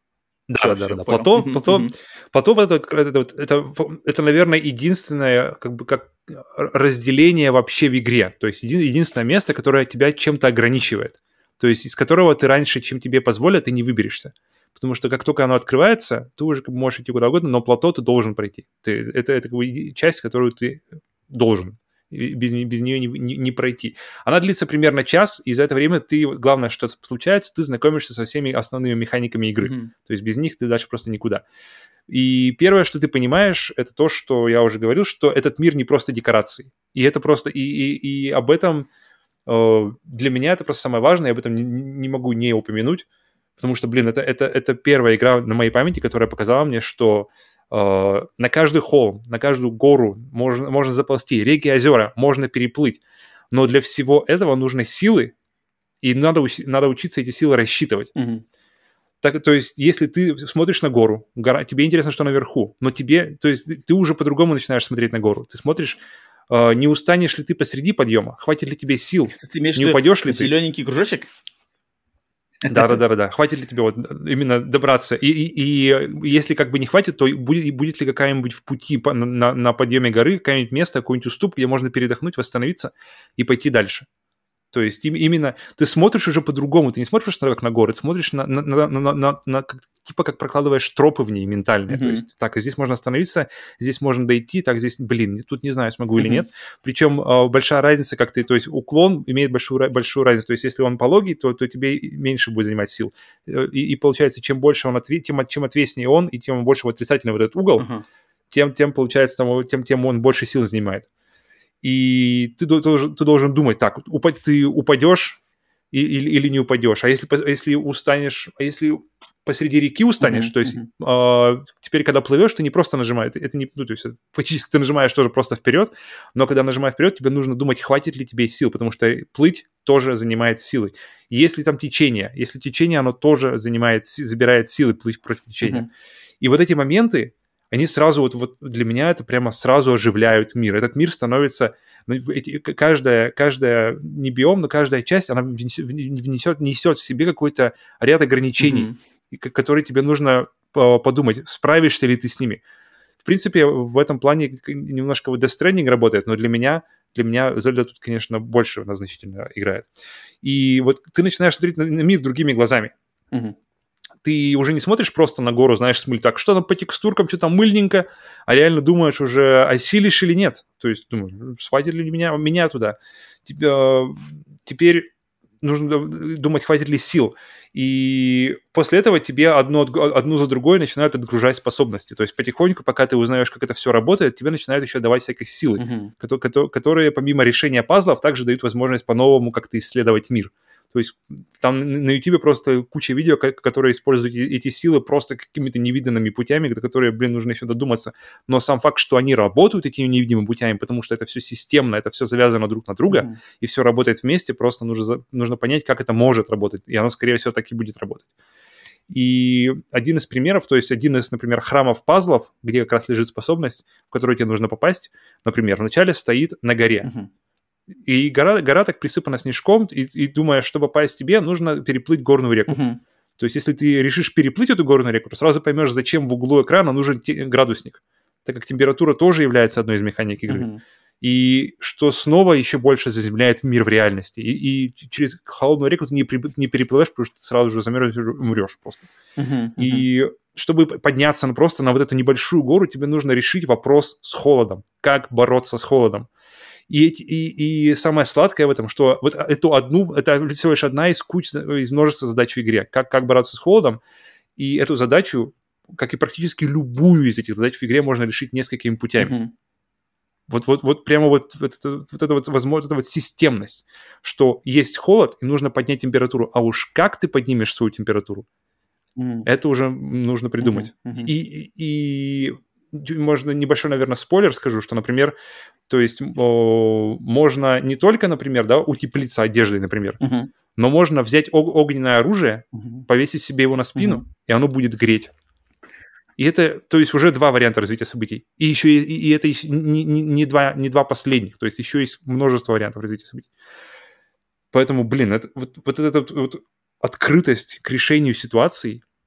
Да, Все, да, да, все, да. понял. Плато, Мгм, плато, мгм. плато это, это, вот- это, это, наверное, единственное, как бы, как разделение вообще в игре. То есть еди- единственное место, которое тебя чем-то ограничивает. То есть из которого ты раньше, чем тебе позволят, ты не выберешься. Потому что как только оно открывается, ты уже как бы можешь идти куда угодно, но плато ты должен пройти. Ты, это, это как бы еди- часть, которую ты должен. И без, не- без нее не, не- не пройти. Она длится примерно час, и за это время ты, главное, что случается, ты знакомишься со всеми основными механиками игры. Мгм. То есть без них ты дальше просто никуда. И первое, что ты понимаешь, это то, что я уже говорил, что этот мир не просто декорации. И это просто... И, и, и об этом... э, Для меня это просто самое важное, я об этом не, не могу не упомянуть, потому что, блин, это, это, это первая игра на моей памяти, которая показала мне, что э, на каждый холм, на каждую гору можно, можно заползти, реки, озера можно переплыть. Но для всего этого нужны силы, и надо, уси- надо учиться эти силы рассчитывать. Мгм. Так, то есть, если ты смотришь на гору, гора, тебе интересно, что наверху, но тебе, то есть, ты уже по-другому начинаешь смотреть на гору. Ты смотришь, э, не устанешь ли ты посреди подъема, хватит ли тебе сил, Ты имеешь в не виду упадешь ли ты. зелененький кружочек? Да-да-да-да, хватит ли тебе вот именно добраться. И, и, и если как бы не хватит, то будет, будет ли какая-нибудь в пути по, на, на подъеме горы, какое-нибудь место, какой-нибудь уступ, где можно передохнуть, восстановиться и пойти дальше. То есть им, именно ты смотришь уже по-другому, ты не смотришь просто как на горы, ты смотришь на, на, на, на, на, на как, типа как прокладываешь тропы в ней ментальные. То Мгм. есть так, здесь можно остановиться, здесь можно дойти, так здесь, блин, тут не знаю, смогу или Мгм. нет. Причем э, большая разница, как ты, то есть уклон имеет большую, большую разницу. То есть если он пологий, то, то тебе меньше будет занимать сил. Э, И, и получается, чем больше он, отве- тем, чем отвеснее он, и тем больше отрицательный вот этот угол, Ага. тем, тем получается, там, тем, тем он больше сил занимает. И ты должен, ты должен думать, так, упа- ты упадешь и- или, или не упадешь. А если, по- если устанешь, а если посреди реки устанешь, Мгм. то есть Мгм. э, теперь, когда плывешь, ты не просто нажимаешь, это не, ну, то есть фактически ты нажимаешь тоже просто вперед, но когда нажимаешь вперед, тебе нужно думать, хватит ли тебе сил, потому что плыть тоже занимает силы. Если там течение, если течение, оно тоже занимает, си- забирает силы плыть против течения. Мгм. И вот эти моменты, они сразу, вот, вот для меня это прямо сразу оживляют мир. Этот мир становится, ну, эти, каждая, каждая, не биом, но каждая часть, она внесет, внесет, несет в себе какой-то ряд ограничений, Мгм. и к- которые тебе нужно по- подумать, справишься ли ты с ними. В принципе, в этом плане к- немножко вот Death Stranding работает, но для меня, для меня Zelda тут, конечно, больше она значительно играет. И вот ты начинаешь смотреть на на мир другими глазами. Мгм. Ты уже не смотришь просто на гору, знаешь, смотри, так, что там по текстуркам, что там мыльненько, а реально думаешь уже, осилишь или нет. То есть, думаю, хватит ли меня, меня туда. Тебя, теперь нужно думать, хватит ли сил. И после этого тебе одно, одну за другой начинают отгружать способности. То есть потихоньку, пока ты узнаешь, как это все работает, тебе начинают еще давать всякие силы, Мгм. которые, которые помимо решения пазлов также дают возможность по-новому как-то исследовать мир. То есть там на YouTube просто куча видео, которые используют эти силы просто какими-то невиданными путями, до которые, блин, нужно еще додуматься. Но сам факт, что они работают этими невидимыми путями, потому что это все системно, это все завязано друг на друга, Мгм. и и все работает вместе, просто нужно, нужно понять, как это может работать. И оно, скорее всего, так и будет работать. И один из примеров, то есть один из, например, храмов пазлов, где как раз лежит способность, в которую тебе нужно попасть, например, вначале стоит на горе. Мгм. И гора, гора так присыпана снежком, и, и думая, чтобы попасть тебе, нужно переплыть горную реку. Мгм. То есть если ты решишь переплыть эту горную реку, то сразу поймешь, зачем в углу экрана нужен те- градусник, так как температура тоже является одной из механик игры. Мгм. И что снова еще больше заземляет мир в реальности. И, и через холодную реку ты не, при, не переплывешь, потому что ты сразу же замерзнешь и умрешь просто. Мгм. Мгм. И чтобы подняться на просто на вот эту небольшую гору, тебе нужно решить вопрос с холодом. Как бороться с холодом. И, эти- и, и самое сладкое в этом, что вот эту одну, это всего лишь одна из куч, из множества задач в игре. Как, как бороться с холодом. И эту задачу, как и практически любую из этих задач в игре, можно решить несколькими путями. Мгм. Вот, вот, вот прямо вот, вот, это, вот эта вот возможность, эта вот системность, что есть холод, и нужно поднять температуру. А уж как ты поднимешь свою температуру, Мгм. это уже нужно придумать. Мгм. Мгм. И, и, и можно небольшой, наверное, спойлер скажу, что, например, то есть о, можно не только, например, да, утеплиться одеждой, например, Мгм. но можно взять ог- огненное оружие, Мгм. повесить себе его на спину, Мгм. и оно будет греть. И это, то есть, уже два варианта развития событий. И еще и, и это еще не, не, не, два, не два последних. То есть еще есть множество вариантов развития событий. Поэтому, блин, это, вот, вот эта вот, вот открытость к решению ситуаций,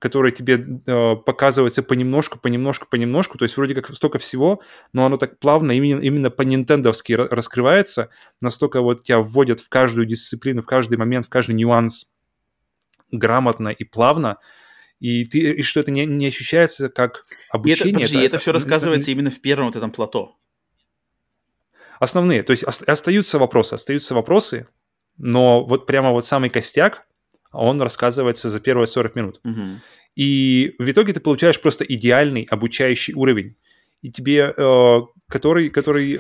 который тебе э, показывается понемножку, понемножку, понемножку, то есть вроде как столько всего, но оно так плавно именно, именно по-нинтендовски раскрывается, настолько вот тебя вводят в каждую дисциплину, в каждый момент, в каждый нюанс грамотно и плавно, и, ты, и что это не, не ощущается как обучение. И это, подожди, это, это, это все это, рассказывается это, именно в первом вот этом плато. Основные, то есть остаются вопросы, остаются вопросы, но вот прямо вот самый костяк, он рассказывается за первые сорок минут. Угу. И в итоге ты получаешь просто идеальный обучающий уровень, и тебе, э, который, который,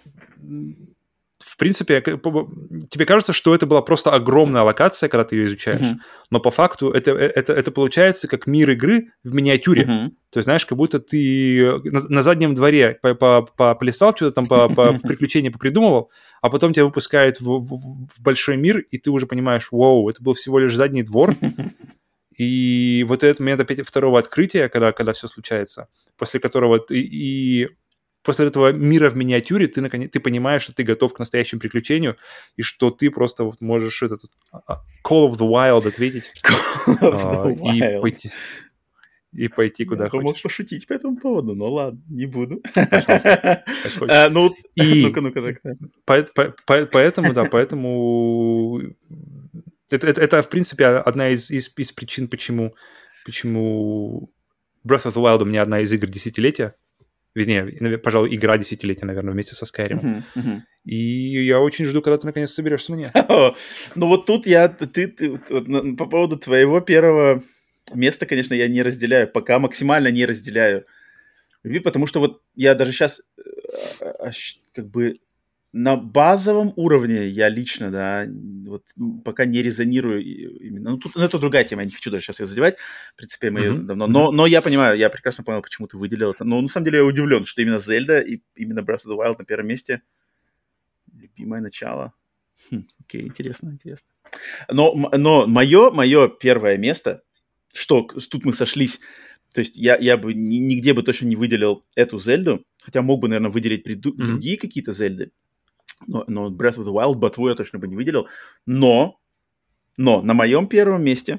в принципе, тебе кажется, что это была просто огромная локация, когда ты ее изучаешь, Uh-huh. но по факту это, это, это получается как мир игры в миниатюре. Uh-huh. То есть, знаешь, как будто ты на, на заднем дворе поплясал, что-то там по, по приключения попридумывал, а потом тебя выпускают в, в, в большой мир, и ты уже понимаешь, вау, это был всего лишь задний двор. И вот этот момент опять второго открытия, когда, когда все случается, после которого и, и после этого мира в миниатюре ты, наконец, ты понимаешь, что ты готов к настоящему приключению, и что ты просто вот можешь этот Call of the Wild ответить Call of the uh, и Wild. пойти, и пойти куда Я хочешь. мог пошутить по этому поводу, но ладно, не буду. Пожалуйста, как хочешь. А, ну, и ну-ка, ну-ка, так. По, по, по, поэтому, да, поэтому это, это, это, в принципе, одна из, из, из причин, почему, почему Breath of the Wild у меня одна из игр десятилетия. Вернее, пожалуй, игра десятилетия, наверное, вместе со Skyrim. Uh-huh, uh-huh. И я очень жду, когда ты наконец соберешься на нее. Ну вот тут я, ты, ты вот, по поводу твоего первого места, конечно, я не разделяю, пока максимально не разделяю любви, потому что вот я даже сейчас как бы на базовом уровне я лично, да, вот пока не резонирую именно. Ну, тут ну, это другая тема, я не хочу даже сейчас ее задевать. В принципе, мы uh-huh, ее давно... uh-huh. Но, но я понимаю, я прекрасно понял, почему ты выделил это. Но на самом деле я удивлен, что именно Зельда и именно Breath of the Wild на первом месте. Любимое начало. Хм, окей, интересно, интересно. Но, но мое, мое первое место, что тут мы сошлись, то есть я, я бы нигде бы точно не выделил эту Зельду, хотя мог бы, наверное, выделить приду- uh-huh. другие какие-то Зельды. Но, но Breath of the Wild, ботву я точно бы не выделил. Но, но на моем первом месте,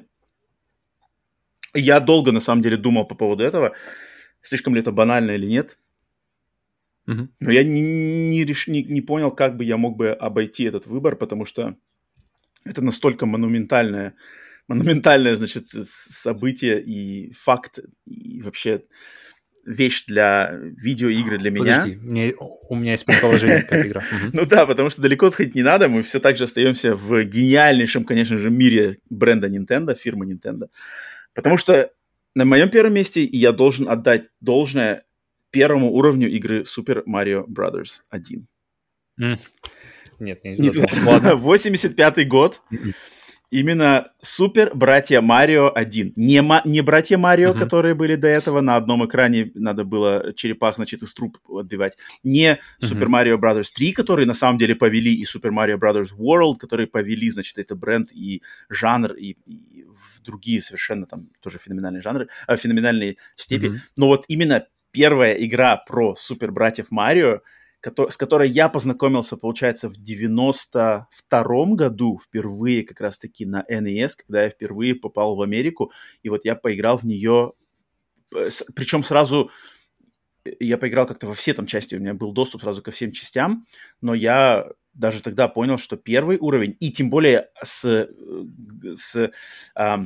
я долго, на самом деле, думал по поводу этого, слишком ли это банально или нет. Uh-huh. Но я не, не, реш... не, не понял, как бы я мог бы обойти этот выбор, потому что это настолько монументальное, монументальное, значит, событие и факт, и вообще... вещь для видеоигры для меня. Подожди, мне, у меня есть предположение, как игра. Ну да, потому что далеко отходить не надо, мы все так же остаемся в гениальнейшем, конечно же, мире бренда Nintendo, фирмы Nintendo. Потому что на моем первом месте я должен отдать должное первому уровню игры Super Mario Bros. один. Mm. Нет, не, не туда. восемьдесят пятый год. Mm-mm. Именно Супер Братья Марио один. Не, ма- не Братья Марио, uh-huh. которые были до этого. На одном экране надо было черепах, значит, из труб отбивать. Не Супер Марио Bros. три, которые на самом деле повели, и Супер Марио Bros. World, которые повели, значит, это бренд и жанр, и, и в другие совершенно там тоже феноменальные жанры, э, феноменальные степи. Uh-huh. Но вот именно первая игра про Супер Братьев Марио, с которой я познакомился, получается, в девяносто втором году впервые как раз-таки на эн и эс, когда я впервые попал в Америку, и вот я поиграл в нее, причем сразу я поиграл как-то во все там части, у меня был доступ сразу ко всем частям, но я даже тогда понял, что первый уровень, и тем более с, с а,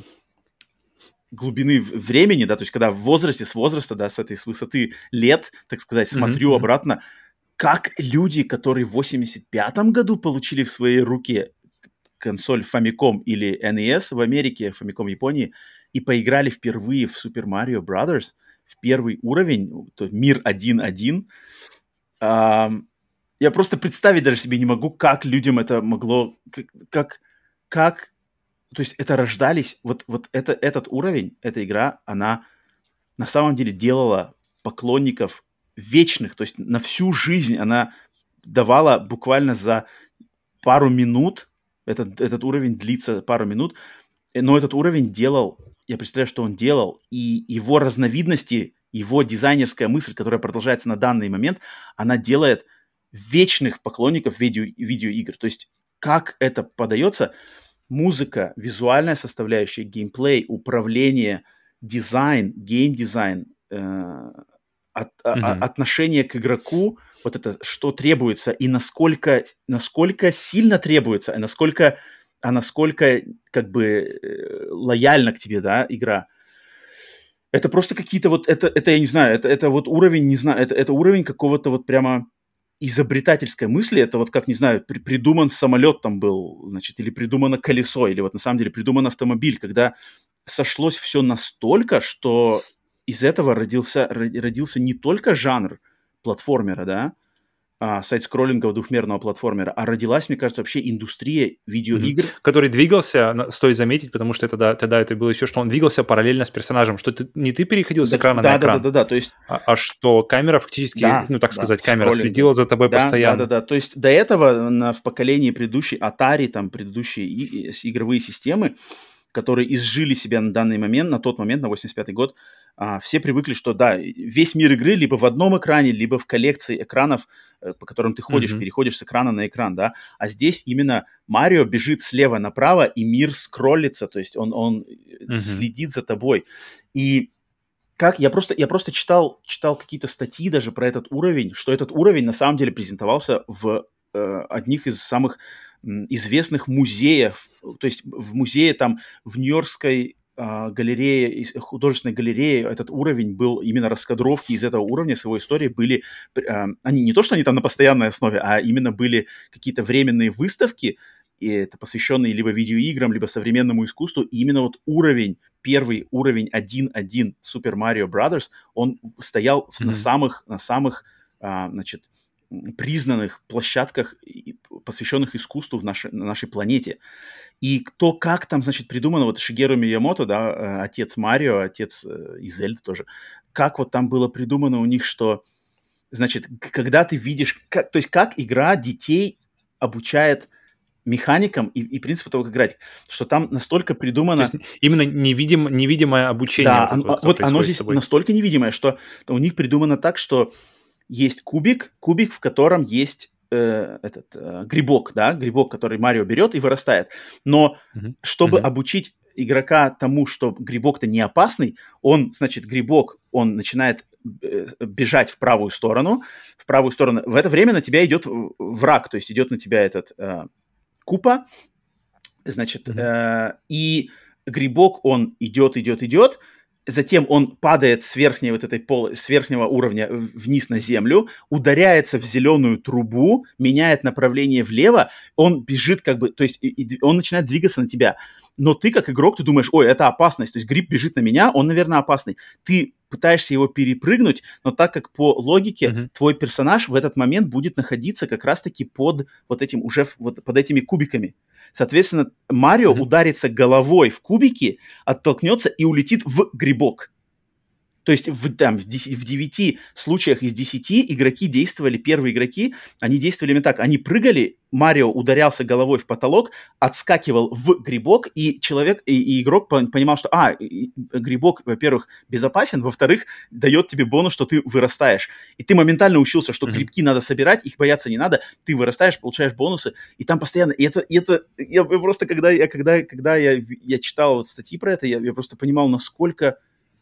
глубины времени, да, то есть когда в возрасте, с возраста, да, с этой, с высоты лет, так сказать, смотрю mm-hmm. обратно, как люди, которые в восемьдесят пятом году получили в своей руке консоль Famicom или эн и эс в Америке, Famicom в Японии, и поиграли впервые в Super Mario Bros. В первый уровень, то мир один один, эм, я просто представить даже себе не могу, как людям это могло, как, как, то есть это рождались, вот, вот это, этот уровень, эта игра, она на самом деле делала поклонников вечных, то есть на всю жизнь она давала буквально за пару минут, этот, этот уровень длится пару минут, но этот уровень делал, я представляю, что он делал, и его разновидности, его дизайнерская мысль, которая продолжается на данный момент, она делает вечных поклонников видео, видеоигр. То есть как это подается, музыка, визуальная составляющая, геймплей, управление, дизайн, геймдизайн, э, от, mm-hmm. а, отношение к игроку, вот это, что требуется и насколько, насколько сильно требуется, и насколько, а насколько как бы лояльна к тебе, да, игра. Это просто какие-то вот, это, это я не знаю, это, это вот уровень, не знаю, это, это уровень какого-то вот прямо изобретательской мысли. Это вот как, не знаю, при, придуман самолет там был, значит, или придумано колесо, или вот на самом деле придуман автомобиль, когда сошлось все настолько, что из этого родился, родился не только жанр платформера, да, а, сайт-скроллингового двухмерного платформера, а родилась, мне кажется, вообще индустрия видеоигр. Mm-hmm. Который двигался, стоит заметить, потому что тогда, тогда это было еще, что он двигался параллельно с персонажем, что ты, не ты переходил с экрана да, на экран, да, да, да, да, то есть... а, а что камера фактически, да, ну так да, сказать, камера скроллинг, следила за тобой да, постоянно. Да, да, да, то есть до этого на, в поколении предыдущей Atari, там, предыдущие и, и, игровые системы, которые изжили себя на данный момент, на тот момент, на восемьдесят пятый год, а, все привыкли, что, да, весь мир игры либо в одном экране, либо в коллекции экранов, по которым ты ходишь, mm-hmm. переходишь с экрана на экран, да, а здесь именно Марио бежит слева направо, и мир скроллится, то есть он, он mm-hmm. следит за тобой. И как, я просто, я просто читал, читал какие-то статьи даже про этот уровень, что этот уровень на самом деле презентовался в э, одних из самых известных музеев, то есть в музее там в Нью-Йоркской э, галерее, художественной галерее этот уровень был, именно раскадровки из этого уровня, с его историей были, э, они не то, что они там на постоянной основе, а именно были какие-то временные выставки, и это посвященные либо видеоиграм, либо современному искусству, и именно вот уровень, первый уровень один один Super Mario Brothers, он стоял mm-hmm. на самых, на самых, э, значит, признанных площадках, посвященных искусству в нашей, на нашей планете. И то, как там, значит, придумано, вот Шигеру Миямото, да, отец Марио, отец и Зельды тоже, как вот там было придумано у них, что, значит, когда ты видишь, как, то есть как игра детей обучает механикам и, и принципу того, как играть, что там настолько придумано... То есть именно невидим, невидимое обучение. Да, вот, вот, вот оно здесь настолько невидимое, что у них придумано так, что есть кубик, кубик, в котором есть э, этот э, грибок, да, грибок, который Марио берет и вырастает. Но mm-hmm. чтобы mm-hmm. обучить игрока тому, что грибок-то не опасный, он, значит, грибок, он начинает э, бежать в правую сторону, в правую сторону. В это время на тебя идет враг, то есть идет на тебя этот э, Купа, значит, mm-hmm. э, и грибок, он идет, идет, идет. Затем он падает с верхней вот этой пол, с верхнего уровня вниз на землю, ударяется в зеленую трубу, меняет направление влево, он бежит как бы, то есть и, и он начинает двигаться на тебя. Но ты как игрок, ты думаешь, ой, это опасность, то есть гриб бежит на меня, он, наверное, опасный. Ты пытаешься его перепрыгнуть, но так как по логике mm-hmm. твой персонаж в этот момент будет находиться как раз-таки под вот этим, уже вот под этими кубиками. Соответственно, Марио mm-hmm. ударится головой в кубики, оттолкнется и улетит в грибок. То есть в, там, в, десяти, в девяти случаях из десяти игроки действовали, первые игроки, они действовали именно так. Они прыгали, Марио ударялся головой в потолок, отскакивал в грибок, и человек, и, и игрок понимал, что, а, грибок, во-первых, безопасен, во-вторых, дает тебе бонус, что ты вырастаешь. И ты моментально учился, что mm-hmm. грибки надо собирать, их бояться не надо, ты вырастаешь, получаешь бонусы, и там постоянно, и это, и это я просто, когда я, когда, когда я, я читал вот статьи про это, я, я просто понимал, насколько...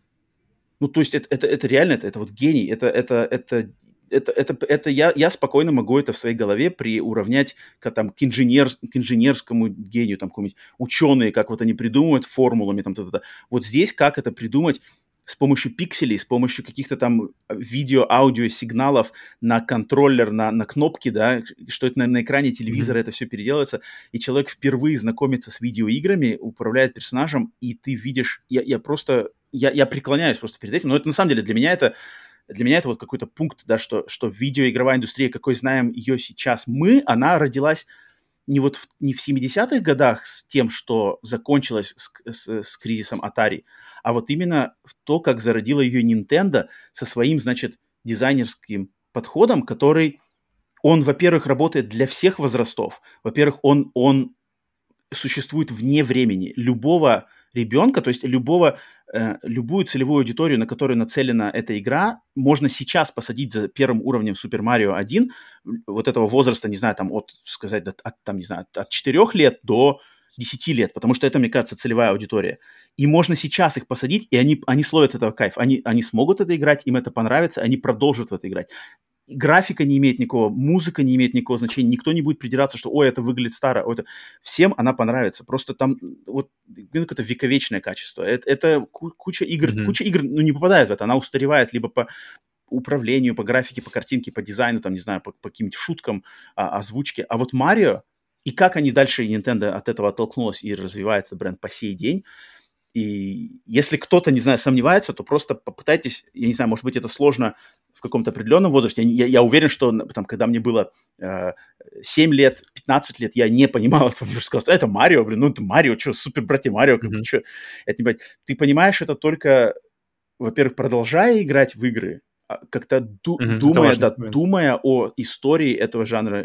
Ну, то есть это, это, это реально, это, это вот гений, это, это, это, это, это, это я, я спокойно могу это в своей голове приуравнять к, там, к, инженер, к инженерскому гению, там, какому-нибудь ученые, как вот они придумывают формулами, там, то-то-то. Вот здесь как это придумать с помощью пикселей, с помощью каких-то там видео-аудио сигналов на контроллер, на, на кнопки, да, что это на, на экране телевизора mm-hmm. это все переделается, и человек впервые знакомится с видеоиграми, управляет персонажем, и ты видишь, я, я просто... Я, я преклоняюсь просто перед этим, но это на самом деле для меня это, для меня это вот какой-то пункт, да, что, что видеоигровая индустрия, какой знаем ее сейчас мы, она родилась не вот в, не в семидесятых годах с тем, что закончилось с, с, с кризисом Atari, а вот именно в то, как зародила ее Nintendo со своим, значит, дизайнерским подходом, который, он, во-первых, работает для всех возрастов, во-первых, он, он существует вне времени. Любого ребенка, то есть любого, э, любую целевую аудиторию, на которую нацелена эта игра, можно сейчас посадить за первым уровнем Super Mario один, вот этого возраста, не знаю, там от, сказать, от, от там, не знаю, от, от четырёх лет до десяти лет, потому что это, мне кажется, целевая аудитория. И можно сейчас их посадить, и они, они словят этого кайф. Они, они смогут это играть, им это понравится, они продолжат в это играть. Графика не имеет никакого, музыка не имеет никакого значения, никто не будет придираться, что, ой, это выглядит старо, ой, это... Всем она понравится, просто там вот какое-то вековечное качество. Это, это куча игр, mm-hmm. куча игр, ну, не попадает в это, она устаревает либо по управлению, по графике, по картинке, по дизайну, там, не знаю, по, по каким-нибудь шуткам, а, озвучке. А вот Марио, и как они дальше, Nintendo от этого оттолкнулась и развивает этот бренд по сей день. И если кто-то, не знаю, сомневается, то просто попытайтесь, я не знаю, может быть, это сложно в каком-то определенном возрасте. Я, я уверен, что там, когда мне было э, семь лет, пятнадцать лет, я не понимал, потому что сказал, это Марио, блин, ну это Марио, что, супер братья Марио, как бы, что, это не... Ты понимаешь это только, во-первых, продолжая играть в игры, как-то ду- mm-hmm, думая, да, думая о истории этого жанра,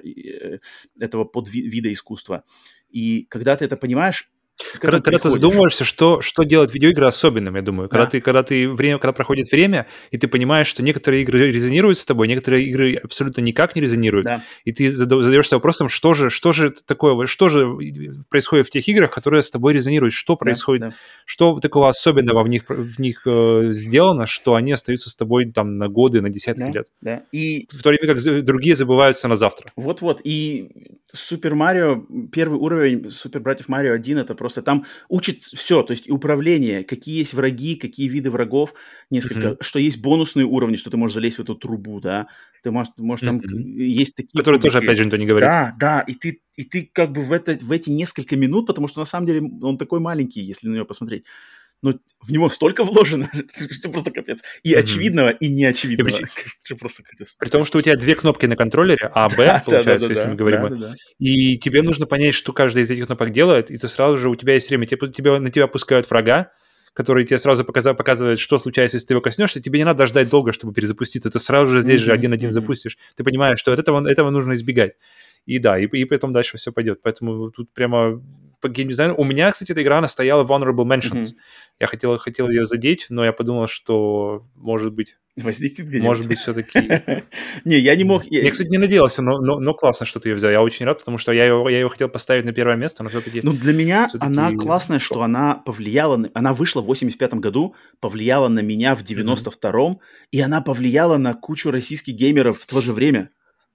этого подвида искусства. И когда ты это понимаешь, Когда, когда ты задумываешься, что, что делает видеоигры особенным, я думаю. Когда, да. ты, когда, ты время, когда проходит время, и ты понимаешь, что некоторые игры резонируют с тобой, некоторые игры абсолютно никак не резонируют, да. и ты задаешься вопросом, что же, что же такое, что же происходит в тех играх, которые с тобой резонируют, что происходит, да, да. что такого особенного в них, в них э, сделано, что они остаются с тобой там на годы, на десятки да, лет. Да. И... В то время как другие забываются на завтра. Вот-вот, и Супер Марио, первый уровень Супер Братьев Марио один, это просто там учит все, то есть и управление, какие есть враги, какие виды врагов, несколько, mm-hmm. что есть бонусные уровни, что ты можешь залезть в эту трубу, да, ты можешь, можешь mm-hmm. там, есть такие... Которые кубики. Тоже, опять же, никто не говорит. Да, да, и ты, и ты как бы в, это, в эти несколько минут, потому что на самом деле он такой маленький, если на него посмотреть, но в него столько вложено, что просто капец. И mm-hmm. очевидного, и неочевидного. И при... просто при том, что у тебя две кнопки на контроллере, А, Б, получается, если мы говорим. И тебе нужно понять, что каждая из этих кнопок делает, и ты сразу же, у тебя есть время, тебе, на тебя пускают врага, который тебе сразу показывает, показывает, что случается, если ты его коснешься. Тебе не надо ждать долго, чтобы перезапуститься. Ты сразу же здесь mm-hmm. же один-один mm-hmm. запустишь. Ты понимаешь, что от этого, этого нужно избегать. И да, и, и потом дальше все пойдет. Поэтому тут прямо по геймдизайну... У меня, кстати, эта игра, она стояла в Honorable Mentions. Mm-hmm. Я хотел, хотел ее задеть, но я подумал, что, может быть... Возникнет где-нибудь. Может быть, все-таки... Не, я не мог... Я, кстати, не надеялся, но, но, но классно, что ты ее взял. Я очень рад, потому что я ее, я ее хотел поставить на первое место, но все-таки... Ну, для меня она классная, что она повлияла... На... Она вышла в восемьдесят пятом году, повлияла на меня в девяносто втором, mm-hmm. и она повлияла на кучу российских геймеров в то же время.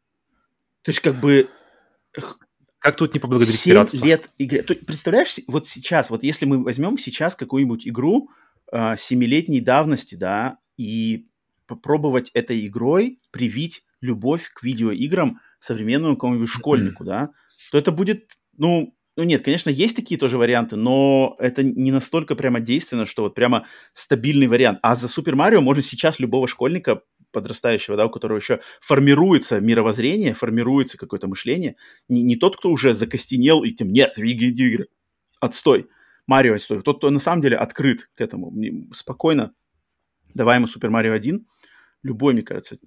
То есть, как бы... Как тут не поблагодарить пиратство? семь лет игры. Представляешь, вот сейчас, вот если мы возьмем сейчас какую-нибудь игру э, семилетней давности, да, и попробовать этой игрой привить любовь к видеоиграм современному какому-нибудь школьнику, mm-hmm. да, то это будет, ну, ну нет, конечно, есть такие тоже варианты, но это не настолько прямо действенно, что вот прямо стабильный вариант. А за Супер Марио можно сейчас любого школьника подрастающего, да, у которого еще формируется мировоззрение, формируется какое-то мышление, не, не тот, кто уже закостенел и тем, нет, видеоигры, отстой, Марио отстой, тот, кто на самом деле открыт к этому, спокойно, давай ему Супер Марио один, любой, мне кажется,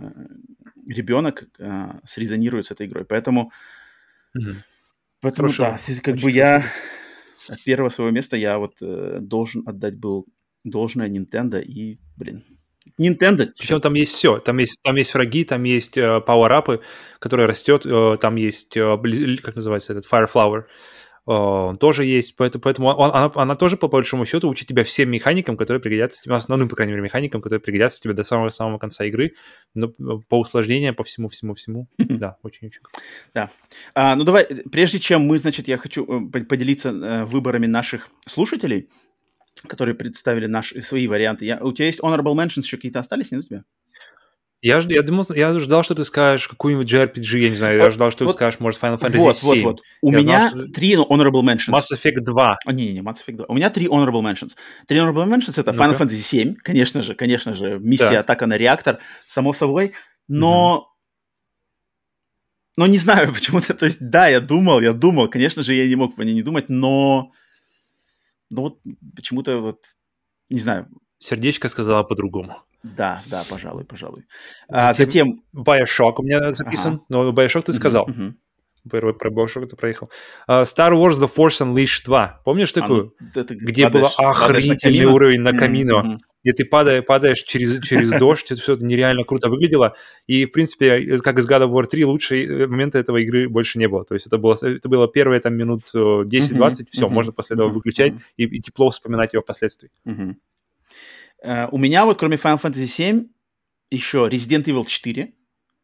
ребенок срезонирует с этой игрой, поэтому, mm-hmm. поэтому да, как бы я от первого своего места я вот должен отдать был должное Nintendo и, блин, Nintendo. Причем там есть все. Там есть, там есть враги, там есть э, пауэр-апы, которые растет, э, там есть, э, как называется этот, Fire Flower, э, он тоже есть, поэтому, поэтому он, она, она тоже, по большому счету, учит тебя всем механикам, которые пригодятся тебе, основным, по крайней мере, механикам, которые пригодятся тебе до самого-самого конца игры, но по усложнениям, по всему-всему-всему, да, очень-очень. Да. А, ну давай, прежде чем мы, значит, я хочу поделиться э, выборами наших слушателей, которые представили наши, свои варианты. Я, у тебя есть honorable mentions еще какие-то остались, нет у тебя? Я, я, думал, я ждал, что ты скажешь какую-нибудь джей ар пи джи, я не знаю, вот, я ждал, что вот, ты скажешь, может, Final Fantasy вот, семь. Вот, вот, У я меня знал, что... три honorable mentions. Mass Effect два. А, не-не-не, Mass Effect два. У меня три honorable mentions. Три honorable mentions — это Ну-ка. Final Fantasy семь, конечно же, конечно же, миссия да. атака на реактор, само собой, но... Угу. Но не знаю, почему-то, то есть, да, я думал, я думал, конечно же, я не мог по ней не думать, но... Ну вот почему-то вот... Не знаю. Сердечко сказала по-другому. Да, да, пожалуй, пожалуй. А, затем... Bioshock у меня записан, ага. но Bioshock ты сказал. Uh-huh, uh-huh. Про Bioshock ты проехал. Uh, Star Wars The Force Unleashed два. Помнишь такую? А, ну, это, где падаешь, был охренительный уровень на Камино. Mm-hmm. где ты падаешь, падаешь через, через дождь, это все это нереально круто выглядело. И, в принципе, как из God of War три, лучшие моменты этого игры больше не было. То есть это было, это было первые там минут десять-двадцать, uh-huh, все, uh-huh, можно после этого uh-huh, выключать uh-huh. и, и тепло вспоминать его впоследствии. Uh-huh. Uh, у меня вот кроме Final Fantasy семь еще Resident Evil четыре.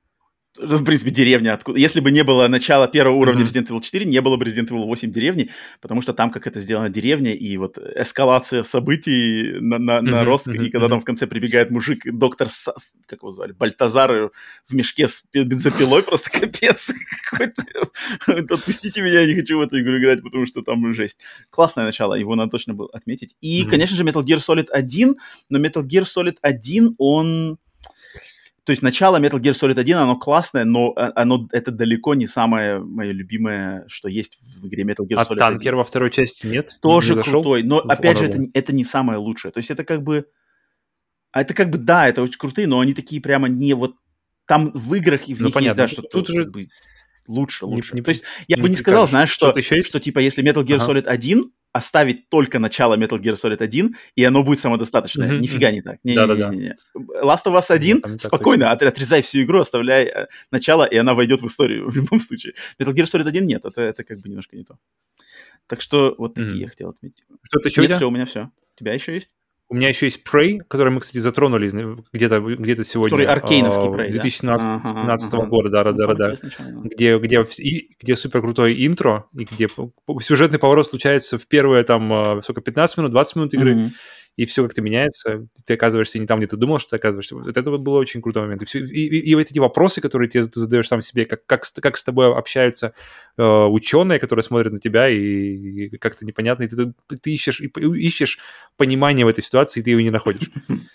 В принципе, деревня откуда. Если бы не было начала первого уровня mm-hmm. Resident Evil четыре, не было бы Resident Evil восемь деревни, потому что там, как это сделано, деревня, и вот эскалация событий на, на, mm-hmm. на рост, mm-hmm. и когда mm-hmm. там в конце прибегает мужик, доктор, С... как его звали, Бальтазар в мешке с бензопилой, просто капец какой-то. Отпустите меня, я не хочу в эту игру играть, потому что там жесть. Классное начало, его надо точно было отметить. И, mm-hmm. конечно же, Metal Gear Solid один, но Metal Gear Solid один, он... То есть начало Metal Gear Solid один, оно классное, но оно, это далеко не самое мое любимое, что есть в игре Metal Gear Solid один. А танкер во второй части нет? Тоже не крутой, но опять же это, это не самое лучшее. То есть это как бы... Это как бы, да, это очень крутые, но они такие прямо не вот... Там в играх и в ну, них понятно, есть, да, что тут уже лучше, лучше. Не, не, То есть я не бы не сказал, кажешь, знаешь, что, что, что типа если Metal Gear ага. Solid один... оставить только начало Metal Gear Solid один, и оно будет самодостаточное. Mm-hmm. Нифига не так. Не-не-не. Last of Us один, mm-hmm. спокойно, от, отрезай всю игру, оставляй э, начало, и она войдет в историю в любом случае. Metal Gear Solid один нет, это, это как бы немножко не то. Так что вот такие mm-hmm. я хотел отметить. Что-то еще? Нет, все, у меня все. У тебя еще есть? У меня еще есть Prey, который мы, кстати, затронули где-то, где-то сегодня. Который аркейновский Prey, две тысячи семнадцатого ага, года, да, да, да, да. Где, где, где супер крутое интро, и где сюжетный поворот случается в первые, там, сколько, пятнадцать минут, двадцать минут игры, mm-hmm. и все как-то меняется. Ты оказываешься не там, где ты думал, что ты оказываешься. Вот это вот было очень крутой момент. И, все, и, и, и вот эти вопросы, которые ты задаешь сам себе, как, как, как с тобой общаются э, ученые, которые смотрят на тебя, и, и как-то непонятно, и ты, ты ищешь, и, ищешь понимание в этой ситуации, и ты его не находишь.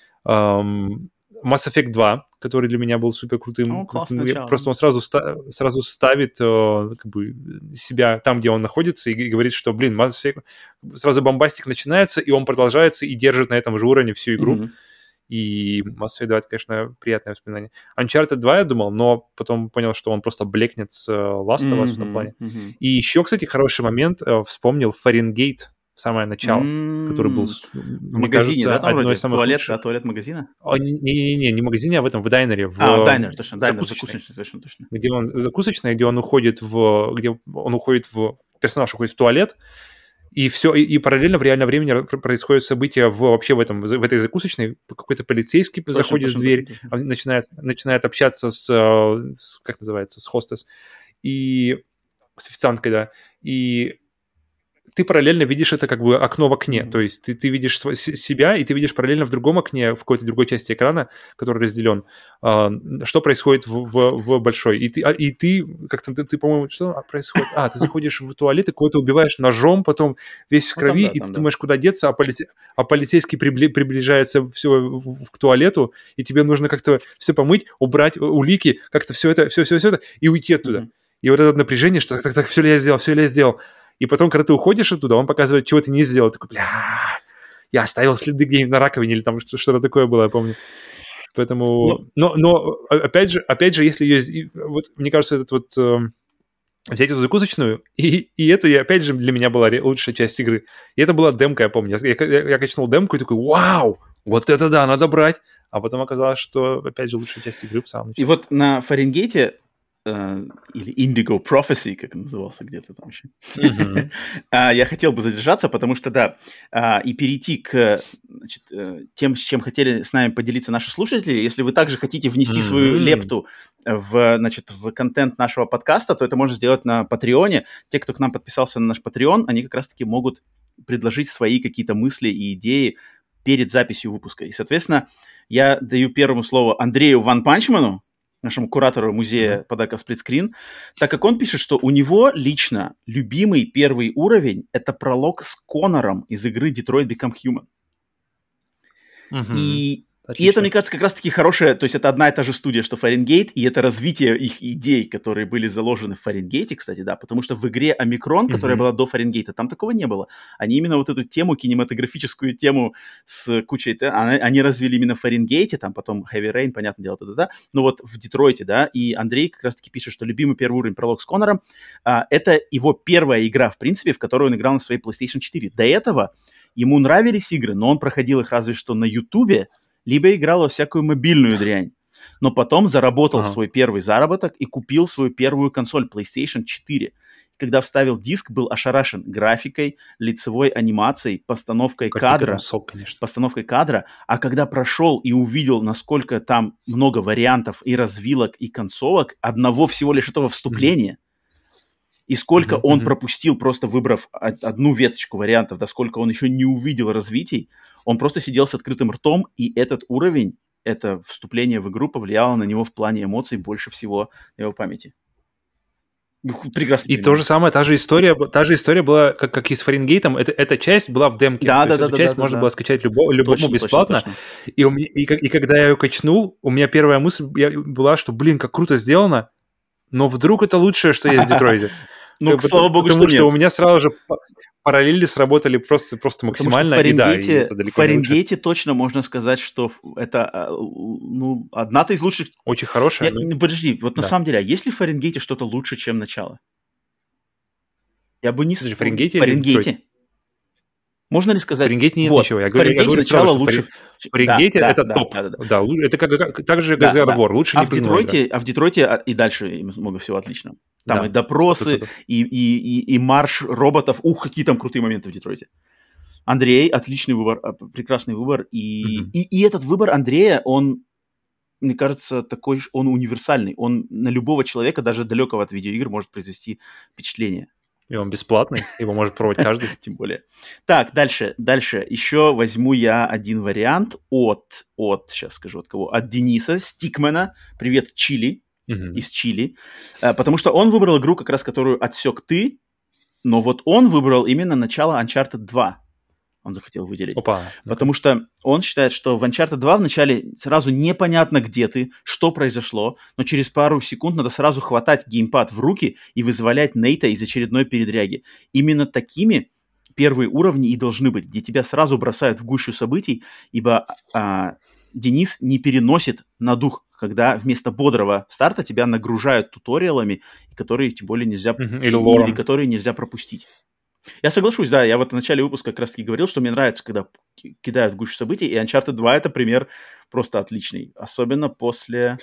Um, Mass Effect два, который для меня был супер крутым. О, крутым. Я, просто он сразу, сразу ставит uh, как бы, себя там, где он находится, и, и говорит, что, блин, Mass Effect... Сразу бомбастик начинается, и он продолжается, и держит на этом же уровне всю игру. Mm-hmm. И Mass Effect два — это, конечно, приятное воспоминание. Uncharted два я думал, но потом понял, что он просто блекнет с Last of Us mm-hmm. в этом плане. Mm-hmm. И еще, кстати, хороший момент. Вспомнил Фаренгейт. Самое начало, mm-hmm. который был, в магазине, кажется, да, там вроде? Туалет, да, туалет магазина? Не-не-не, не в магазине, а в этом, в дайнере. В, а, в дайнер, точно, дайнер, закусочный, точно, точно. Где он, закусочный, где он уходит в, где он уходит в, персонаж уходит в туалет, и все, и, и параллельно в реальном времени происходят события в, вообще в, этом, в этой закусочной. Какой-то полицейский точно, заходит точно, в дверь, точно, точно. Начинает, начинает общаться с, с, как называется, с хостес, и с официанткой, да, и ты параллельно видишь это как бы окно в окне, mm-hmm. то есть ты, ты видишь св- себя, и ты видишь параллельно в другом окне, в какой-то другой части экрана, который разделен, э, что происходит в, в, в большой. И ты, а, и ты как-то, ты, ты, по-моему, что происходит? А, ты заходишь в туалет, и кого-то убиваешь ножом, потом весь в крови, ну, там, да, и ты да. думаешь, куда деться, а, полице... а полицейский прибли... приближается все в, в, к туалету, и тебе нужно как-то все помыть, убрать улики, как-то все это, все-все-все это, и уйти оттуда. Mm-hmm. И вот это напряжение, что так-так-так, все ли я сделал, все ли я сделал. И потом, когда ты уходишь оттуда, он показывает, чего ты не сделал. Ты такой, бля, я оставил следы где-нибудь на раковине, или там что-то такое было, я помню. Поэтому... Но, но опять же, опять же, если есть... Вот, мне кажется, этот вот... Э, взять эту закусочную, и, и это, опять же, для меня была лучшая часть игры. И это была демка, я помню. Я, я, я качнул демку и такой, вау, вот это да, надо брать. А потом оказалось, что, опять же, лучшая часть игры в самом начале. И вот на Фаренгейте Uh, или Indigo Prophecy, как он назывался где-то там еще. Uh-huh. uh, я хотел бы задержаться, потому что, да, uh, и перейти к значит, uh, тем, с чем хотели с нами поделиться наши слушатели. Если вы также хотите внести uh-huh. свою лепту в, значит, в контент нашего подкаста, то это можно сделать на Патреоне. Те, кто к нам подписался на наш Patreon, они как раз-таки могут предложить свои какие-то мысли и идеи перед записью выпуска. И, соответственно, я даю первому слово Андрею Ван Панчману, нашему куратору музея mm-hmm. подарков Сплитскрин, так как он пишет, что у него лично любимый первый уровень — это пролог с Коннором из игры Detroit Become Human. Mm-hmm. И, и это, мне кажется, как раз-таки хорошее, то есть это одна и та же студия, что Фаренгейт, и это развитие их идей, которые были заложены в Фаренгейте, кстати, да, потому что в игре Омикрон, которая mm-hmm. была до Фаренгейта, там такого не было. Они именно вот эту тему, кинематографическую тему с кучей, они, они развили именно в Фаренгейте, там потом Heavy Rain, понятное дело, да-да-да, но вот в Детройте, да, и Андрей как раз-таки пишет, что любимый первый уровень пролог с Коннором, а, это его первая игра, в принципе, в которой он играл на своей PlayStation четыре. До этого ему нравились игры, но он проходил их разве что на Ютубе, либо играл во всякую мобильную дрянь. Но потом заработал ага. свой первый заработок и купил свою первую консоль PlayStation четыре. Когда вставил диск, был ошарашен графикой, лицевой анимацией, постановкой кадра, сок, постановкой кадра. А когда прошел и увидел, насколько там много вариантов и развилок, и концовок, одного всего лишь этого вступления, mm-hmm. и сколько mm-hmm. он mm-hmm. пропустил, просто выбрав одну веточку вариантов, да сколько он еще не увидел развитий, он просто сидел с открытым ртом, и этот уровень, это вступление в игру повлияло на него в плане эмоций больше всего на его памяти. Прекрасно. И то же самое, та же история, та же история была, как, как и с Фаренгейтом. Это, эта часть была в демке. Да, то да, есть да, эту да, часть да, можно да, было да. скачать любому, любому точно, бесплатно. Точно, точно. И, у меня, и, и когда я ее качнул, у меня первая мысль была, что, блин, как круто сделано, но вдруг это лучшее, что есть в Детройте. Ну, слава богу, что нет. Потому что у меня сразу же параллели сработали просто, просто максимально. Потому что в Фаренгейте, да, в Фаренгейте точно можно сказать, что это ну, одна-то из лучших... Очень хорошая. Я, ну... Подожди, вот да. на самом деле, а есть ли в Фаренгейте что-то лучше, чем начало? Я бы не сказал. В Фаренгейте? В Фаренгейте. Можно ли сказать... В Фаренгейте нет вот, ничего. Я говорю, я говорю начало сразу, лучше. В Фаренгейте да, это да, топ. Да, да, да. да, это как, как, так же, как да, God of War. Да. Лучше а не в Детройте, А в Детройте и дальше много всего отличного. Там да, и допросы, и, и, и, и марш роботов. Ух, какие там крутые моменты в Детройте. Андрей, отличный выбор, прекрасный выбор. И, mm-hmm. и, и этот выбор Андрея, он, мне кажется, такой, он универсальный. Он на любого человека, даже далекого от видеоигр, может произвести впечатление. И он бесплатный, его может пробовать каждый. Тем более. Так, дальше, дальше. Еще возьму я один вариант от, от, сейчас скажу от кого, от Дениса Стикмена. Привет, Чили. Uh-huh. Из Чили, потому что он выбрал игру, как раз которую отсек ты, но вот он выбрал именно начало Uncharted два. Он захотел выделить. Опа. Потому что он считает, что в Uncharted два вначале сразу непонятно, где ты, что произошло, но через пару секунд надо сразу хватать геймпад в руки и вызволять Нейта из очередной передряги. Именно такими первые уровни и должны быть, где тебя сразу бросают в гущу событий, ибо а, Денис не переносит на дух, когда вместо бодрого старта тебя нагружают туториалами, которые тем более нельзя, mm-hmm. или, или которые нельзя пропустить. Я соглашусь, да, я вот в начале выпуска как раз таки говорил, что мне нравится, когда кидают в гущу событий, и Uncharted два это пример просто отличный, особенно после...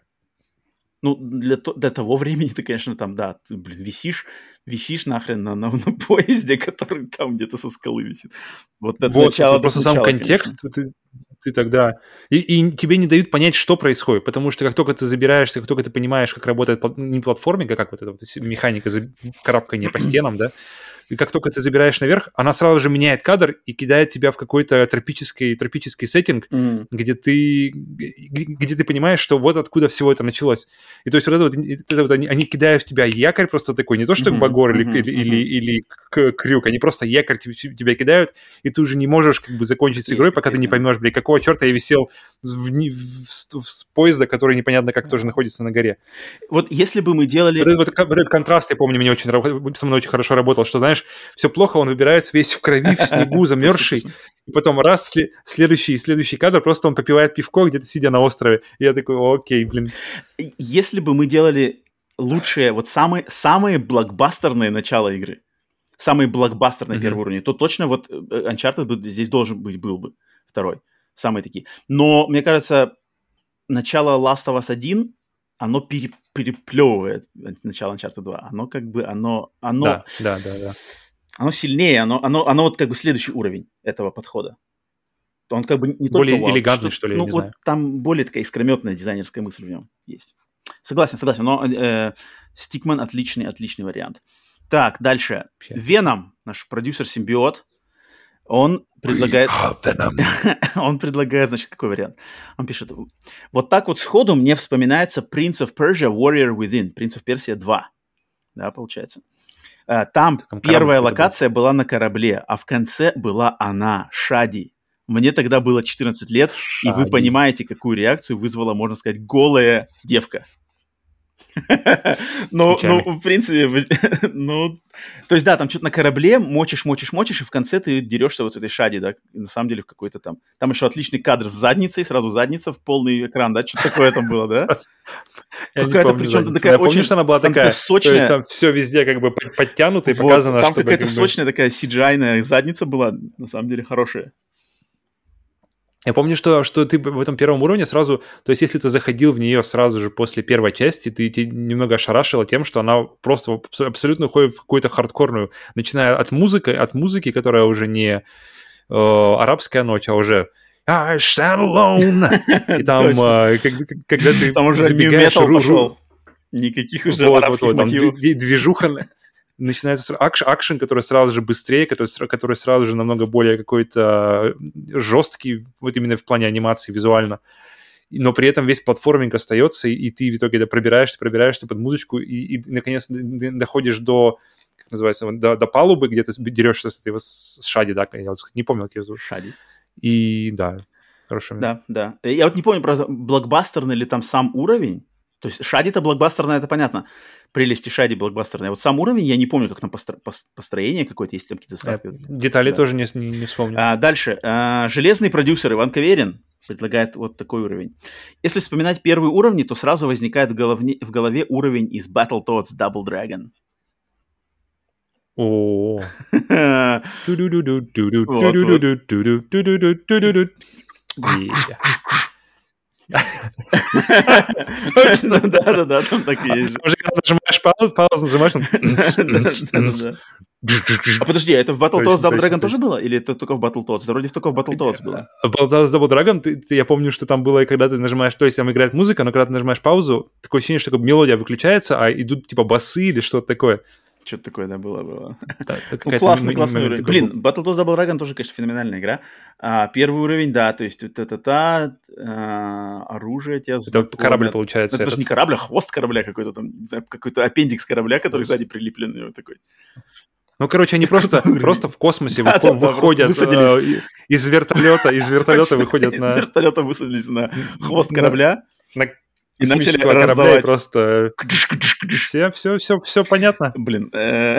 Ну, для, то, для того времени ты, конечно, там, да, ты, блин, висишь, висишь нахрен на, на, на поезде, который там где-то со скалы висит. Вот это вот, начало. Это просто сам контекст, ты, ты тогда... И, и тебе не дают понять, что происходит, потому что как только ты забираешься, как только ты понимаешь, как работает не платформика, как вот эта вот механика карабкания по стенам, да, и как только ты забираешь наверх, она сразу же меняет кадр и кидает тебя в какой-то тропический, тропический сеттинг, mm. где, ты, где ты понимаешь, что вот откуда всего это началось. И то есть вот это вот, это вот они, они кидают в тебя якорь просто такой, не то что mm-hmm. багор или, mm-hmm. или, или, или крюк, они просто якорь тебя кидают, и ты уже не можешь как бы закончить с игрой, Есть, пока ты не поймешь, блин, какого черта я висел в, в, в, с поезда, который непонятно как тоже находится на горе. Вот если бы мы делали... Вот этот, вот, вот этот контраст, я помню, мне очень, со мной очень хорошо работал, что, знаешь, все плохо, он выбирается весь в крови, в снегу, замерзший, и потом раз, следующий, следующий кадр, просто он попивает пивко где-то сидя на острове. И я такой, окей, блин. Если бы мы делали лучшие, вот самые, самые блокбастерные начала игры, самые блокбастерные mm-hmm. первые уровни, то точно вот Uncharted здесь должен быть, был бы второй. Самые такие. Но, мне кажется, начало Last of Us один, оно пере, переплевывает начало Uncharted два. Оно как бы, оно... оно да, да, да, да. Оно сильнее, оно, оно, оно вот как бы следующий уровень этого подхода. Он как бы не более только... Более элегантный, что, что ли, ну, я не вот знаю. Там более такая искрометная дизайнерская мысль в нем есть. Согласен, согласен, но э, Стикман отличный, отличный вариант. Так, дальше. Веном, наш продюсер-симбиот, он предлагает... он предлагает, значит, какой вариант? Он пишет, вот так вот сходу мне вспоминается Prince of Persia Warrior Within, Prince of Persia два, да, получается. Там, Там первая локация был. была на корабле, а в конце была она, Шади. Мне тогда было четырнадцать лет, Шади. И вы понимаете, какую реакцию вызвала, можно сказать, голая девка. Ну, ну, в принципе, ну, то есть, да, там что-то на корабле мочишь, мочишь, мочишь, и в конце ты дерешься вот с этой Шади, да, на самом деле в какой-то там... Там еще отличный кадр с задницей, сразу задница в полный экран, да, что-то такое там было, да? Я не помню причем такая Я помню, что она была такая сочная... То есть там все везде как бы подтянуто и показано, там какая-то сочная такая си джи ай-ная задница была, на самом деле, хорошая. Я помню, что, что ты в этом первом уровне сразу... То есть если ты заходил в нее сразу же после первой части, ты, ты немного ошарашила тем, что она просто абсолютно уходит в какую-то хардкорную... Начиная от музыки, от музыки, которая уже не э, арабская ночь, а уже... I stand alone. И там, э, когда ты там уже забегаешь... New Metal пошел. Никаких уже вот, арабских вот, вот, мотивов. Там движуха... Начинается акш, акшен, который сразу же быстрее, который, который сразу же намного более какой-то жесткий, вот именно в плане анимации визуально. Но при этом весь платформинг остается, и, и ты в итоге пробираешься, пробираешься под музычку, и, и наконец доходишь до, как называется, до, до палубы, где ты дерешься с этой с Шади, да, я не помню, как ее зовут. Шади. И да, хорошо. Да, да. Я вот не помню, просто блокбастерный ли там сам уровень. То есть Шади-то блокбастерная, это понятно. Прелести Шади блокбастерная. Вот сам уровень, я не помню, как там постро- построение какое-то, есть там какие-то ставки. Детали да. тоже не, не, не вспомню. А, дальше. А, железный продюсер Иван Каверин предлагает вот такой уровень. Если вспоминать первые уровни, то сразу возникает в голове, в голове уровень из Battletoads Double Dragon. О. Точно, да-да-да, там так и есть. Уже когда нажимаешь паузу, паузу нажимаешь... А подожди, это в Battletoads Double Dragon тоже было? Или это только в Battletoads? Вроде только в Battletoads было. В Battletoads Double Dragon, я помню, что там было, когда ты нажимаешь... То есть там играет музыка, но когда ты нажимаешь паузу, такое ощущение, что мелодия выключается, а идут типа басы или что-то такое. Что-то такое, да, было, было. Да, ну, классный, классный уровень. Блин, Battletoads Double Dragon тоже, конечно, феноменальная игра. А, первый уровень, да, то есть вот это-та, а, оружие тебя... Это корабль, получается. Это даже не корабль, а хвост корабля какой-то там, не знаю, какой-то аппендикс корабля, который сзади прилеплен у него такой. Ну, короче, они просто, просто в космосе да, выходят, да, выходят э, из вертолета, из вертолета выходят на... Из вертолета высадились на хвост корабля. И начали раздавать. Просто все, все, все, все понятно. Блин,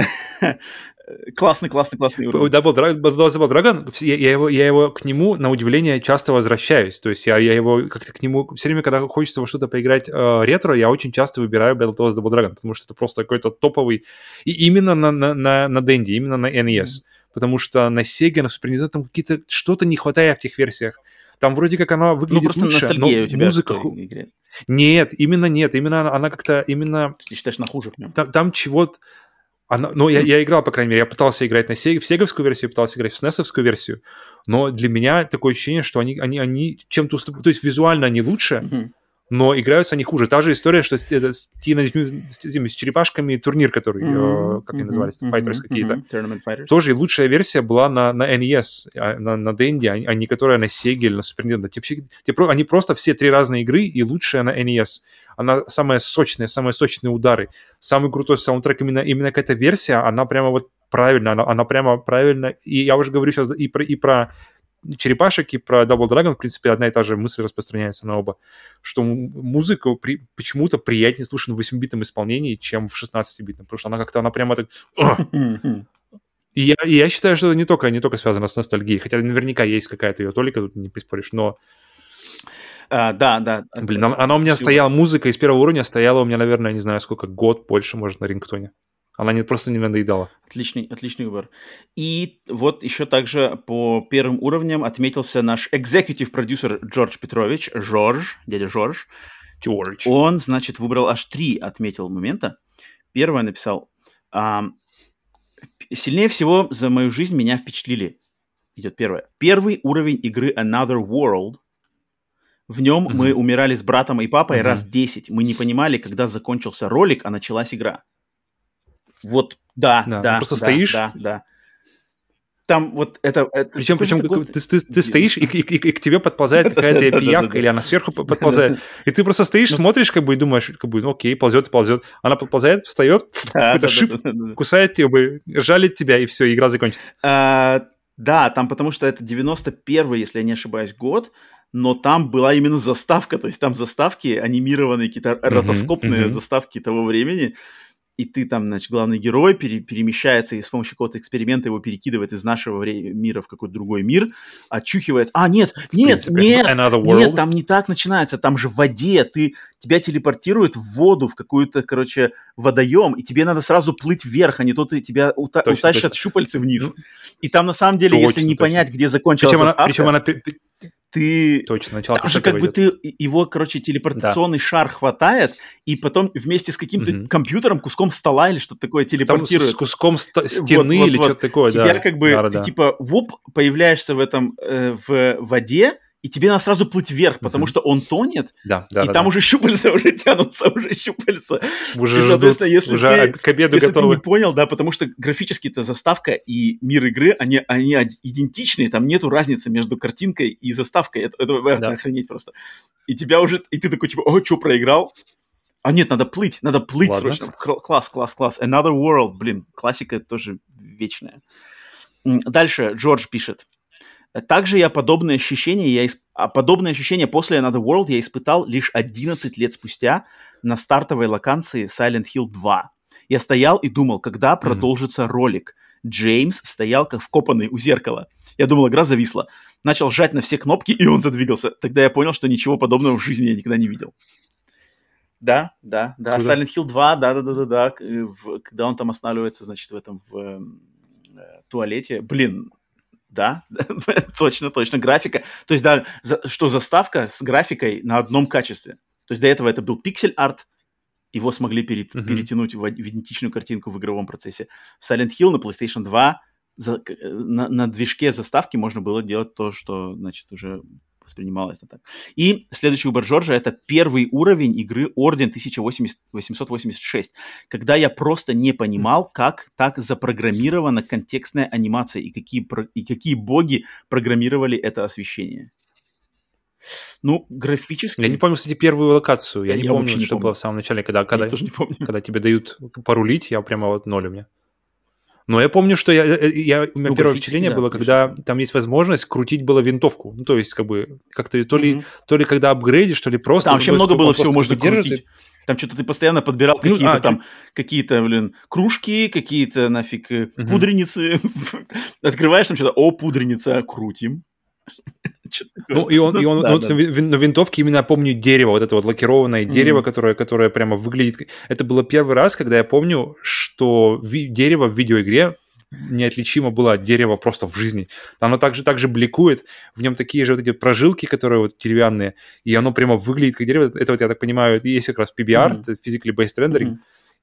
классный, классный, классный уровень. Double Dragon, я, я, его, я его к нему, на удивление, часто возвращаюсь. То есть я, я его как-то к нему... Все время, когда хочется во что-то поиграть э, ретро, я очень часто выбираю Battletoads Double Dragon, потому что это просто какой-то топовый... И именно на, на, на, на Dendy, именно на эн и эс. Mm-hmm. Потому что на Sega, на Super Nintendo там какие-то... Что-то не хватает в тех версиях. Там вроде как она выглядит ну, лучше, но у тебя музыка... Нет, именно нет. Именно она, она как-то... именно. Ты считаешь, на хуже к нему? Там, там чего-то... Она, ну, я, я играл, по крайней мере, я пытался играть на Сег, в сеговскую версию, пытался играть в снесовскую версию, но для меня такое ощущение, что они, они, они чем-то уступают. То есть визуально они лучше, mm-hmm. но играются они хуже. Та же история, что это с, с, с черепашками турнир, который, mm-hmm. э, как они назывались, mm-hmm. Fighters какие-то. Mm-hmm. Тоже лучшая версия была на, на эн и эс, на, на Dendy, а не которая на Sega или на Super Nintendo. Те, те, они просто все три разные игры, и лучшая на эн и эс. Она самая сочная, самые сочные удары. Самый крутой саундтрек, именно, именно какая-то версия, она прямо вот правильно, она, она прямо правильно. И я уже говорю сейчас и про, и про черепашек, и про Double Dragon, в принципе, одна и та же мысль распространяется на оба, что музыку при, почему-то приятнее слушать в восьмибитном исполнении, чем в шестнадцатибитном, потому что она как-то, она прямо так... И я, и я считаю, что это не только, не только связано с ностальгией, хотя наверняка есть какая-то ее толика, тут не приспоришь, но... А, да, да. Блин, она, она у меня стояла, музыка из первого уровня стояла у меня, наверное, не знаю сколько, год, больше, может, на рингтоне. Она не, просто не надоедала. Отличный, отличный выбор. И вот еще также по первым уровням отметился наш executive продюсер Джордж Петрович, Жорж, дядя Жорж. Джордж. Он, значит, выбрал аж три, отметил момента. Первое написал. Сильнее всего за мою жизнь меня впечатлили. Идет первое. Первый уровень игры Another World. В нем mm-hmm. мы умирали с братом и папой mm-hmm. раз десять. Мы не понимали, когда закончился ролик, а началась игра. Вот, да, да, да. Просто да, стоишь. Да, да. Там вот это... это причем причем такой... ты, ты, ты стоишь, и, и, и, и к тебе подползает какая-то пиявка, или она сверху подползает. И ты просто стоишь, смотришь, как бы, и думаешь, как бы, ну окей, ползет и ползет. Она подползает, встает, какой-то шип, кусает тебя, жалит тебя, и все, игра закончится. Да, там потому что это девяносто первый, если я не ошибаюсь, год. но там была именно заставка, то есть там заставки анимированные, какие-то ротоскопные mm-hmm, mm-hmm. заставки того времени, и ты там, значит, главный герой пере- перемещается и с помощью какого-то эксперимента его перекидывает из нашего вре- мира в какой-то другой мир, очухивает. А, нет, нет, принципе, нет, нет, там не так начинается, там же в воде, ты, тебя телепортируют в воду, в какую-то, короче, водоем, и тебе надо сразу плыть вверх, а не то ты тебя ута- точно, утащат точно. щупальцы вниз. Ну, и там на самом деле, точно, если не точно. понять, где закончилась причем заставка... Она, причем она... Ты... Точно, начало там же как бы ты его, короче, телепортационный да. шар хватает, и потом вместе с каким-то угу. компьютером, куском стола или что-то такое телепортирует. Там с куском ст- стены вот, или вот, что-то такое, тебя да. Тебя как бы, да, да, ты да. типа, вуп, появляешься в этом, э, в воде, и тебе надо сразу плыть вверх, потому mm-hmm. что он тонет, да, да, и да, там да. уже щупальца уже тянутся, уже щупальца. Уже и, соответственно, ждут, если, уже ты, к обеду если готовы. ты не понял, да, потому что графически-то заставка и мир игры, они, они идентичные, там нету разницы между картинкой и заставкой, это, это да. охренеть просто. И тебя уже, и ты такой, типа, о, что, проиграл? А нет, надо плыть, надо плыть Ладно. срочно. Класс, класс, класс. Another World, блин, классика тоже вечная. Дальше Джордж пишет. Также я подобные ощущения, я исп... подобные ощущения после Another World я испытал лишь одиннадцать лет спустя на стартовой локации Silent Hill два. Я стоял и думал, когда mm-hmm. продолжится ролик. Джеймс стоял как вкопанный у зеркала. Я думал, игра зависла. Начал жать на все кнопки, и он задвигался. Тогда я понял, что ничего подобного в жизни я никогда не видел. Да, да, да. Куда? Silent Hill два, да-да-да-да. Когда он там останавливается, значит, в этом в, э, туалете. Блин, да, точно, точно, графика. То есть, да, за, что заставка с графикой на одном качестве. То есть, до этого это был пиксель-арт, его смогли перет, uh-huh. перетянуть в, в идентичную картинку в игровом процессе. В Silent Hill на PlayStation два за, на, на движке заставки можно было делать то, что, значит, уже воспринималось так. И следующий выбор Джорджа — это первый уровень игры Орден тысяча восемьсот восемьдесят шесть, когда я просто не понимал, как так запрограммирована контекстная анимация и какие, и какие боги программировали это освещение. Ну, графически... Я не помню, кстати, первую локацию. Я, я не я помню, не что помню. было в самом начале, когда, когда, я тоже не помню. когда тебе дают порулить, я прямо вот ноль у меня. Но я помню, что я, я, у меня ну, первое впечатление да, было, когда конечно. Там есть возможность крутить было винтовку. Ну, то есть, как бы, как-то то ли, mm-hmm. то ли когда апгрейдишь, то ли просто... Там вообще много было всего можно крутить. И... Там что-то ты постоянно подбирал ну, какие-то а, там, чуть... какие-то, блин, кружки, какие-то нафиг mm-hmm. пудреницы. Открываешь там что-то, о, пудреница, крутим. Ну, и он, и он да, ну, да. на винтовке именно, я помню, дерево, вот это вот лакированное mm-hmm. дерево, которое, которое прямо выглядит... Это было первый раз, когда я помню, что ви- дерево в видеоигре неотличимо было от дерева просто в жизни. Оно также, также бликует, в нем такие же вот эти прожилки, которые вот деревянные, и оно прямо выглядит как дерево. Это вот, я так понимаю, есть как раз пи би ар, mm-hmm. Physically Based Rendering, mm-hmm.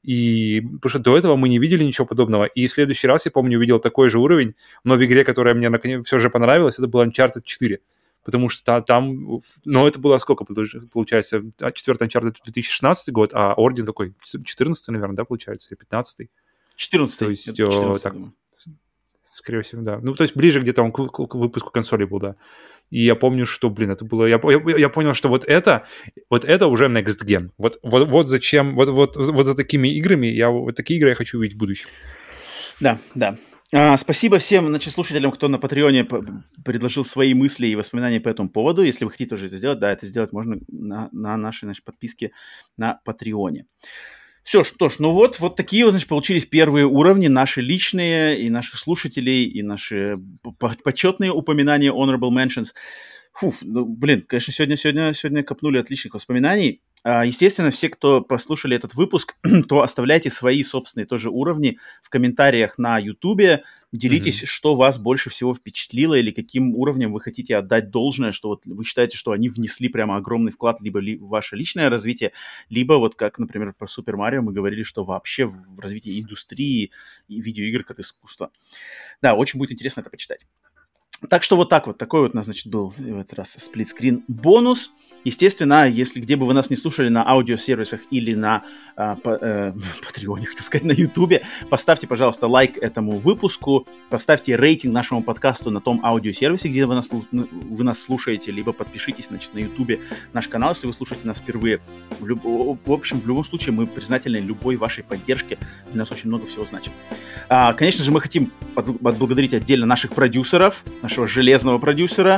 И потому что до этого мы не видели ничего подобного. И в следующий раз, я помню, увидел такой же уровень, но в игре, которая мне наконец все же понравилась, это был Uncharted четыре. Потому что там... Ну, это было сколько, получается? Четвертый Uncharted две тысячи шестнадцатый год, а Орден такой четырнадцатый, наверное, да, получается? Или пятнадцатый? четырнадцатый. То есть, четырнадцатый, так, скорее всего, да. Ну, то есть ближе где-то он к, к, к выпуску консоли был, да. И я помню, что, блин, это было... Я, я, я понял, что вот это, вот это уже next gen. Вот, вот, вот зачем... Вот, вот, вот за такими играми, я, вот такие игры я хочу увидеть в будущем. Да, да. А, спасибо всем, значит, слушателям, кто на Патреоне предложил свои мысли и воспоминания по этому поводу. Если вы хотите тоже это сделать, да, это сделать можно на, на нашей, нашей подписке на Патреоне. Все, что ж, ну вот, вот такие, значит, получились первые уровни, наши личные, и наших слушателей, и наши почетные упоминания, honorable mentions. Фу, ну, блин, конечно, сегодня, сегодня, сегодня копнули отличных воспоминаний. Естественно, все, кто послушали этот выпуск, то оставляйте свои собственные тоже уровни в комментариях на Ютубе. Делитесь, mm-hmm. что вас больше всего впечатлило или каким уровнем вы хотите отдать должное, что вот вы считаете, что они внесли прямо огромный вклад либо ли в ваше личное развитие, либо вот как, например, про Супер Марио мы говорили, что вообще в развитии индустрии и видеоигр как искусства. Да, очень будет интересно это почитать. Так что вот так вот, такой вот у нас, значит, был в этот раз сплитскрин бонус. Естественно, если где бы вы нас не слушали на аудиосервисах или на а, по, э, Патреоне, так сказать, на Ютубе, поставьте, пожалуйста, лайк этому выпуску, поставьте рейтинг нашему подкасту на том аудиосервисе, где вы нас, вы нас слушаете, либо подпишитесь, значит, на Ютубе наш канал, если вы слушаете нас впервые. В, люб... в общем, в любом случае, мы признательны любой вашей поддержке, для нас очень много всего значит. А, конечно же, мы хотим отблагодарить отдельно наших продюсеров, нашего железного продюсера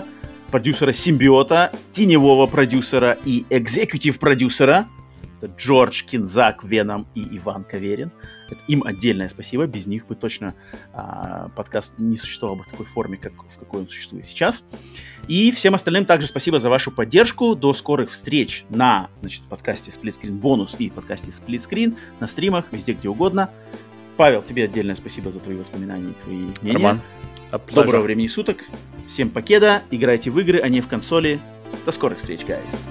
продюсера Симбиота, теневого продюсера и экзекутив-продюсера. Это Джордж Кинзак, Веном и Иван Каверин. Это им отдельное спасибо. Без них бы точно а, подкаст не существовал бы в такой форме, как, в какой он существует сейчас. И всем остальным также спасибо за вашу поддержку. До скорых встреч на, значит, подкасте Сплитскрин Бонус и подкасте Сплитскрин, на стримах, везде, где угодно. Павел, тебе отдельное спасибо за твои воспоминания и твои мнения. Роман, доброго времени суток. Всем покеда. Играйте в игры, а не в консоли. До скорых встреч, guys.